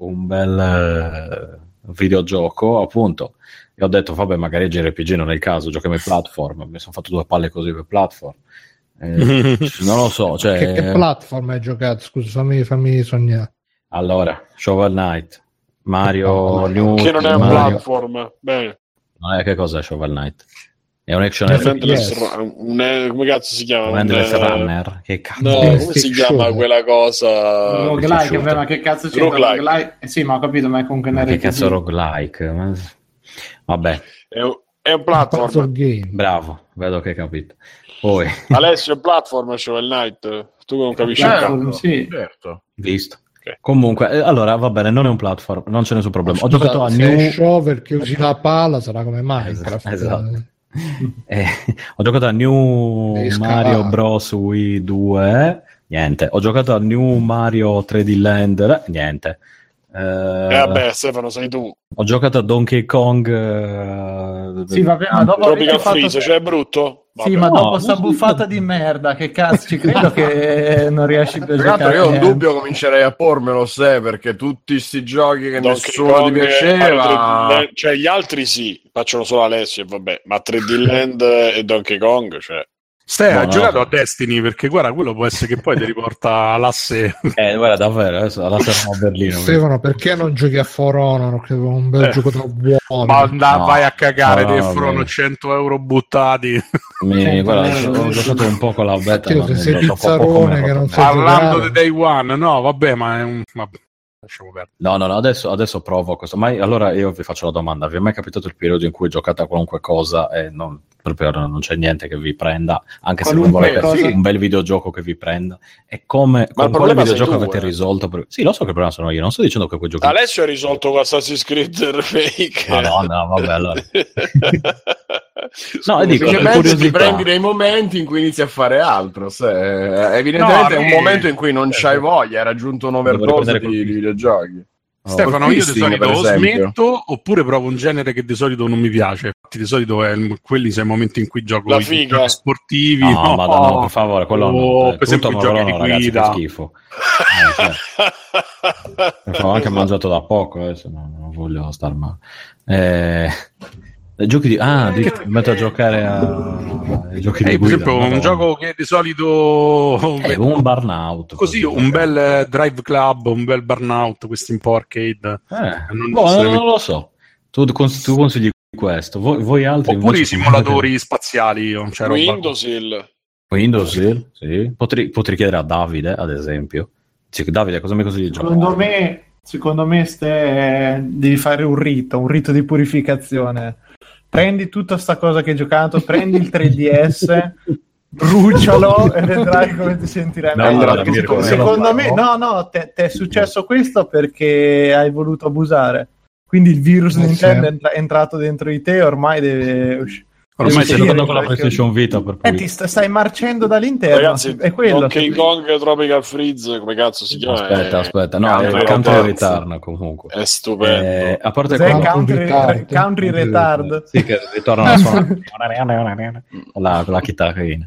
videogioco, appunto, e ho detto vabbè, magari JRPG non è il caso, giochiamo ai platform. Mi sono fatto 2 palle così per platform, non lo so, cioè... che platform hai giocato? Scusa, fammi sognare. Allora, Shovel Knight, Mario New, che non è un platform, bene. Non è, che cos'è Shovel Knight? È un action come cazzo si chiama? Un Endless Runner? Che cazzo? No, come si chiama quella cosa? Roguelike, ma che cazzo c'è? Roguelike? Sì, ma ho capito, ma è comunque che cazzo roguelike? Vabbè. È un platform. Bravo, vedo che hai capito. Poi Alessio, è platform Shovel Knight. Tu non capisci il sì. Certo. Visto. Okay. Comunque, allora va bene, non è un platform, non c'è nessun problema. Ho giocato a New Shovel che usi la palla, sarà come Minecraft. Esatto. Ho giocato a New Mario Bros. Wii 2, niente. Ho giocato a New Mario 3D Land, niente. Vabbè, Stefano, sei tu. Ho giocato a Donkey Kong. Sì, vabbè, ma dopo Tropical Freeze, cioè è brutto. Vabbè. Sì, ma dopo sta buffata di merda, che cazzo, ci credo che non riesci più a giocare. Io ho un dubbio, comincerei a pormelo, perché tutti sti giochi che nessuno ti piaceva, cioè gli altri sì, facciano solo Alessio e vabbè, ma 3D Land e Donkey Kong, cioè hai giocato a Destiny, perché guarda, quello può essere che poi ti riporta all'asse. Guarda, davvero, adesso all'asse a Berlino. Stefano, perché non giochi a For Honor, che è un bel gioco da buono? Ma vai a cagare, dei furono 100 euro buttati. Guarda, ho giocato un po' con la beta, ma sei pizzarone che non sai parlando di Day One, no, vabbè, ma è un... lasciamo perdere. No, adesso provo questo. Ma allora io vi faccio la domanda: vi è mai capitato il periodo in cui giocate a qualunque cosa e non proprio non c'è niente che vi prenda, anche se non volete un bel videogioco che vi prenda. E come con quale videogioco avete risolto? Sì, lo so che il problema sono io, non sto dicendo che quei giochi... Alessio ha risolto con Assassin's Creed Remake. No, vabbè, allora. No, dico, ti prendi dei momenti in cui inizi a fare altro. Evidentemente è un momento in cui non c'hai voglia, hai raggiunto un'overdose di videogiochi. Stefano, io di solito o smetto oppure provo un genere che di solito non mi piace. Infatti, di solito quelli sono i momenti in cui gioco i giochi sportivi. No, per favore, quello no. Per esempio, i giochi di guida. Che schifo. Ho anche mangiato da poco, adesso non voglio star male. Giochi di mi metto a giocare ai giochi di guida. Per esempio, un gioco che di solito un Burnout. Così, un bel Drive Club, un bel Burnout, questo in Arcade. Non lo so. Tu consigli questo, voi altri oppure i simulatori spaziali. Windows Hill, sì. Potrei chiedere a Davide, ad esempio. Davide, cosa mi consigli di giocare? Secondo me devi fare un rito di purificazione. Prendi tutta sta cosa che hai giocato, prendi il 3DS, brucialo e vedrai come ti sentirai. Secondo me te è successo questo perché hai voluto abusare. Quindi il virus Nintendo è entrato dentro di te e ormai deve uscire. Ormai stai giocando con la PlayStation Vita, per cui ti stai marcendo dall'interno. Ragazzi, è quello. Donkey Kong Tropical Freeze, come cazzo si chiama? Aspetta, no, è il Country Return comunque. È stupendo. A parte Country Retard. Sì, che ritorna a suonare la chitarrina.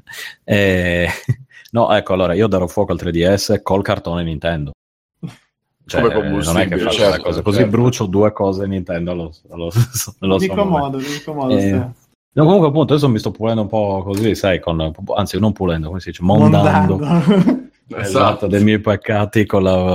No, ecco, allora io darò fuoco al 3DS col cartone Nintendo. Cioè, non è che faccio le cose così, brucio due cose Nintendo nello modo. No, comunque appunto adesso mi sto pulendo un po' così, sai, anzi non pulendo, come si dice, mondando. Esatto, dei miei peccati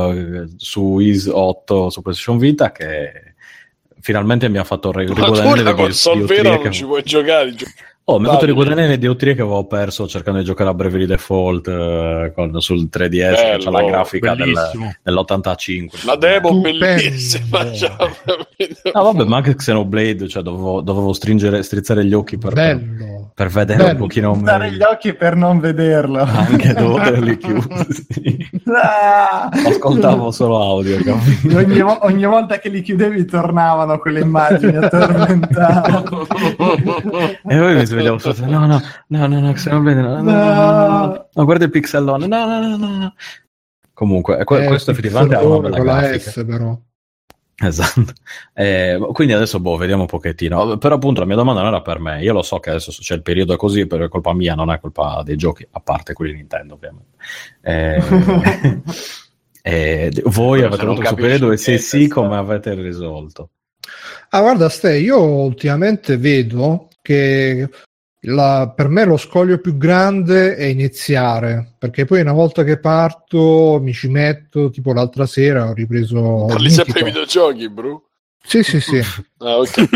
su Is 8 su PlayStation Vita, che finalmente mi ha fatto riguadagnare la console vera non ci puoi giocare. Mi ha fatto riguadagnare le idiotie che avevo perso cercando di giocare a Bravely Default sul 3DS, c'è la grafica dell'85. La demo bellissima. No, vabbè, ma anche Xenoblade, cioè dovevo strizzare gli occhi per vedere un pochino meglio. Strizzare gli occhi per non vederlo. Anche dovevo tenerli chiusi. Ascoltavo solo audio, capito? Ogni volta che li chiudevi tornavano quelle immagini addormentate. E poi mi svegliavo sotto, no, Xenoblade, no, guarda il pixellone, no. Comunque, questo effettivamente ha una bella grafica. S, però. Esatto. Quindi adesso vediamo un pochettino. Però appunto la mia domanda non era per me. Io lo so che adesso c'è il periodo così, per colpa mia, non è colpa dei giochi, a parte quelli di Nintendo, ovviamente. Voi avete avuto questo periodo e se sì, come avete risolto? Guarda Ste, io ultimamente vedo che per me lo scoglio più grande è iniziare, perché poi una volta che parto mi ci metto, tipo l'altra sera ho ripreso... Parli sempre ai videogiochi, bro? Sì. Ok.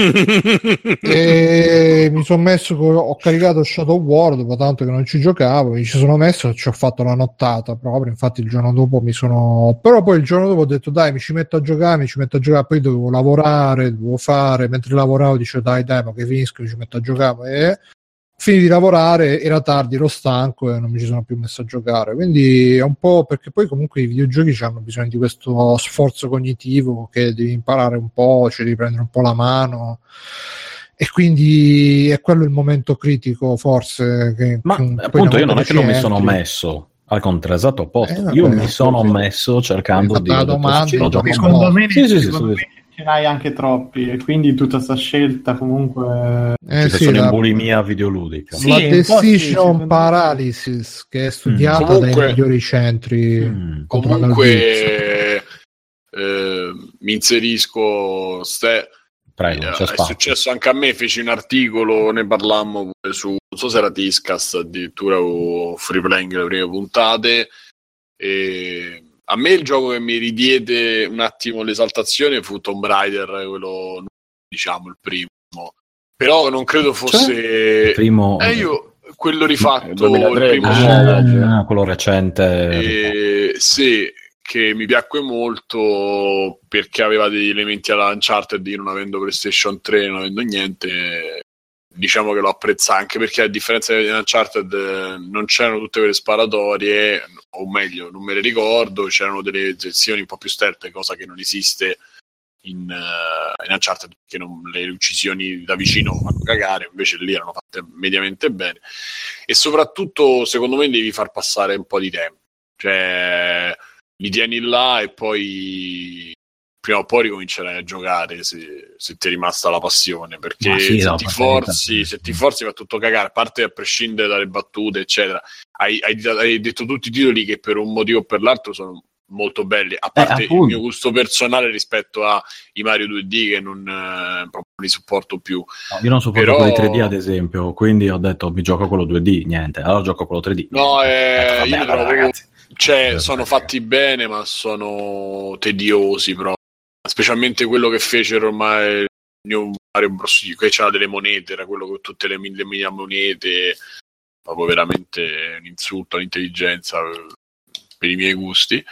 E mi sono messo, ho caricato Shadow War dopo tanto che non ci giocavo, mi ci sono messo e ci ho fatto la nottata proprio, infatti il giorno dopo però poi il giorno dopo ho detto dai mi ci metto a giocare, poi dovevo lavorare, mentre lavoravo dicevo dai ma che finisco, mi ci metto a giocare e finì di lavorare, era tardi, ero stanco e non mi ci sono più messo a giocare, quindi è un po' perché poi comunque i videogiochi hanno bisogno di questo sforzo cognitivo che devi imparare un po', ci devi prendere un po' la mano e quindi è quello il momento critico forse ma appunto io non è che non mi sono messo al contrario, esatto opposto, io mi sono messo cercando di secondo me ce n'hai anche troppi e quindi tutta questa scelta comunque sono in bulimia videoludica, la decision paralysis che è studiata dai migliori centri. Comunque mi inserisco prego, è successo anche a me, feci un articolo, ne parlammo su, non so se era Discast, addirittura Free Playing le prime puntate, e a me il gioco che mi ridiede un attimo l'esaltazione fu Tomb Raider, quello diciamo il primo, però non credo fosse il primo quello rifatto 2013, quello recente, sì, che mi piacque molto perché aveva degli elementi alla Uncharted, non avendo PlayStation 3, non avendo niente, diciamo che l'ho apprezzato, anche perché a differenza di Uncharted non c'erano tutte quelle sparatorie, o meglio, non me le ricordo, c'erano delle sezioni un po' più stealth, cosa che non esiste in Uncharted, perché le uccisioni da vicino fanno cagare, invece lì erano fatte mediamente bene, e soprattutto secondo me devi far passare un po' di tempo, cioè li tieni là e poi prima o poi ricomincerai a giocare se ti è rimasta la passione, perché se ti forzi va tutto cagare, a parte a prescindere dalle battute eccetera. Hai detto tutti i titoli che per un motivo o per l'altro sono molto belli, a parte il mio gusto personale rispetto ai Mario 2D che non proprio li sopporto più. No, io non sopporto quelli 3D ad esempio, quindi ho detto mi gioco quello 2D, niente, allora gioco quello 3D. No, io li trovo, cioè sono fatti bene ma sono tediosi proprio, specialmente quello che fecero ormai New Mario Bros. Che c'era delle monete, era quello con tutte le mille monete, proprio veramente un insulto all'intelligenza per i miei gusti.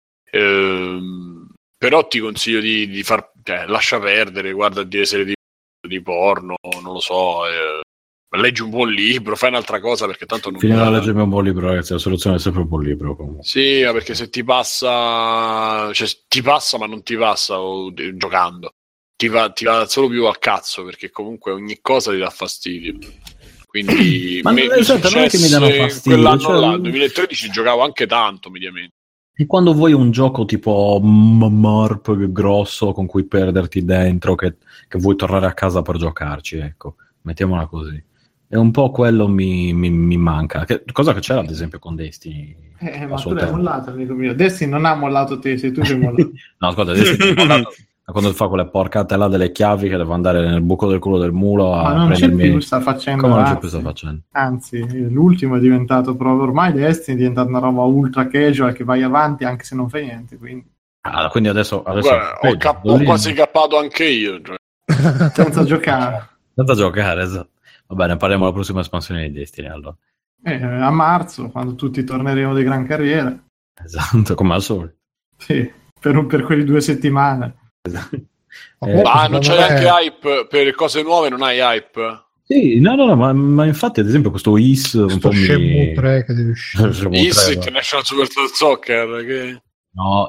Però ti consiglio di far, lascia perdere, guarda dire serie di porno, non lo so, leggi un buon libro, fai un'altra cosa, perché tanto non finire a leggermi un buon libro, ragazzi, la soluzione è sempre un buon libro comunque. Sì, perché se ti passa, cioè ti passa ma non ti passa giocando, ti va solo più al cazzo, perché comunque ogni cosa ti dà fastidio. Quindi ma non è che mi danno fastidio, quell'anno là, 2013 giocavo anche tanto mediamente. E quando vuoi un gioco tipo MMORP grosso con cui perderti dentro, che vuoi tornare a casa per giocarci, ecco, mettiamola così. E un po' quello mi manca. Cosa che c'era ad esempio con Destiny. Ma tu l'hai mollato, amico mio. Destiny non ha mollato te, sei tu che hai mollato. No, ascolta, Destiny è mollato quando fa quelle porcate là delle chiavi che devo andare nel buco del culo del mulo a non prendermi. C'è più, sta facendo. Come non c'è più sta facendo? Anzi, l'ultimo è diventato proprio, ormai Destiny è diventata una roba ultra casual che vai avanti anche se non fai niente, quindi adesso guarda, ho quasi cappato anche io, cioè. senza giocare, esatto. Va bene, parliamo della prossima espansione di Destiny allora. A marzo, quando tutti torneremo di gran carriera. Esatto, come al solito. Sì, per quelle 2 settimane. Esatto. Non c'è neanche hype per cose nuove, non hai hype? Sì, no, ma infatti ad esempio questo IS un po' Shenmue 3 che deve uscire. IS International Super Soccer che... No,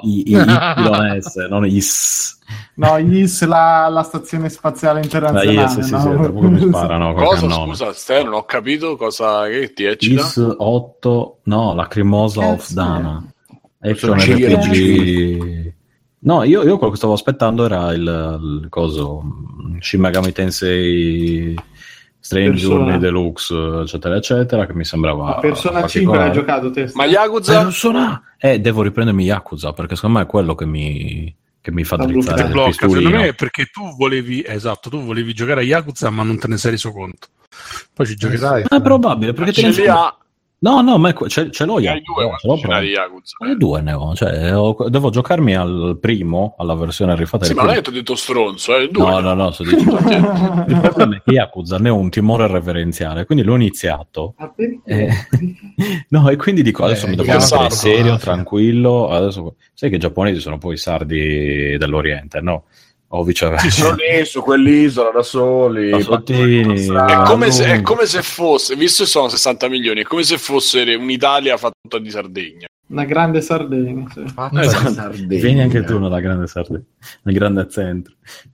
non IS. No, IS la stazione spaziale internazionale. La IS, no? Sì, proprio mi sparano. Cosa, scusa, Ste, non ho capito cosa che ti eccita. IS 8, no, Lacrimosa of Dana. Action RPG. No, io quello che stavo aspettando era il coso Shin Megami Tensei Strange Journey Deluxe, eccetera eccetera, che mi sembrava Persona 5 l'hai giocato te? Ma Yakuza? Persona... devo riprendermi Yakuza, perché secondo me è quello che mi fa drizzare il pistolino. Secondo me è perché tu volevi giocare a Yakuza ma non te ne sei reso conto. Poi ci giocherai. È probabile, perché te ne No, ma ce l'ho io. Due ne ho, cioè devo giocarmi al primo, alla versione rifatta. Sì, ma non è che ti ho detto stronzo, No, sto dicendo. Il problema è che Yakuza ne ho un timore reverenziale, quindi l'ho iniziato. No, e quindi dico, adesso mi devo mettere serio, tranquillo. Adesso sai che i giapponesi sono poi i sardi dell'Oriente, no? O viceversa. Sono lì su quell'isola da soli. È come se fosse, visto che sono 60 milioni, è come se fosse un'Italia fatta di Sardegna. Una grande Sardegna, sì. Sardegna. Vieni anche tu nella grande Sardegna, nel grande centro.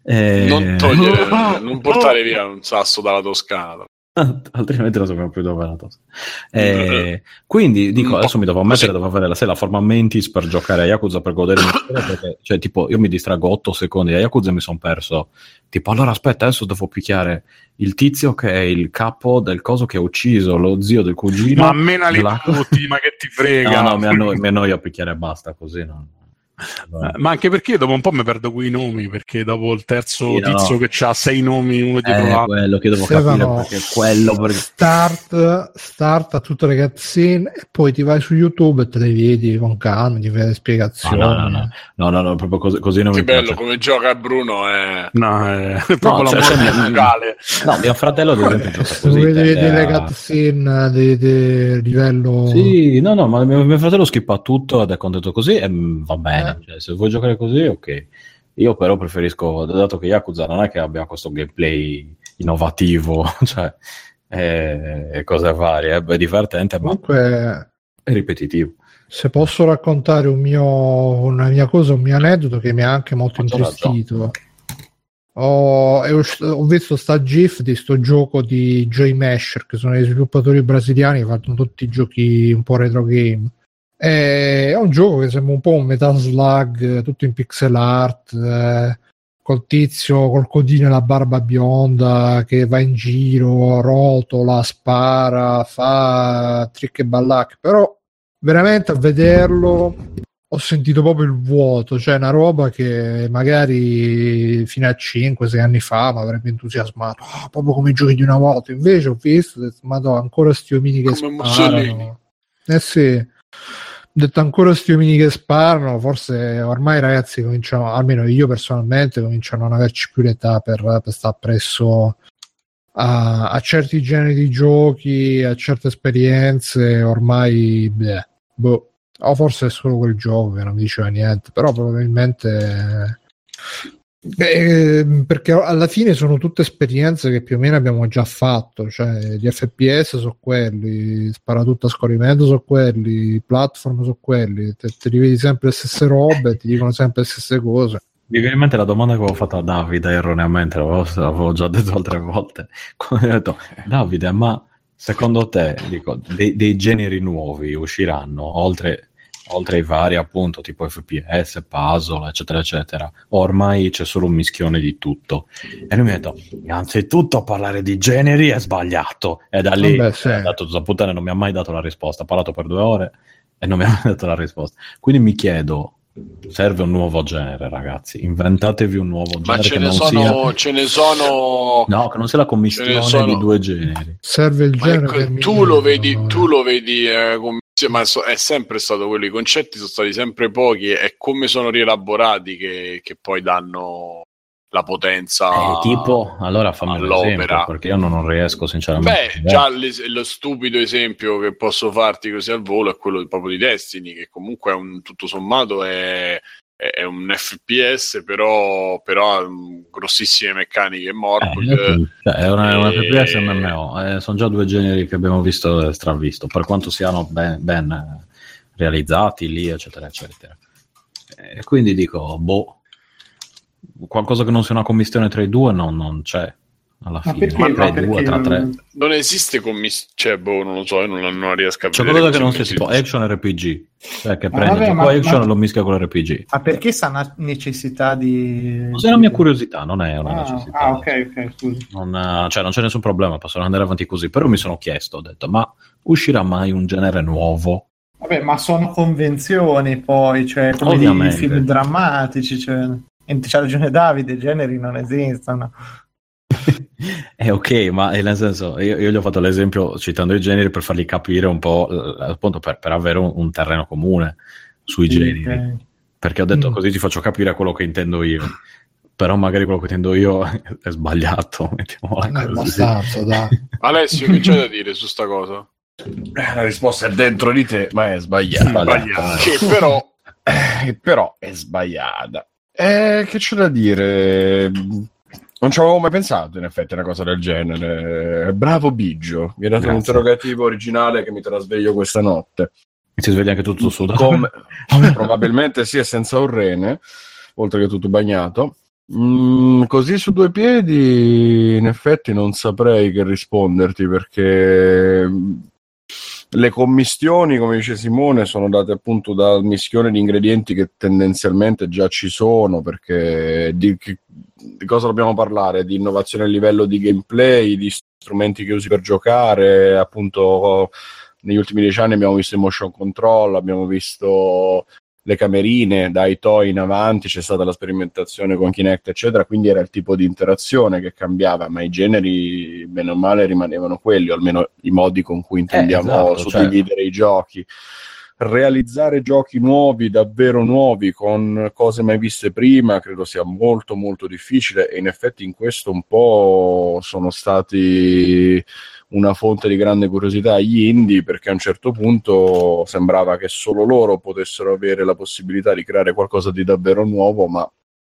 Non portare via un sasso dalla Toscana. Altrimenti non sappiamo più dove è la Toscana. Quindi dico, adesso mi devo mettere, devo avere la forma mentis per giocare a Yakuza, per godermi, perché cioè tipo io mi distraggo 8 secondi a Yakuza e mi sono perso, tipo allora aspetta, adesso devo picchiare il tizio che è il capo del coso che ha ucciso lo zio del cugino, ma menali tutti, ma che ti frega. No, mi annoio a picchiare e basta, così no. Ma anche perché dopo un po' mi perdo quei nomi, perché dopo il terzo tizio che ha 6 nomi uno dietro l'altro, quello che devo capire, perché quello start a tutte le cutscene e poi ti vai su YouTube e te le vedi con calma, ti vedi le spiegazioni. No, proprio così non mi piace. Che bello come gioca Bruno, è proprio la morte musicale. No, mio fratello ad esempio gioca così. Vedi le cutscene di livello. Sì, no, ma mio fratello skippa tutto ed è contento così e va bene. Cioè, se vuoi giocare così, ok. Io però preferisco, dato che Yakuza non è che abbia questo gameplay innovativo, cioè cose varie, è divertente, comunque, ma è ripetitivo. Se posso raccontare un mio aneddoto che mi ha anche molto intristito. Ho visto sta GIF di sto gioco di Joy Masher, che sono gli sviluppatori brasiliani che fanno tutti i giochi un po' retro game. È un gioco che sembra un po' un Metal Slug, tutto in pixel art, col tizio col codino e la barba bionda che va in giro, rotola, spara, fa trick e ballacche, però veramente a vederlo ho sentito proprio il vuoto, cioè una roba che magari fino a 5-6 anni fa mi avrebbe entusiasmato, proprio come i giochi di una volta. Invece ho visto, madonna, ancora sti omini che come sparano. Sì, ho detto ancora sti omini che sparano, forse ormai i ragazzi cominciano, almeno io personalmente, cominciano a non averci più l'età per stare presso a certi generi di giochi, a certe esperienze, ormai boh. O forse è solo quel gioco che non mi diceva niente, però probabilmente perché alla fine sono tutte esperienze che più o meno abbiamo già fatto, cioè gli FPS sono quelli, spara tutto a scorrimento sono quelli, platform sono quelli, te rivedi sempre le stesse robe e ti dicono sempre le stesse cose. Mi viene in mente la domanda che avevo fatto a Davide erroneamente, l'avevo già detto altre volte, quando ho detto Davide, ma secondo te, dico, dei generi nuovi usciranno oltre ai vari, appunto, tipo FPS, puzzle, eccetera, eccetera, ormai c'è solo un mischione di tutto? E lui mi ha detto, anzitutto parlare di generi è sbagliato, e da lì ha dato tutta puttana, non mi ha mai dato la risposta, ha parlato per 2 ore e non mi ha mai dato la risposta. Quindi mi chiedo, serve un nuovo genere, ragazzi, inventatevi un nuovo genere. Ma ce ne sono no, che non sia la commistione di 2 generi. Serve il genere, tu lo vedi ma è sempre stato quello, i concetti sono stati sempre pochi, è come sono rielaborati che poi danno la potenza tipo, allora fammi all'opera, perché io non riesco sinceramente. Già lo stupido esempio che posso farti così al volo è quello proprio di Destiny, che comunque è tutto sommato è un FPS, però ha grossissime meccaniche e Morpg. È un FPS MMO, sono già 2 generi che abbiamo visto e stravisto, per quanto siano ben realizzati lì, eccetera, eccetera. E quindi dico, qualcosa che non sia una commistione tra i due non c'è. Alla fine, tra i due, tra 3 non esiste non lo so, io non riesco a vedere. C'è qualcosa che non sia tipo action RPG, cioè che prende action e lo mischia con l'RPG. Ma perché sa necessità di... È una mia curiosità, non è una necessità. Ok, scusi. Non c'è nessun problema, possono andare avanti così, però mi sono chiesto, ho detto, ma uscirà mai un genere nuovo? Vabbè, ma sono convenzioni poi, cioè come dei film drammatici, cioè c'ha ragione Davide, generi non esistono. Ok, ma nel senso, io gli ho fatto l'esempio citando i generi per fargli capire un po', appunto, per avere un terreno comune sui generi, perché ho detto così ti faccio capire quello che intendo io, però magari quello che intendo io è sbagliato, mettiamola così. Alessio, che c'è da dire su sta cosa? La risposta è dentro di te, ma è sbagliata. Che però è sbagliata. Che c'è da dire? Non ci avevo mai pensato, in effetti, a una cosa del genere. Bravo Biggio, mi ha dato un interrogativo originale che mi trasveglio questa notte. Si sveglia anche tutto sudato? Probabilmente sì, è senza un rene, oltre che tutto bagnato. Così su 2 piedi, in effetti, non saprei che risponderti, perché le commistioni, come dice Simone, sono date appunto dal mischione di ingredienti che tendenzialmente già ci sono, perché di cosa dobbiamo parlare? Di innovazione a livello di gameplay, di strumenti che usi per giocare, appunto negli ultimi 10 anni abbiamo visto il motion control, abbiamo visto le camerine, dai toy in avanti c'è stata la sperimentazione con Kinect eccetera, quindi era il tipo di interazione che cambiava, ma i generi bene o male rimanevano quelli, o almeno i modi con cui intendiamo suddividere i giochi. Realizzare giochi nuovi, davvero nuovi, con cose mai viste prima, credo sia molto molto difficile, e in effetti in questo un po' sono stati una fonte di grande curiosità agli indie, perché a un certo punto sembrava che solo loro potessero avere la possibilità di creare qualcosa di davvero nuovo, ma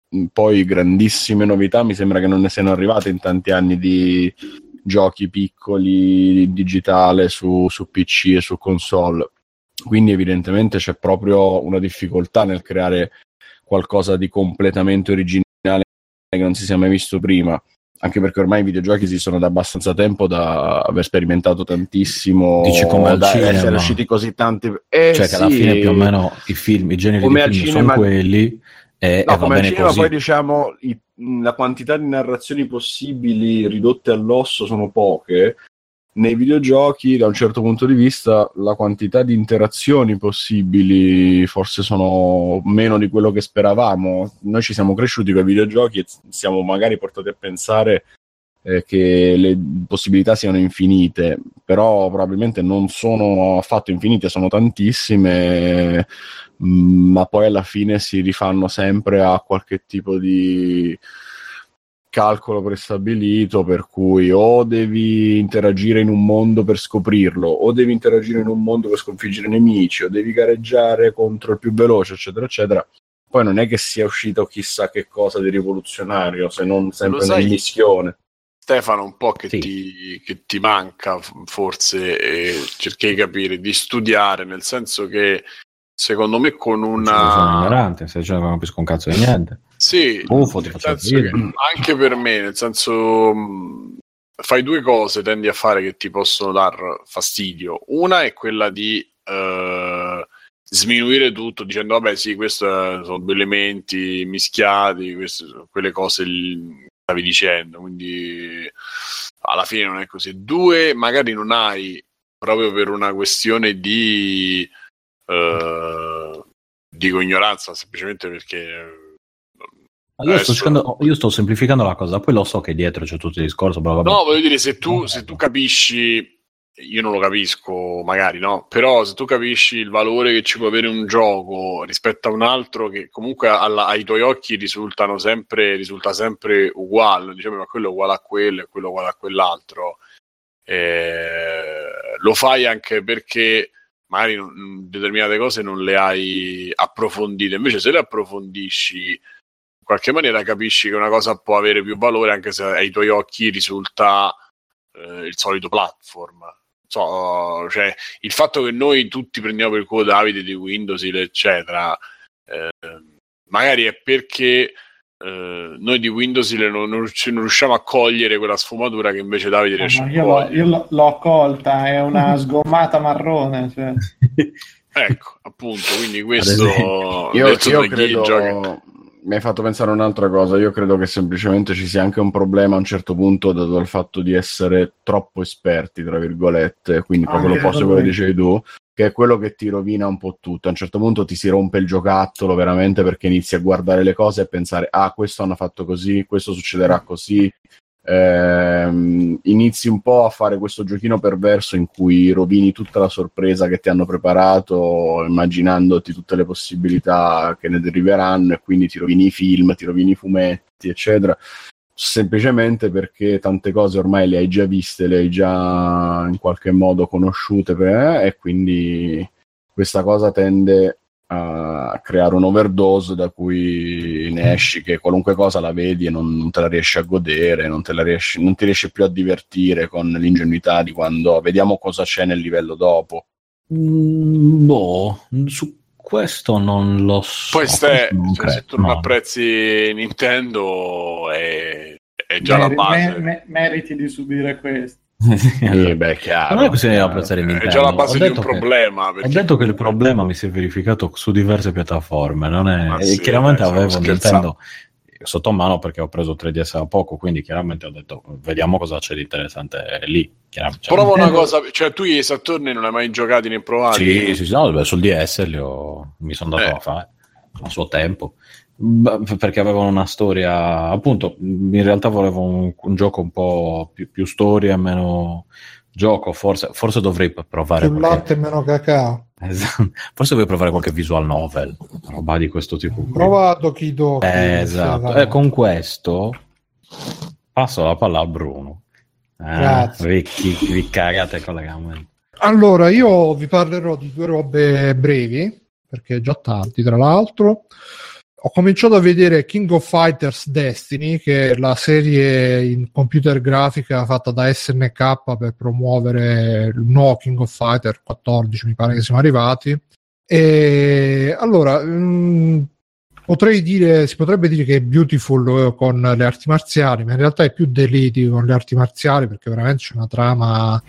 poi grandissime novità mi sembra che non ne siano arrivate in tanti anni di giochi piccoli digitale su PC e su console, quindi evidentemente c'è proprio una difficoltà nel creare qualcosa di completamente originale che non si sia mai visto prima, anche perché ormai i videogiochi esistono da abbastanza tempo da aver sperimentato tantissimo. Dici come al cinema, essere usciti così tanti, cioè che alla fine più o meno i generi come di film sono quelli e va come bene al cinema, così. poi diciamo la quantità di narrazioni possibili ridotte all'osso sono poche. Nei videogiochi, da un certo punto di vista, la quantità di interazioni possibili forse sono meno di quello che speravamo. Noi ci siamo cresciuti con i videogiochi e siamo magari portati a pensare che le possibilità siano infinite, però probabilmente non sono affatto infinite, sono tantissime, ma poi alla fine si rifanno sempre a qualche tipo di calcolo prestabilito, per cui o devi interagire in un mondo per scoprirlo, o devi interagire in un mondo per sconfiggere i nemici, o devi gareggiare contro il più veloce, eccetera eccetera. Poi non è che sia uscito chissà che cosa di rivoluzionario, se non sempre nel mischione. Stefano, un po' che ti manca forse, cerchi di capire, di studiare, nel senso che secondo me con una... Sono ignorante, se non capisco un cazzo di niente. Sì, Uffo, ti faccio che anche per me, nel senso, fai due cose, tendi a fare che ti possono dar fastidio. Una è quella di sminuire tutto dicendo vabbè sì, questi sono due elementi mischiati, queste sono quelle cose stavi dicendo, quindi alla fine non è così. Due, magari non hai, proprio per una questione di dico ignoranza, semplicemente perché io sto semplificando la cosa, poi lo so che dietro c'è tutto il discorso, però no, voglio dire, se tu capisci, io non lo capisco magari, no, però se tu capisci il valore che ci può avere un gioco rispetto a un altro che comunque ai tuoi occhi risulta sempre uguale, diciamo, ma quello è uguale a quello e quello è uguale a quell'altro, lo fai anche perché magari determinate cose non le hai approfondite, invece se le approfondisci in qualche maniera capisci che una cosa può avere più valore anche se ai tuoi occhi risulta il solito platform. Cioè, il fatto che noi tutti prendiamo per il culo Davide di Windows eccetera, magari è perché noi di Windows non riusciamo a cogliere quella sfumatura che invece Davide riesce a cogliere. Io l'ho colta, è una sgommata marrone, cioè. Ecco, appunto, quindi questo io credo, mi hai fatto pensare a un'altra cosa. Io credo che semplicemente ci sia anche un problema a un certo punto dato dal fatto di essere troppo esperti, tra virgolette, quindi proprio l'opposto di quello che dicevi tu, che è quello che ti rovina un po' tutto. A un certo punto ti si rompe il giocattolo veramente, perché inizi a guardare le cose e pensare questo hanno fatto così, questo succederà così, inizi un po' a fare questo giochino perverso in cui rovini tutta la sorpresa che ti hanno preparato, immaginandoti tutte le possibilità che ne deriveranno, e quindi ti rovini i film, ti rovini i fumetti, eccetera, semplicemente perché tante cose ormai le hai già viste, le hai già in qualche modo conosciute, e quindi questa cosa tende a creare un overdose da cui ne esci che qualunque cosa la vedi e non te la riesci a godere, non ti riesci più a divertire con l'ingenuità di quando vediamo cosa c'è nel livello dopo. Su questo non lo so. Poi se tu non apprezzi Nintendo è già la base. Meriti di subire questo. Chiaro. Non è questione di apprezzare Nintendo. È già la base di un problema. Ho detto che il problema mi si è verificato su diverse piattaforme. Non è... chiaramente avevo Nintendo sotto mano perché ho preso 3DS da poco, quindi chiaramente ho detto vediamo cosa c'è di interessante lì. Prova una cosa, cioè tu i Saturni non hai mai giocati né provati? Sì, no, sul DS mi sono dato a fare a suo tempo, perché avevano una storia, appunto, in realtà volevo un gioco un po' più storia e meno gioco, forse dovrei provare più latte e meno cacao. Esatto. Forse dovrei provare qualche visual novel, roba di questo tipo. Provato Kidoki. Esatto. E con questo passo la palla a Bruno. Grazie. Vi cagate con la gamma. Allora, io vi parlerò di due robe brevi, perché già tanti, tra l'altro. ho cominciato a vedere King of Fighters Destiny, che è la serie in computer grafica fatta da SNK per promuovere il nuovo King of Fighter 14, mi pare che siamo arrivati. E allora si potrebbe dire che è Beautiful con le arti marziali, ma in realtà è più Delete con le arti marziali, perché veramente c'è una trama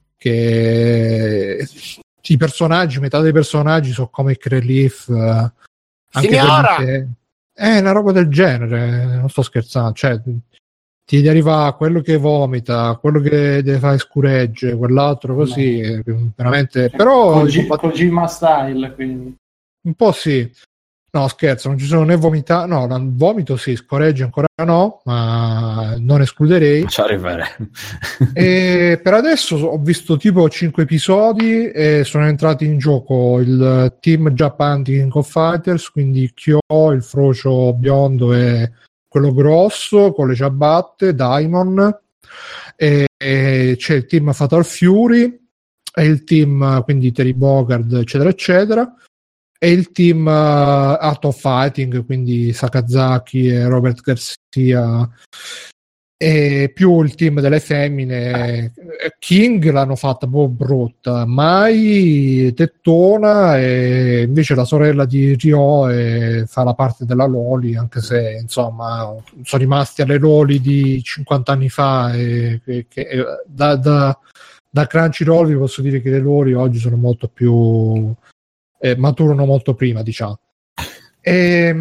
che i personaggi, metà dei personaggi sono comic relief, anche è una roba del genere, non sto scherzando, cioè ti arriva quello che vomita, quello che deve fare scuregge, quell'altro così, veramente, però Kojima style, quindi un po' sì. No, scherzo, non ci sono né vomita, no, vomito sì, scoregge ancora no, ma non escluderei. Ci arriverei. E per adesso ho visto tipo 5 episodi e sono entrati in gioco il team Japan di King of Fighters, quindi Kyo, il frocio biondo e quello grosso con le ciabatte, Daimon, e c'è il team Fatal Fury e il team quindi Terry Bogard eccetera eccetera, e il team Art of Fighting, quindi Sakazaki e Robert Garcia, e più il team delle femmine. King l'hanno fatta un po' brutta, Mai tettona, e invece la sorella di Ryo fa la parte della Loli, anche se insomma sono rimasti alle Loli di 50 anni fa, e da Crunchyroll vi posso dire che le Loli oggi sono molto più maturano molto prima, diciamo. E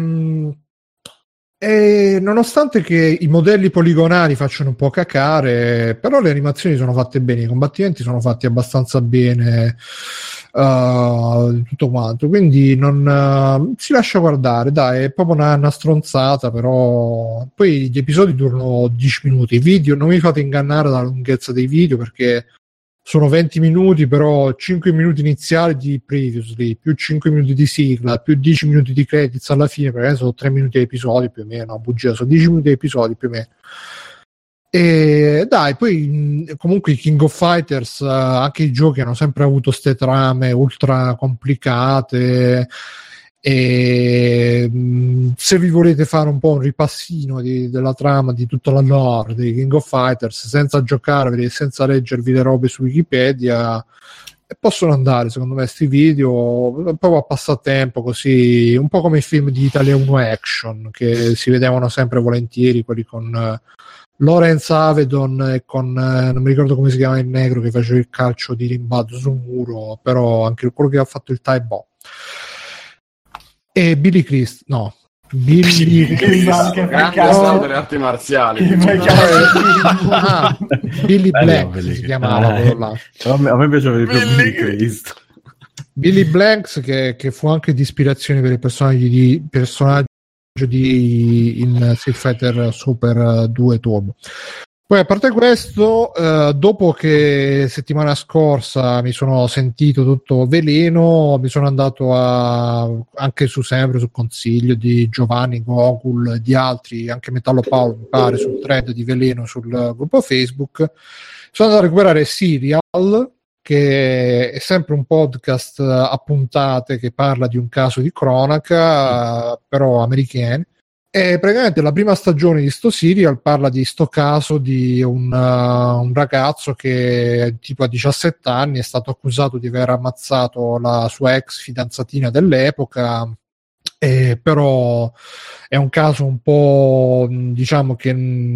nonostante che i modelli poligonali facciano un po' cacare, però le animazioni sono fatte bene, i combattimenti sono fatti abbastanza bene, tutto quanto, quindi non si lascia guardare, dai, è proprio una stronzata, però poi gli episodi durano 10 minuti, i video non mi fate ingannare dalla lunghezza dei video, perché sono 20 minuti, però 5 minuti iniziali di previously, più 5 minuti di sigla, più 10 minuti di credits alla fine, perché sono 3 minuti di episodi più o meno, no, bugia, sono 10 minuti di episodi più o meno. E dai, poi comunque i King of Fighters, anche i giochi hanno sempre avuto ste trame ultra complicate, e se vi volete fare un po' un ripassino della trama di tutta la lore dei King of Fighters senza giocare, senza leggervi le robe su Wikipedia, possono andare secondo me sti video proprio a passatempo, così un po' come i film di Italia 1 Action che si vedevano sempre volentieri, quelli con Lawrence Avedon e con non mi ricordo come si chiama il negro che faceva il calcio di rimbalzo sul muro, però anche quello che ha fatto il Tai Bo. E Billy Crist, no, Billy delle arti marziali. Billy Blanks si chiamava quello là. A me piaceva di più Billy Crist. Billy Blanks che fu anche di ispirazione per i personaggi in Street Fighter Super 2 Turbo. Poi a parte questo, dopo che settimana scorsa mi sono sentito tutto veleno, mi sono andato anche sempre sul consiglio di Giovanni Gokul, di altri, anche Metallo Paolo mi pare, sul thread di veleno sul gruppo Facebook, sono andato a recuperare Serial, che è sempre un podcast a puntate che parla di un caso di cronaca, però americano. E praticamente la prima stagione di sto serial parla di sto caso di un ragazzo che tipo a 17 anni è stato accusato di aver ammazzato la sua ex fidanzatina dell'epoca, però è un caso un po', diciamo che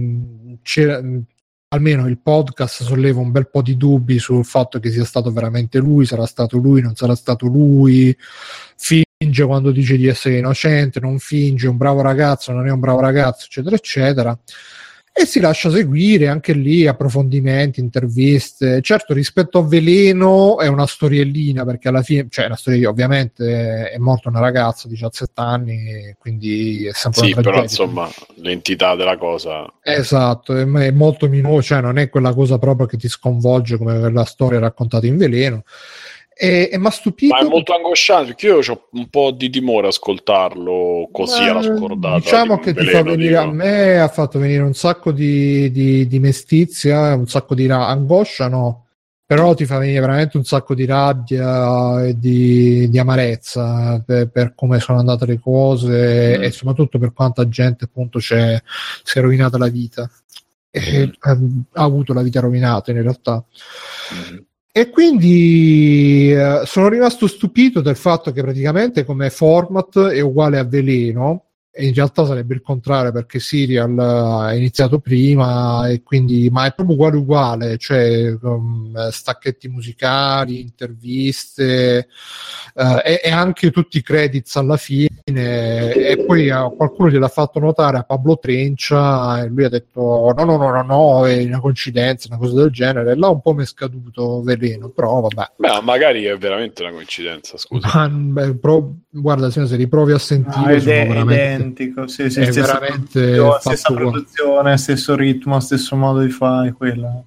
almeno il podcast solleva un bel po' di dubbi sul fatto che sia stato veramente lui, sarà stato lui, non sarà stato lui, finge quando dice di essere innocente, non finge, un bravo ragazzo, non è un bravo ragazzo, eccetera eccetera, e si lascia seguire anche lì approfondimenti, interviste. Certo, rispetto a Veleno è una storiellina, perché alla fine, cioè la storia, ovviamente è morta una ragazza di 17 anni, quindi è sempre sì, una tragedia. Però insomma l'entità della cosa, esatto, è molto minore, cioè non è quella cosa proprio che ti sconvolge come la storia raccontata in Veleno. E m'ha stupito, ma è molto angosciante, perché io ho un po' di timore a ascoltarlo così alla scordata. Diciamo che Veleno, ti fa venire, a me ha fatto venire un sacco di mestizia, un sacco di angoscia, no, però ti fa venire veramente un sacco di rabbia e di amarezza per come sono andate le cose e soprattutto per quanta gente appunto si è rovinata la vita e ha avuto la vita rovinata in realtà. E quindi sono rimasto stupito del fatto che praticamente come format è uguale a Veleno, e in realtà sarebbe il contrario perché Serial ha iniziato prima e quindi, ma è proprio uguale, cioè stacchetti musicali, interviste e anche tutti i credits alla fine, e poi qualcuno gliel'ha fatto notare a Pablo Trencia e lui ha detto no, è una coincidenza, una cosa del genere, e là un po' mi è scaduto Veleno, però vabbè. Beh, magari è veramente una coincidenza, scusa. Guarda, se riprovi a sentire sono veramente identico, sì, è veramente stessa produzione, stesso ritmo, stesso modo di fare quella.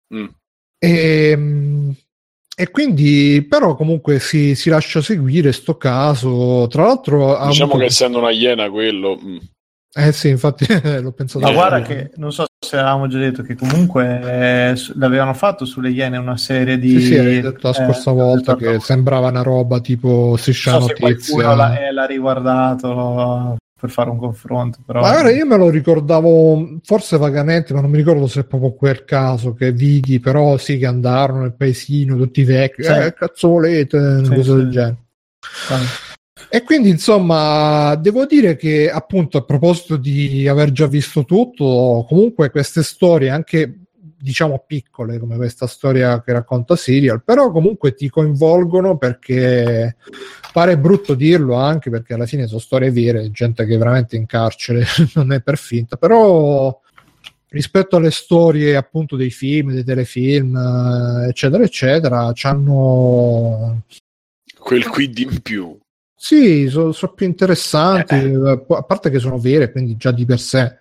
E quindi però comunque si lascia seguire sto caso, tra l'altro diciamo che essendo una iena quello sì, infatti l'ho pensato. Ma guarda che non so se avevamo già detto che comunque l'avevano fatto sulle Iene una serie di... Sì, hai detto la scorsa volta che sembrava una roba tipo Striscia la Notizia. L'ha riguardato per fare un confronto, però... Allora, io me lo ricordavo forse vagamente, ma non mi ricordo se è proprio quel caso che vidi, però sì che andarono nel paesino tutti vecchi, cazzo volete, una cosa del genere. E quindi insomma devo dire che appunto a proposito di aver già visto tutto, comunque queste storie anche diciamo piccole come questa storia che racconta Serial, però comunque ti coinvolgono, perché pare brutto dirlo anche perché alla fine sono storie vere, gente che è veramente in carcere, non è per finta, però rispetto alle storie appunto dei film, dei telefilm eccetera eccetera, c'hanno quel quid in più. Sì, sono più interessanti, a parte che sono vere, quindi già di per sé.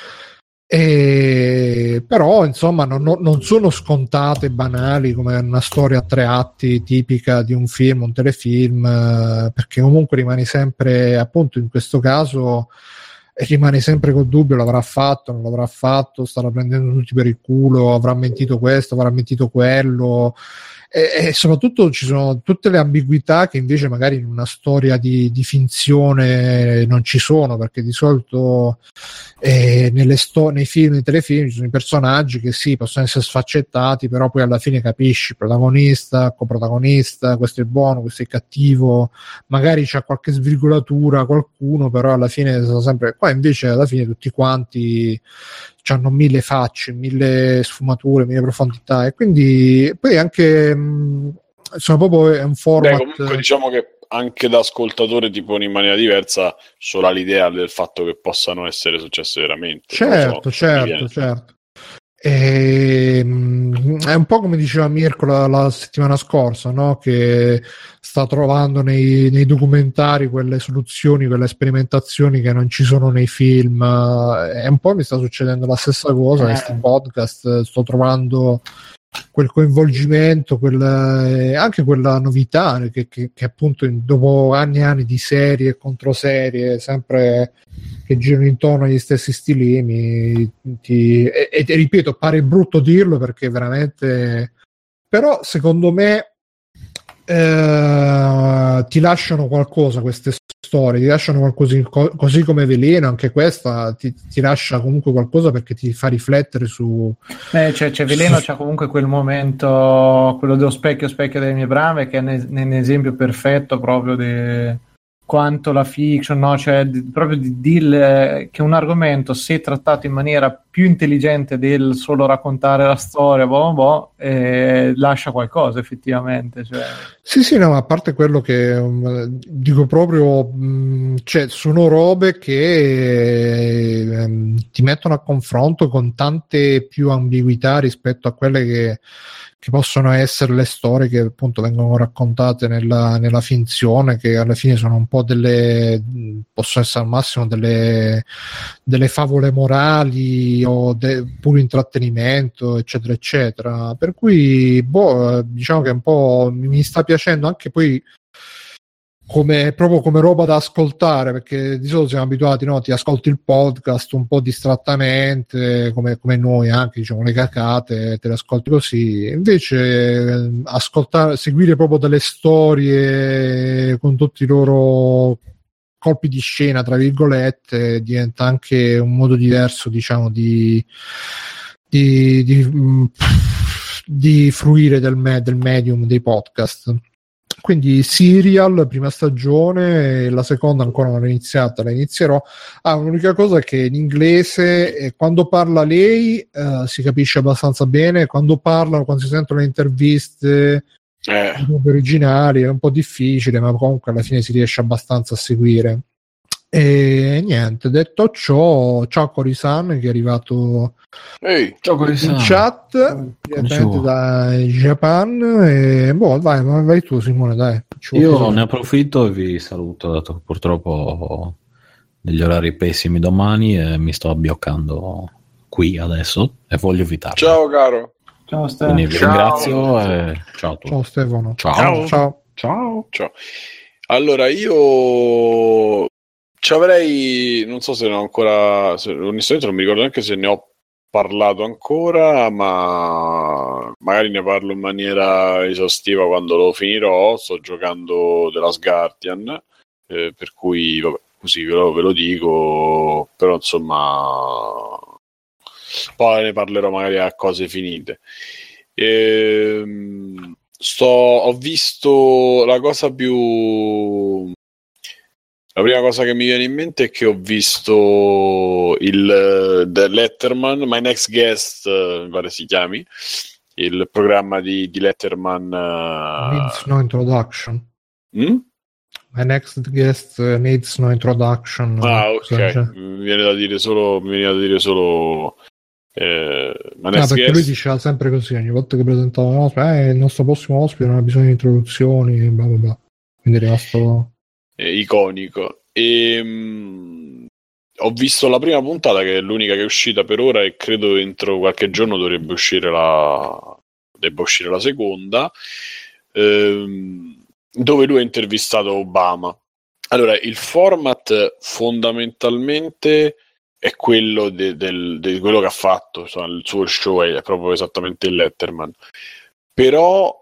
Però insomma non sono scontate, banali come una storia a 3 atti tipica di un film, un telefilm, perché comunque rimani sempre, appunto in questo caso, rimane sempre col dubbio: l'avrà fatto, non l'avrà fatto, starà prendendo tutti per il culo, avrà mentito questo, avrà mentito quello. E soprattutto ci sono tutte le ambiguità che invece magari in una storia di finzione non ci sono, perché di solito nei film, nei telefilm ci sono i personaggi che sì, possono essere sfaccettati, però poi alla fine capisci protagonista, coprotagonista, questo è buono, questo è cattivo, magari c'è qualche svirgolatura qualcuno, però alla fine sono sempre qua. Invece alla fine tutti quanti hanno 1000 facce, 1000 sfumature, 1000 profondità, e quindi poi anche sono proprio è un format. Comunque diciamo che anche da ascoltatore ti pone in maniera diversa solo l'idea del fatto che possano essere successe veramente. Certo. È un po' come diceva Mirko la settimana scorsa, no? Che sta trovando nei documentari quelle soluzioni, quelle sperimentazioni che non ci sono nei film, e un po' mi sta succedendo la stessa cosa. Questi podcast, sto trovando quel coinvolgimento, anche quella novità che appunto dopo anni e anni di serie e controserie sempre che girano intorno agli stessi stilemi, e ripeto, pare brutto dirlo perché veramente, però secondo me ti lasciano qualcosa queste storie, ti lasciano qualcosa, così come Veleno, anche questa ti lascia comunque qualcosa perché ti fa riflettere su c'è Veleno, c'ha comunque quel momento, quello dello specchio delle mie brame, che è un esempio perfetto proprio di quanto la fiction, no? Cioè proprio che un argomento, se trattato in maniera più intelligente del solo raccontare la storia, lascia qualcosa effettivamente. Cioè. Sì, no, a parte quello che dico proprio, cioè, sono robe che ti mettono a confronto con tante più ambiguità rispetto a quelle che possono essere le storie che appunto vengono raccontate nella finzione, che alla fine sono un po' possono essere al massimo delle favole morali o puro intrattenimento, eccetera eccetera, per cui diciamo che un po' mi sta piacendo anche poi proprio come roba da ascoltare, perché di solito siamo abituati, no? Ti ascolti il podcast un po' distrattamente, come noi anche, diciamo, le cacate, te le ascolti così. Invece seguire proprio delle storie con tutti i loro colpi di scena, tra virgolette, diventa anche un modo diverso, diciamo, di fruire del medium dei podcast. Quindi Serial, prima stagione, la seconda ancora non è iniziata, la inizierò. L'unica cosa è che in inglese quando parla lei si capisce abbastanza bene, quando si sentono le interviste originali è un po' difficile, ma comunque alla fine si riesce abbastanza a seguire. E niente, detto ciò, ciao Corisan che è arrivato in chat direttamente da Japan. E vai tu Simone, dai. Io ne approfitto e vi saluto, dato che purtroppo ho degli orari pessimi domani e mi sto abbioccando qui adesso e voglio evitarlo. Ciao caro. Ciao Stefano. Quindi vi ringrazio e ciao a tutti. Ciao Stefano. Ciao. Allora io ci avrei, non so se ne ho ancora, onestamente non mi ricordo neanche se ne ho parlato ancora, ma magari ne parlo in maniera esaustiva quando lo finirò. Sto giocando The Last Guardian, per cui vabbè, così ve lo dico, però insomma poi ne parlerò magari a cose finite. Ho visto la prima cosa che mi viene in mente è che ho visto The Letterman, My Next Guest, mi pare si chiami, il programma di Letterman. Needs no introduction. My Next Guest needs no introduction. Ok. Mi viene da dire solo perché lui diceva sempre così ogni volta che presentava un ospite, il nostro prossimo ospite non ha bisogno di introduzioni, bla bla bla. Quindi è rimasto iconico. E ho visto la prima puntata, che è l'unica che è uscita per ora, e credo entro qualche giorno debba uscire la seconda, dove lui ha intervistato Obama. Allora, il format fondamentalmente è quello di quello che ha fatto, insomma, il suo show è proprio esattamente il Letterman, però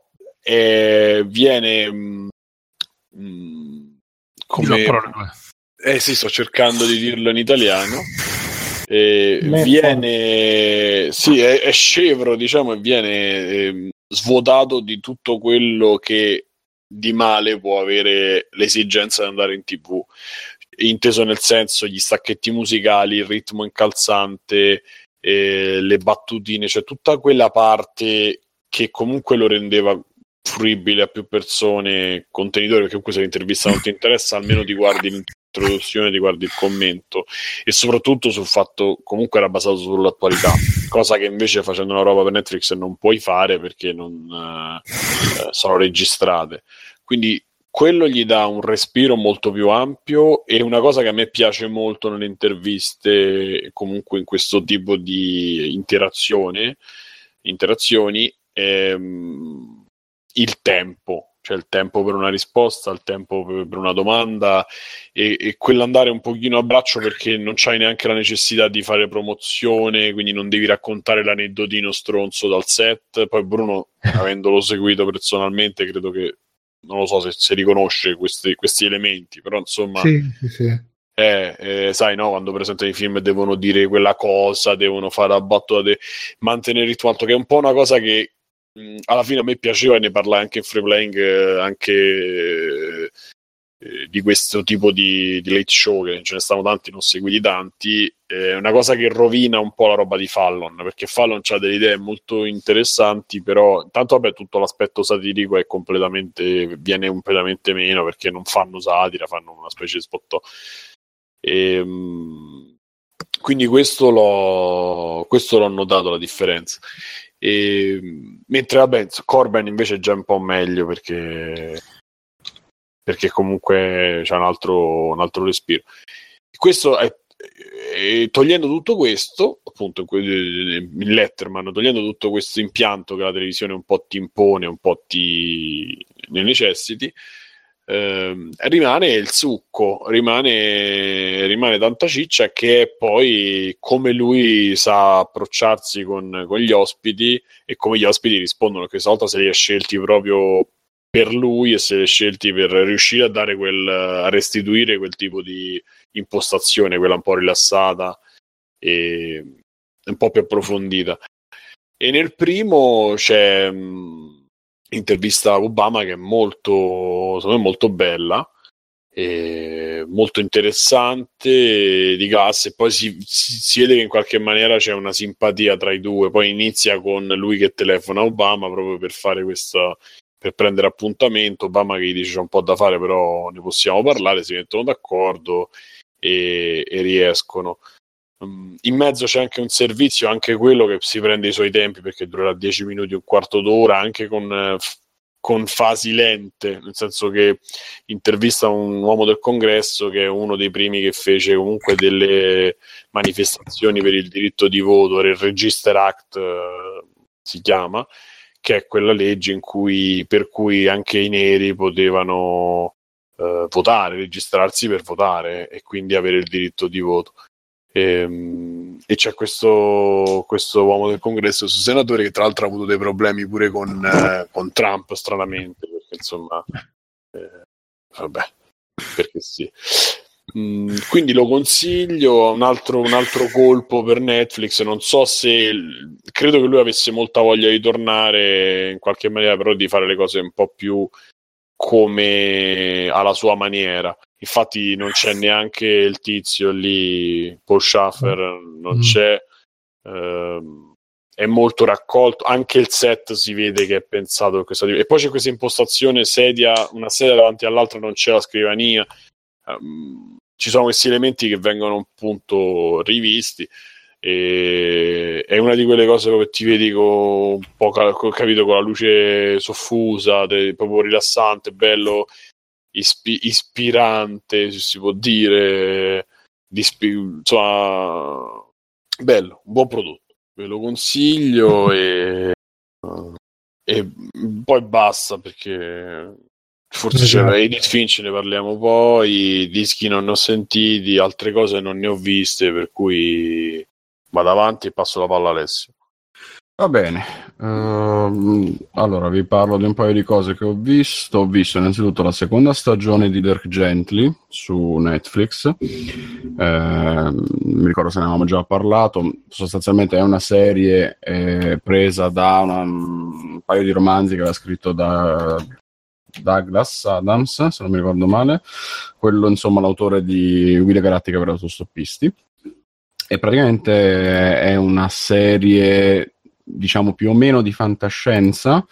viene come sì, sto cercando di dirlo in italiano. Viene è scevro, diciamo, e viene svuotato di tutto quello che di male può avere l'esigenza di andare in TV, inteso nel senso gli stacchetti musicali, il ritmo incalzante, le battutine, cioè tutta quella parte che comunque lo rendeva fruibile a più persone, contenitori, perché comunque se l'intervista non ti interessa almeno ti guardi l'introduzione, ti guardi il commento, e soprattutto sul fatto comunque era basato sull'attualità, cosa che invece facendo una roba per Netflix non puoi fare perché non sono registrate, quindi quello gli dà un respiro molto più ampio. E una cosa che a me piace molto nelle interviste, comunque in questo tipo di interazioni, è il tempo, cioè il tempo per una risposta, il tempo per una domanda, e quell'andare un pochino a braccio, perché non c'hai neanche la necessità di fare promozione, quindi non devi raccontare l'aneddotino stronzo dal set. Poi Bruno, avendolo seguito personalmente, credo che, non lo so se riconosce questi elementi, però insomma sì. sai, no, quando presentano i film devono dire quella cosa, devono fare la battuta, mantenere il ritmo alto, che è un po' una cosa che alla fine a me piaceva, e ne parlai anche in Free Playing, anche di questo tipo di late show, che ce ne stanno tanti, non seguiti tanti. È una cosa che rovina un po' la roba di Fallon, perché Fallon ha delle idee molto interessanti, però intanto vabbè, tutto l'aspetto satirico viene completamente meno, perché non fanno satira, fanno una specie di spot. Quindi questo l'ho notato, la differenza. Mentre vabbè, Corben invece è già un po' meglio, perché comunque c'è un altro respiro. Questo è togliendo tutto questo, appunto il Letterman, togliendo tutto questo impianto che la televisione un po' ti impone, un po' ne necessiti, rimane il succo, rimane tanta ciccia, che è poi come lui sa approcciarsi con gli ospiti e come gli ospiti rispondono, che questa volta se li ha scelti proprio per lui e se li ha scelti per riuscire a dare a restituire quel tipo di impostazione, quella un po' rilassata e un po' più approfondita. E nel primo c'è intervista a Obama che è molto, secondo me, molto bella e molto interessante, di classe, e poi si vede che in qualche maniera c'è una simpatia tra i due. Poi inizia con lui che telefona a Obama proprio per fare per prendere appuntamento. Obama che gli dice c'è un po' da fare, però ne possiamo parlare, si mettono d'accordo e riescono. In mezzo c'è anche un servizio, anche quello che si prende i suoi tempi, perché durerà 10 minuti, un quarto d'ora, anche con fasi lente, nel senso che intervista un uomo del Congresso che è uno dei primi che fece comunque delle manifestazioni per il diritto di voto, il Register Act si chiama, che è quella legge per cui anche i neri potevano votare, registrarsi per votare e quindi avere il diritto di voto. E c'è questo uomo del Congresso, questo senatore, che tra l'altro ha avuto dei problemi pure con Trump, stranamente, perché insomma vabbè, perché sì. Quindi lo consiglio, un altro colpo per Netflix. Non so se, credo che lui avesse molta voglia di tornare in qualche maniera, però di fare le cose un po' più come alla sua maniera. Infatti non c'è neanche il tizio lì, Paul Schaffer, non c'è, è molto raccolto, anche il set si vede che è pensato per questa. E poi c'è questa impostazione, una sedia davanti all'altra, non c'è la scrivania, ci sono questi elementi che vengono appunto rivisti, e è una di quelle cose che ti vedi con un po', capito, con la luce soffusa, proprio rilassante, bello, ispirante, se si può dire, insomma, bello, un buon prodotto, ve lo consiglio. E poi basta, perché forse c'è Edith Finch, ne parliamo poi, dischi non ne ho sentiti, altre cose non ne ho viste, per cui vado avanti e passo la palla a Alessio. Va bene, allora vi parlo di un paio di cose che ho visto. Ho visto innanzitutto la seconda stagione di Dirk Gently su Netflix, mi ricordo se ne avevamo già parlato. Sostanzialmente è una serie presa da un paio di romanzi che aveva scritto da Douglas Adams, se non mi ricordo male, quello insomma l'autore di Guida Galattica per autostoppisti, e praticamente è una serie, diciamo, più o meno di fantascienza.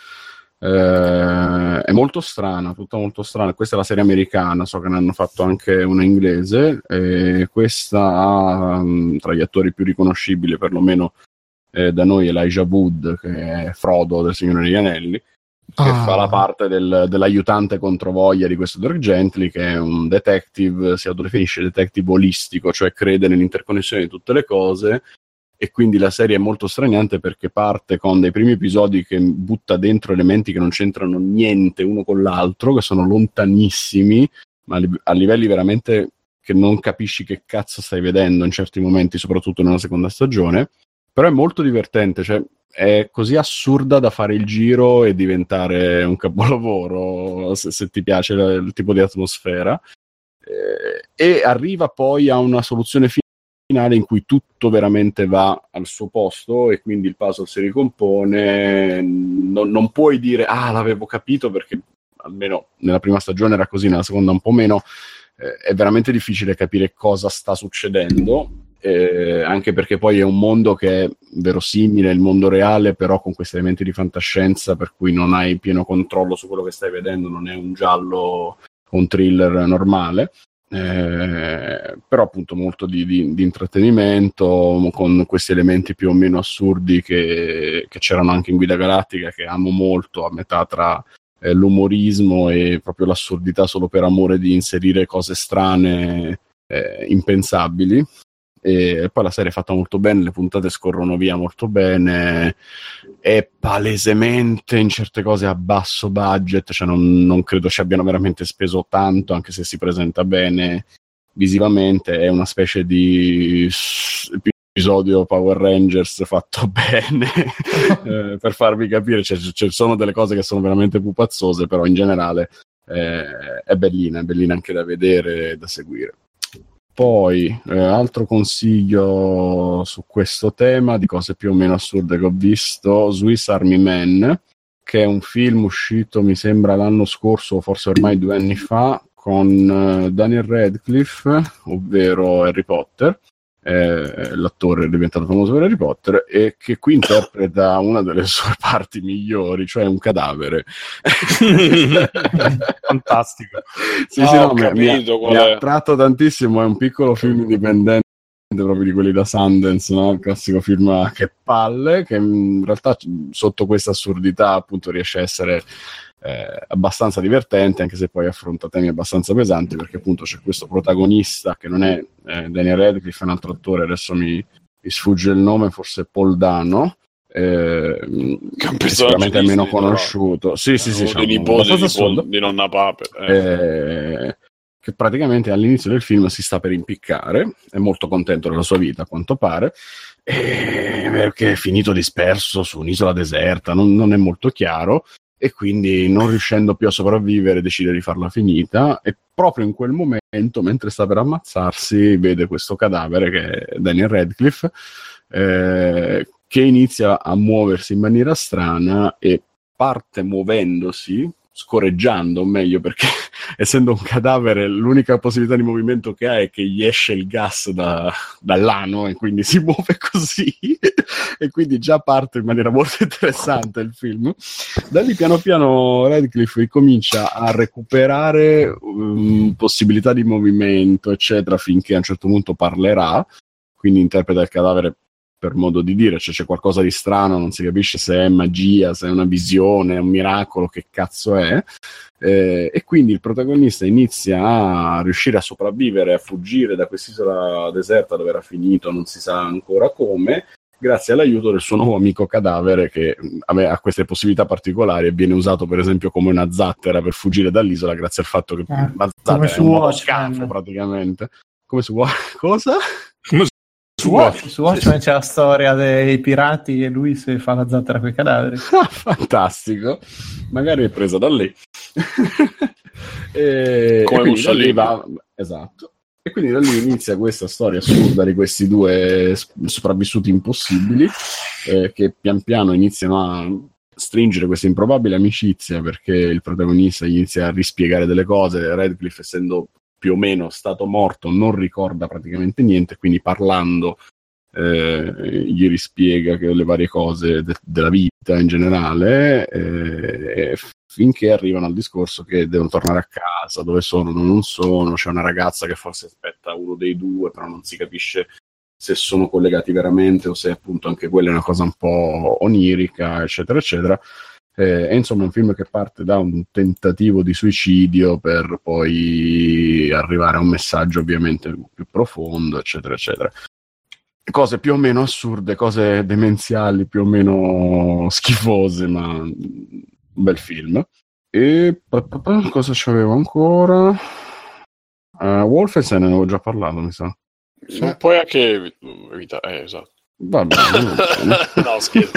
È molto strana, tutta molto strana. Questa è la serie americana, so che ne hanno fatto anche una inglese, e questa ha tra gli attori più riconoscibili, perlomeno da noi, Elijah Wood, che è Frodo del Signore degli Anelli, che fa la parte dell'aiutante controvoglia di questo Dirk Gently, che è un detective, si autodefinisce detective olistico, cioè crede nell'interconnessione di tutte le cose. E quindi la serie è molto straniante, perché parte con dei primi episodi che butta dentro elementi che non c'entrano niente uno con l'altro, che sono lontanissimi, ma a livelli veramente che non capisci che cazzo stai vedendo in certi momenti, soprattutto nella seconda stagione. Però è molto divertente, cioè è così assurda da fare il giro e diventare un capolavoro, se ti piace il tipo di atmosfera, e arriva poi a una soluzione finale in cui tutto veramente va al suo posto, e quindi il puzzle si ricompone. Non puoi dire l'avevo capito, perché almeno nella prima stagione era così, nella seconda un po' meno. È veramente difficile capire cosa sta succedendo, anche perché poi è un mondo che è verosimile, il mondo reale, però con questi elementi di fantascienza, per cui non hai pieno controllo su quello che stai vedendo, non è un giallo o un thriller normale. Però appunto molto di intrattenimento, con questi elementi più o meno assurdi che c'erano anche in Guida Galattica, che amo molto, a metà tra l'umorismo e proprio l'assurdità, solo per amore di inserire cose strane, impensabili. E poi la serie è fatta molto bene, le puntate scorrono via molto bene, è palesemente in certe cose a basso budget, cioè non credo ci abbiano veramente speso tanto, anche se si presenta bene visivamente, è una specie di episodio Power Rangers fatto bene per farvi capire, ci sono delle cose che sono veramente pupazzose, però in generale è bellina anche da vedere e da seguire. Poi, altro consiglio su questo tema di cose più o meno assurde che ho visto, Swiss Army Man, che è un film uscito mi sembra l'anno scorso o forse ormai 2 anni fa, con Daniel Radcliffe, ovvero Harry Potter, l'attore è diventato famoso per Harry Potter, e che qui interpreta una delle sue parti migliori, cioè un cadavere. Fantastico. Sì, no, mi ha attratto tantissimo, è un piccolo film indipendente proprio di quelli da Sundance, no? Il classico film che palle, che in realtà sotto questa assurdità appunto riesce a essere abbastanza divertente, anche se poi affronta temi abbastanza pesanti, perché appunto c'è questo protagonista che non è Daniel Radcliffe, è un altro attore, adesso mi sfugge il nome, forse Paul Dano, che sicuramente è meno conosciuto, sì, dei nipoti di nonna Pape, che praticamente all'inizio del film si sta per impiccare, è molto contento della sua vita a quanto pare, perché è finito disperso su un'isola deserta, non è molto chiaro, e quindi non riuscendo più a sopravvivere decide di farla finita, e proprio in quel momento, mentre sta per ammazzarsi, vede questo cadavere che è Daniel Radcliffe, che inizia a muoversi in maniera strana e parte muovendosi, scorreggiando, o meglio, perché essendo un cadavere l'unica possibilità di movimento che ha è che gli esce il gas dall'ano, e quindi si muove così e quindi già parte in maniera molto interessante il film. Da lì piano piano Radcliffe ricomincia a recuperare possibilità di movimento eccetera, finché a un certo punto parlerà, quindi interpreta il cadavere per modo di dire, cioè c'è qualcosa di strano, non si capisce se è magia, se è una visione, è un miracolo, che cazzo è, e quindi il protagonista inizia a riuscire a sopravvivere, a fuggire da quest'isola deserta dove era finito, non si sa ancora come, grazie all'aiuto del suo nuovo amico cadavere, che ha queste possibilità particolari e viene usato per esempio come una zattera per fuggire dall'isola, grazie al fatto che la zattera è un motoscafo praticamente. Come su cosa? Su Watchmen c'è la storia dei pirati e lui si fa la zattera con i cadaveri. Fantastico, magari è presa da lì. Come Mussolini. Esatto. E quindi da lì inizia questa storia assurda di questi due sopravvissuti impossibili, che pian piano iniziano a stringere questa improbabile amicizia, perché il protagonista inizia a rispiegare delle cose. Radcliffe, essendo più o meno stato morto, non ricorda praticamente niente, quindi parlando gli rispiega che le varie cose della vita in generale, finché arrivano al discorso che devono tornare a casa, dove sono, non sono, c'è una ragazza che forse aspetta uno dei due, però non si capisce se sono collegati veramente o se appunto anche quella è una cosa un po' onirica, eccetera eccetera. E insomma è un film che parte da un tentativo di suicidio per poi arrivare a un messaggio ovviamente più profondo, eccetera eccetera. Cose più o meno assurde, cose demenziali più o meno schifose, ma un bel film. E cosa c'avevo ancora? Wolfenstein ne avevo già parlato, mi sa. Non puoi anche evitare, esatto. Va bene. No, scherzo.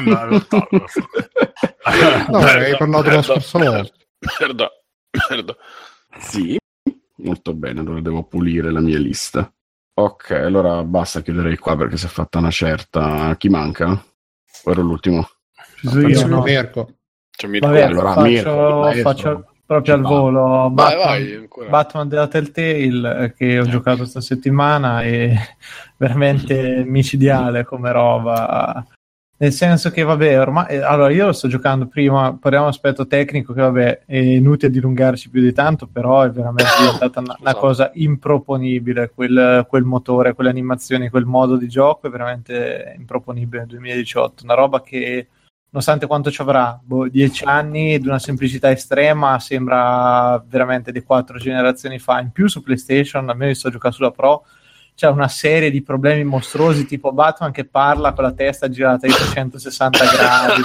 No, hai parlato la scorsa volta. Merda. Sì, molto bene, allora devo pulire la mia lista. Ok, allora basta, chiuderei qua perché si è fatta una certa. Chi manca? O ero l'ultimo? Io no. Mirko. Vabbè, allora, faccio proprio al volo Batman della Telltale, che ho giocato questa settimana, è veramente micidiale come roba, nel senso che vabbè, ormai, allora io lo sto giocando, prima parliamo dell'aspetto tecnico, che vabbè è inutile dilungarci più di tanto, però è veramente diventata una cosa improponibile, quel motore, quelle animazioni, quel modo di gioco è veramente improponibile nel 2018, una roba che nonostante quanto ci avrà, 10 anni, di una semplicità estrema, sembra veramente di 4 generazioni fa. In più su PlayStation, almeno io sto giocando sulla Pro, c'è una serie di problemi mostruosi tipo Batman che parla con la testa girata di 360 gradi,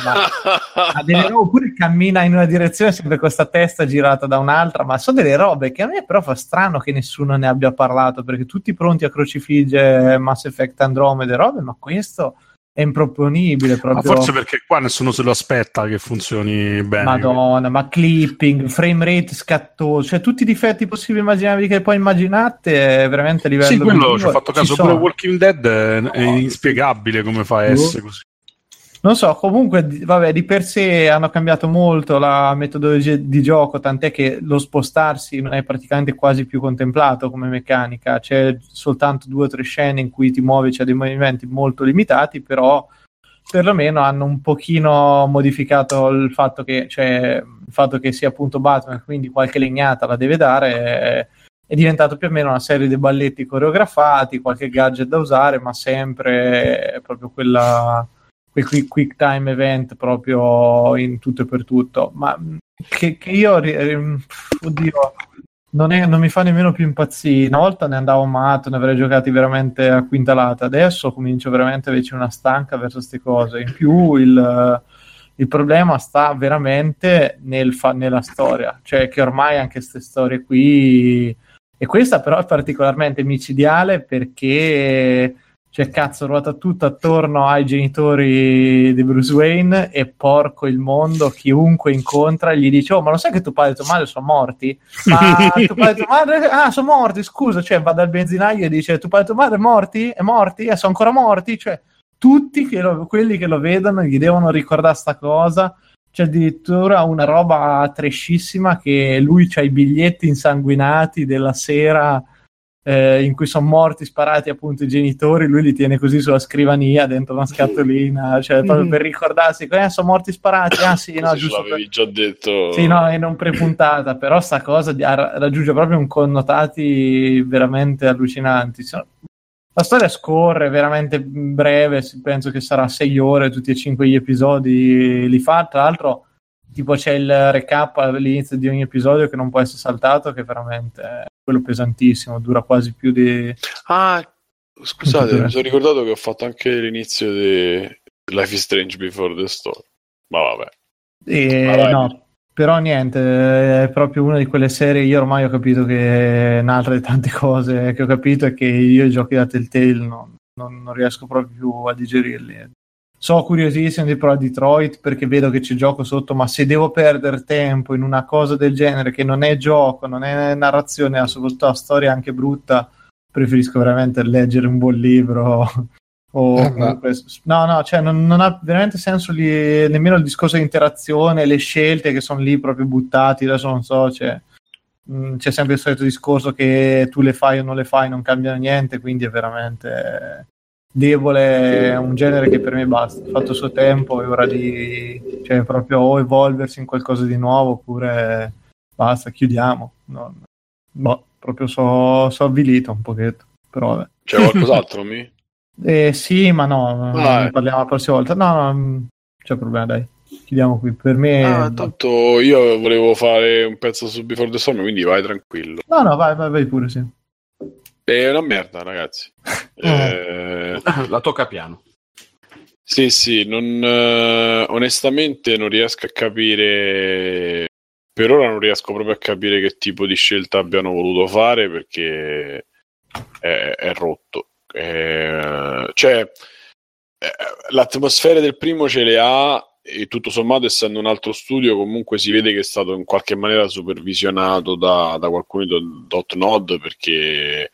oppure cammina in una direzione sempre con questa testa girata da un'altra, ma sono delle robe che a me però fa strano che nessuno ne abbia parlato, perché tutti pronti a crocifigge Mass Effect Andromeda e robe, ma questo è improponibile proprio. Ma forse perché qua nessuno se lo aspetta che funzioni bene. Madonna, ma clipping, frame rate scattoso, cioè tutti i difetti possibili e immaginabili che poi immaginate è veramente a livello. Sì, quello ci ho fatto caso pure Walking Dead, è inspiegabile come fa a essere così. Non so, comunque, vabbè, di per sé hanno cambiato molto la metodologia di gioco, tant'è che lo spostarsi non è praticamente quasi più contemplato come meccanica, c'è soltanto 2 o 3 scene in cui ti muovi, c'è dei movimenti molto limitati, però perlomeno hanno un pochino modificato il fatto che sia appunto Batman, quindi qualche legnata la deve dare, è diventato più o meno una serie di balletti coreografati, qualche gadget da usare, ma sempre proprio quel quick time event proprio in tutto e per tutto, ma che io oddio non mi fa nemmeno più impazzire. Una volta ne andavo matto, ne avrei giocati veramente a quintalata, adesso comincio veramente a averci una stanca verso queste cose. In più il problema sta veramente nella storia, cioè che ormai anche queste storie qui, e questa però è particolarmente micidiale perché cioè cazzo ruota tutto attorno ai genitori di Bruce Wayne e porco il mondo, chiunque incontra gli dice oh ma lo sai che tuo padre e tua madre sono morti? Ma tuo padre e tua madre? Ah, sono morti, scusa, cioè va dal benzinaio e dice tuo padre e tua madre morti? È morti? Sono ancora morti? Cioè tutti quelli che lo vedono gli devono ricordare sta cosa. C'è addirittura una roba trashissima che lui c'ha i biglietti insanguinati della sera in cui sono morti sparati appunto i genitori, lui li tiene così sulla scrivania dentro una scatolina, cioè proprio per ricordarsi che sono morti sparati, sì, no, giusto, l'avevi già detto. Sì, no, in un pre-puntata, però sta cosa raggiunge proprio un connotati veramente allucinanti. La storia scorre veramente breve, penso che sarà 6 ore tutti e 5 gli episodi li fa, tra l'altro tipo c'è il recap all'inizio di ogni episodio che non può essere saltato, che veramente è quello pesantissimo, dura quasi più di... Scusate, mi sono ricordato che ho fatto anche l'inizio di Life is Strange Before the Storm, ma vabbè. No, però niente, è proprio una di quelle serie, io ormai ho capito che un'altra di tante cose che ho capito è che io i giochi da Telltale non riesco proprio più a digerirli. So curiosissimo di provare Detroit perché vedo che c'è gioco sotto, ma se devo perdere tempo in una cosa del genere che non è gioco, non è narrazione, ha soprattutto la storia anche brutta, preferisco veramente leggere un buon libro comunque, no, cioè non ha veramente senso nemmeno il discorso di interazione, le scelte che sono lì proprio buttati, adesso non so, c'è sempre il solito discorso che tu le fai o non le fai, non cambiano niente, quindi è veramente debole, è un genere che per me basta, ha fatto il suo tempo, è ora di cioè proprio o evolversi in qualcosa di nuovo oppure basta, chiudiamo. Proprio so avvilito un pochetto, però vabbè. C'è qualcos'altro sì, ma no, ne parliamo la prossima volta. No, non c'è problema, dai, chiudiamo qui. Per me tanto io volevo fare un pezzo su Before the Storm, quindi vai tranquillo. No, vai pure, sì. È una merda, ragazzi. La tocca piano. Sì, onestamente non riesco a capire. Per ora non riesco proprio a capire che tipo di scelta abbiano voluto fare perché è rotto. Cioè, l'atmosfera del primo ce le ha e tutto sommato, essendo un altro studio, comunque si vede che è stato in qualche maniera supervisionato da qualcuno di Dotnod perché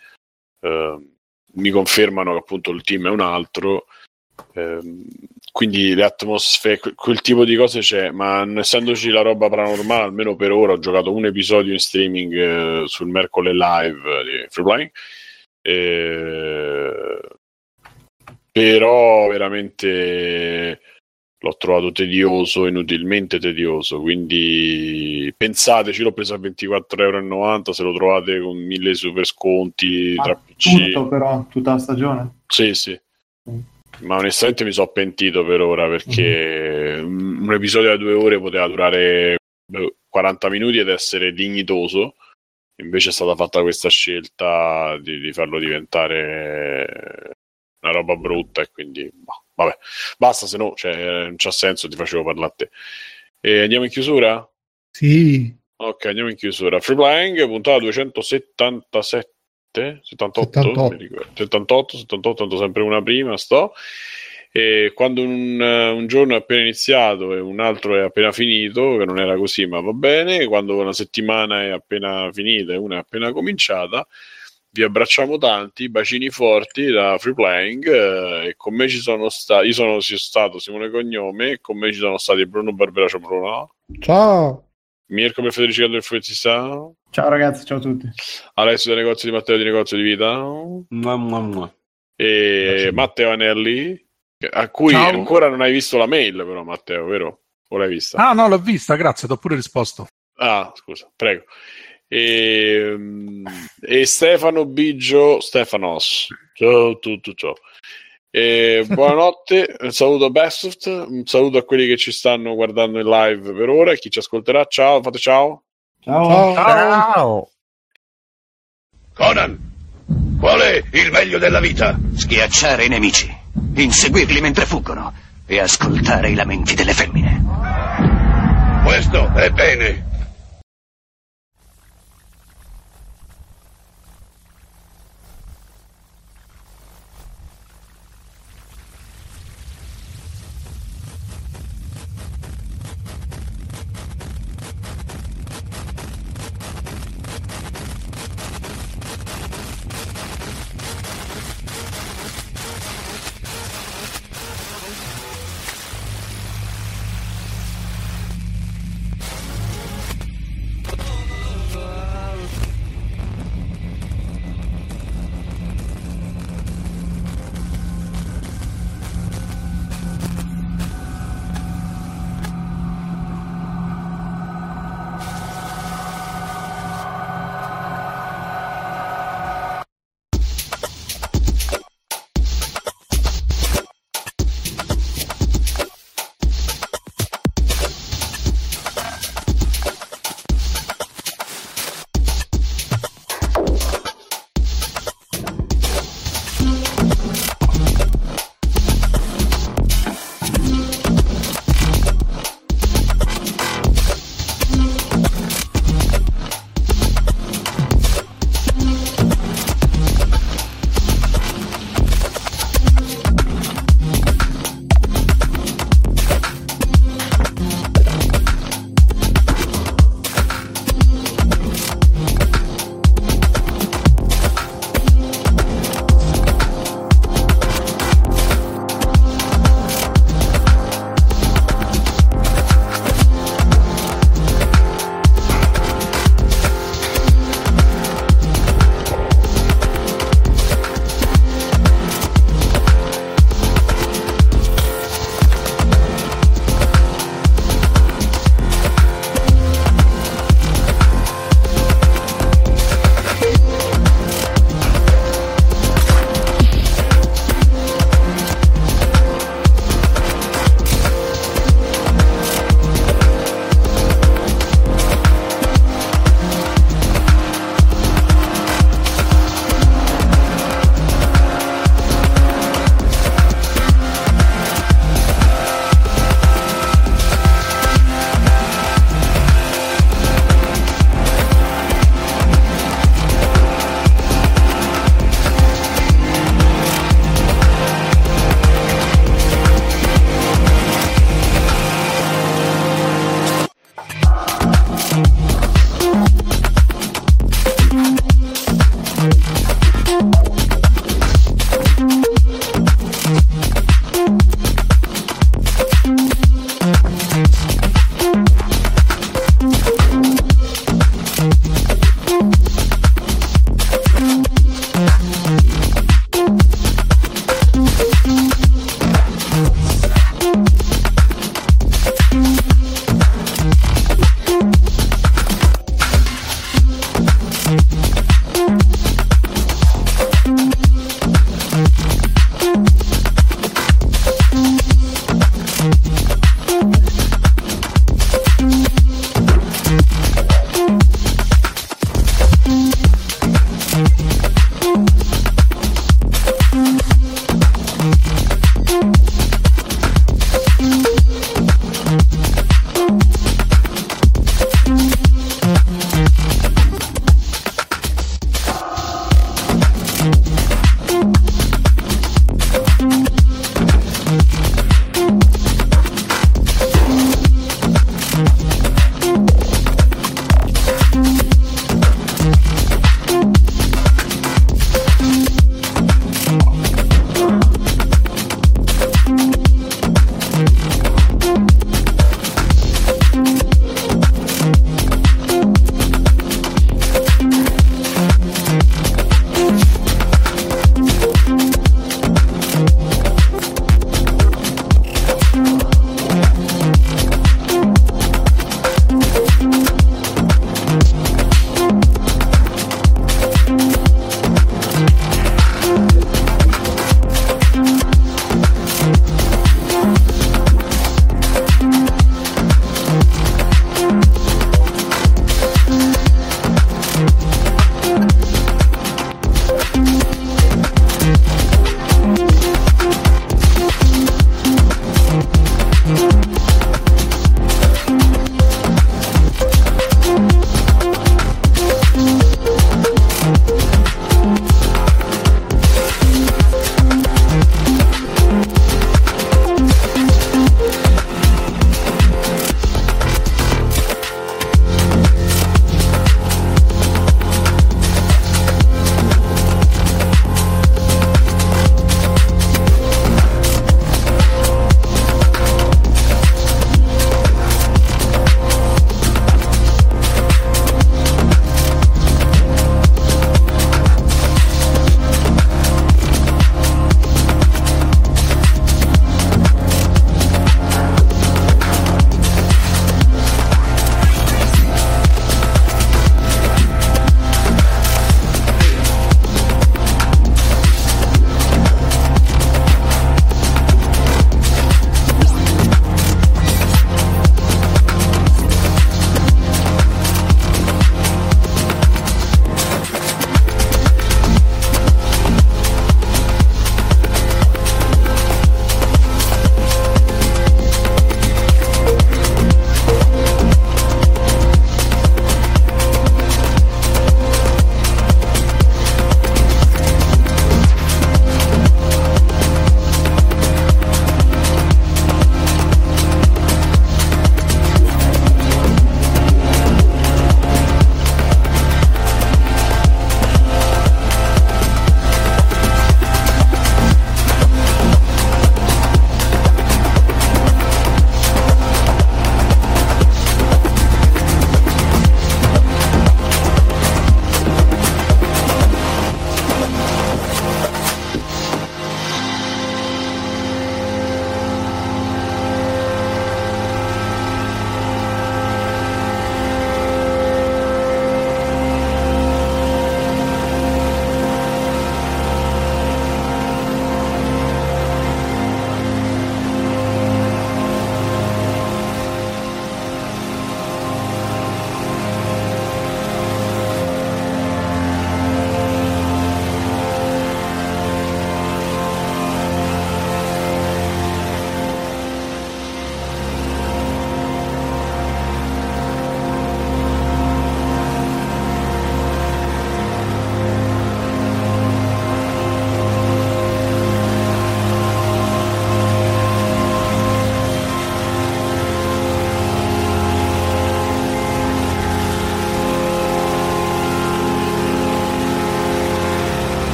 mi confermano che appunto il team è un altro, quindi le atmosfere, quel tipo di cose c'è, ma non essendoci la roba paranormale, almeno per ora ho giocato un episodio in streaming sul mercoledì live di Freeplaying, però veramente l'ho trovato tedioso, inutilmente tedioso, quindi pensateci, l'ho preso a €24,90, se lo trovate con 1000 super sconti tra PC. Tutto però, tutta la stagione? Sì. Ma onestamente mi sono pentito per ora perché un episodio da 2 ore poteva durare 40 minuti ed essere dignitoso, invece è stata fatta questa scelta di farlo diventare una roba brutta, e quindi vabbè, basta, se no non c'ha senso, ti facevo parlare a te. E andiamo in chiusura? Sì. Ok, andiamo in chiusura. Free Playing, puntata 277, 78, mi ricordo. 78, tanto sempre una prima, e quando un giorno è appena iniziato e un altro è appena finito, che non era così, ma va bene, quando una settimana è appena finita e una è appena cominciata, vi abbracciamo tanti, bacini forti da Free Playing, e con me ci sono stati, io sono stato Simone Cognome, e con me ci sono stati Bruno Barbera. Ciao Bruno. Ciao. Mirko per Federico del Fuezzista. Ciao ragazzi, ciao a tutti. Alessio del negozio di Matteo di Negozio di Vita. E Matteo Anelli, a cui ancora non hai visto la mail, però, Matteo, vero? O l'hai vista? Ah, no, l'ho vista, grazie, ti ho pure risposto. Ah, scusa, prego. E Stefano Biggio Stefanos. Ciao, tutto ciao. E buonanotte, un saluto a Best, un saluto a quelli che ci stanno guardando in live per ora e chi ci ascolterà. Ciao, fate ciao. Ciao. Conan, qual è il meglio della vita? Schiacciare i nemici, inseguirli mentre fuggono e ascoltare i lamenti delle femmine. Questo è bene.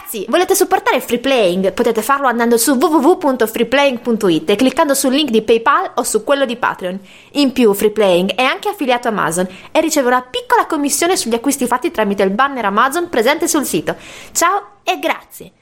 Ragazzi, volete supportare Free Playing? Potete farlo andando su www.freeplaying.it e cliccando sul link di PayPal o su quello di Patreon. In più, Free Playing è anche affiliato a Amazon e riceve una piccola commissione sugli acquisti fatti tramite il banner Amazon presente sul sito. Ciao e grazie!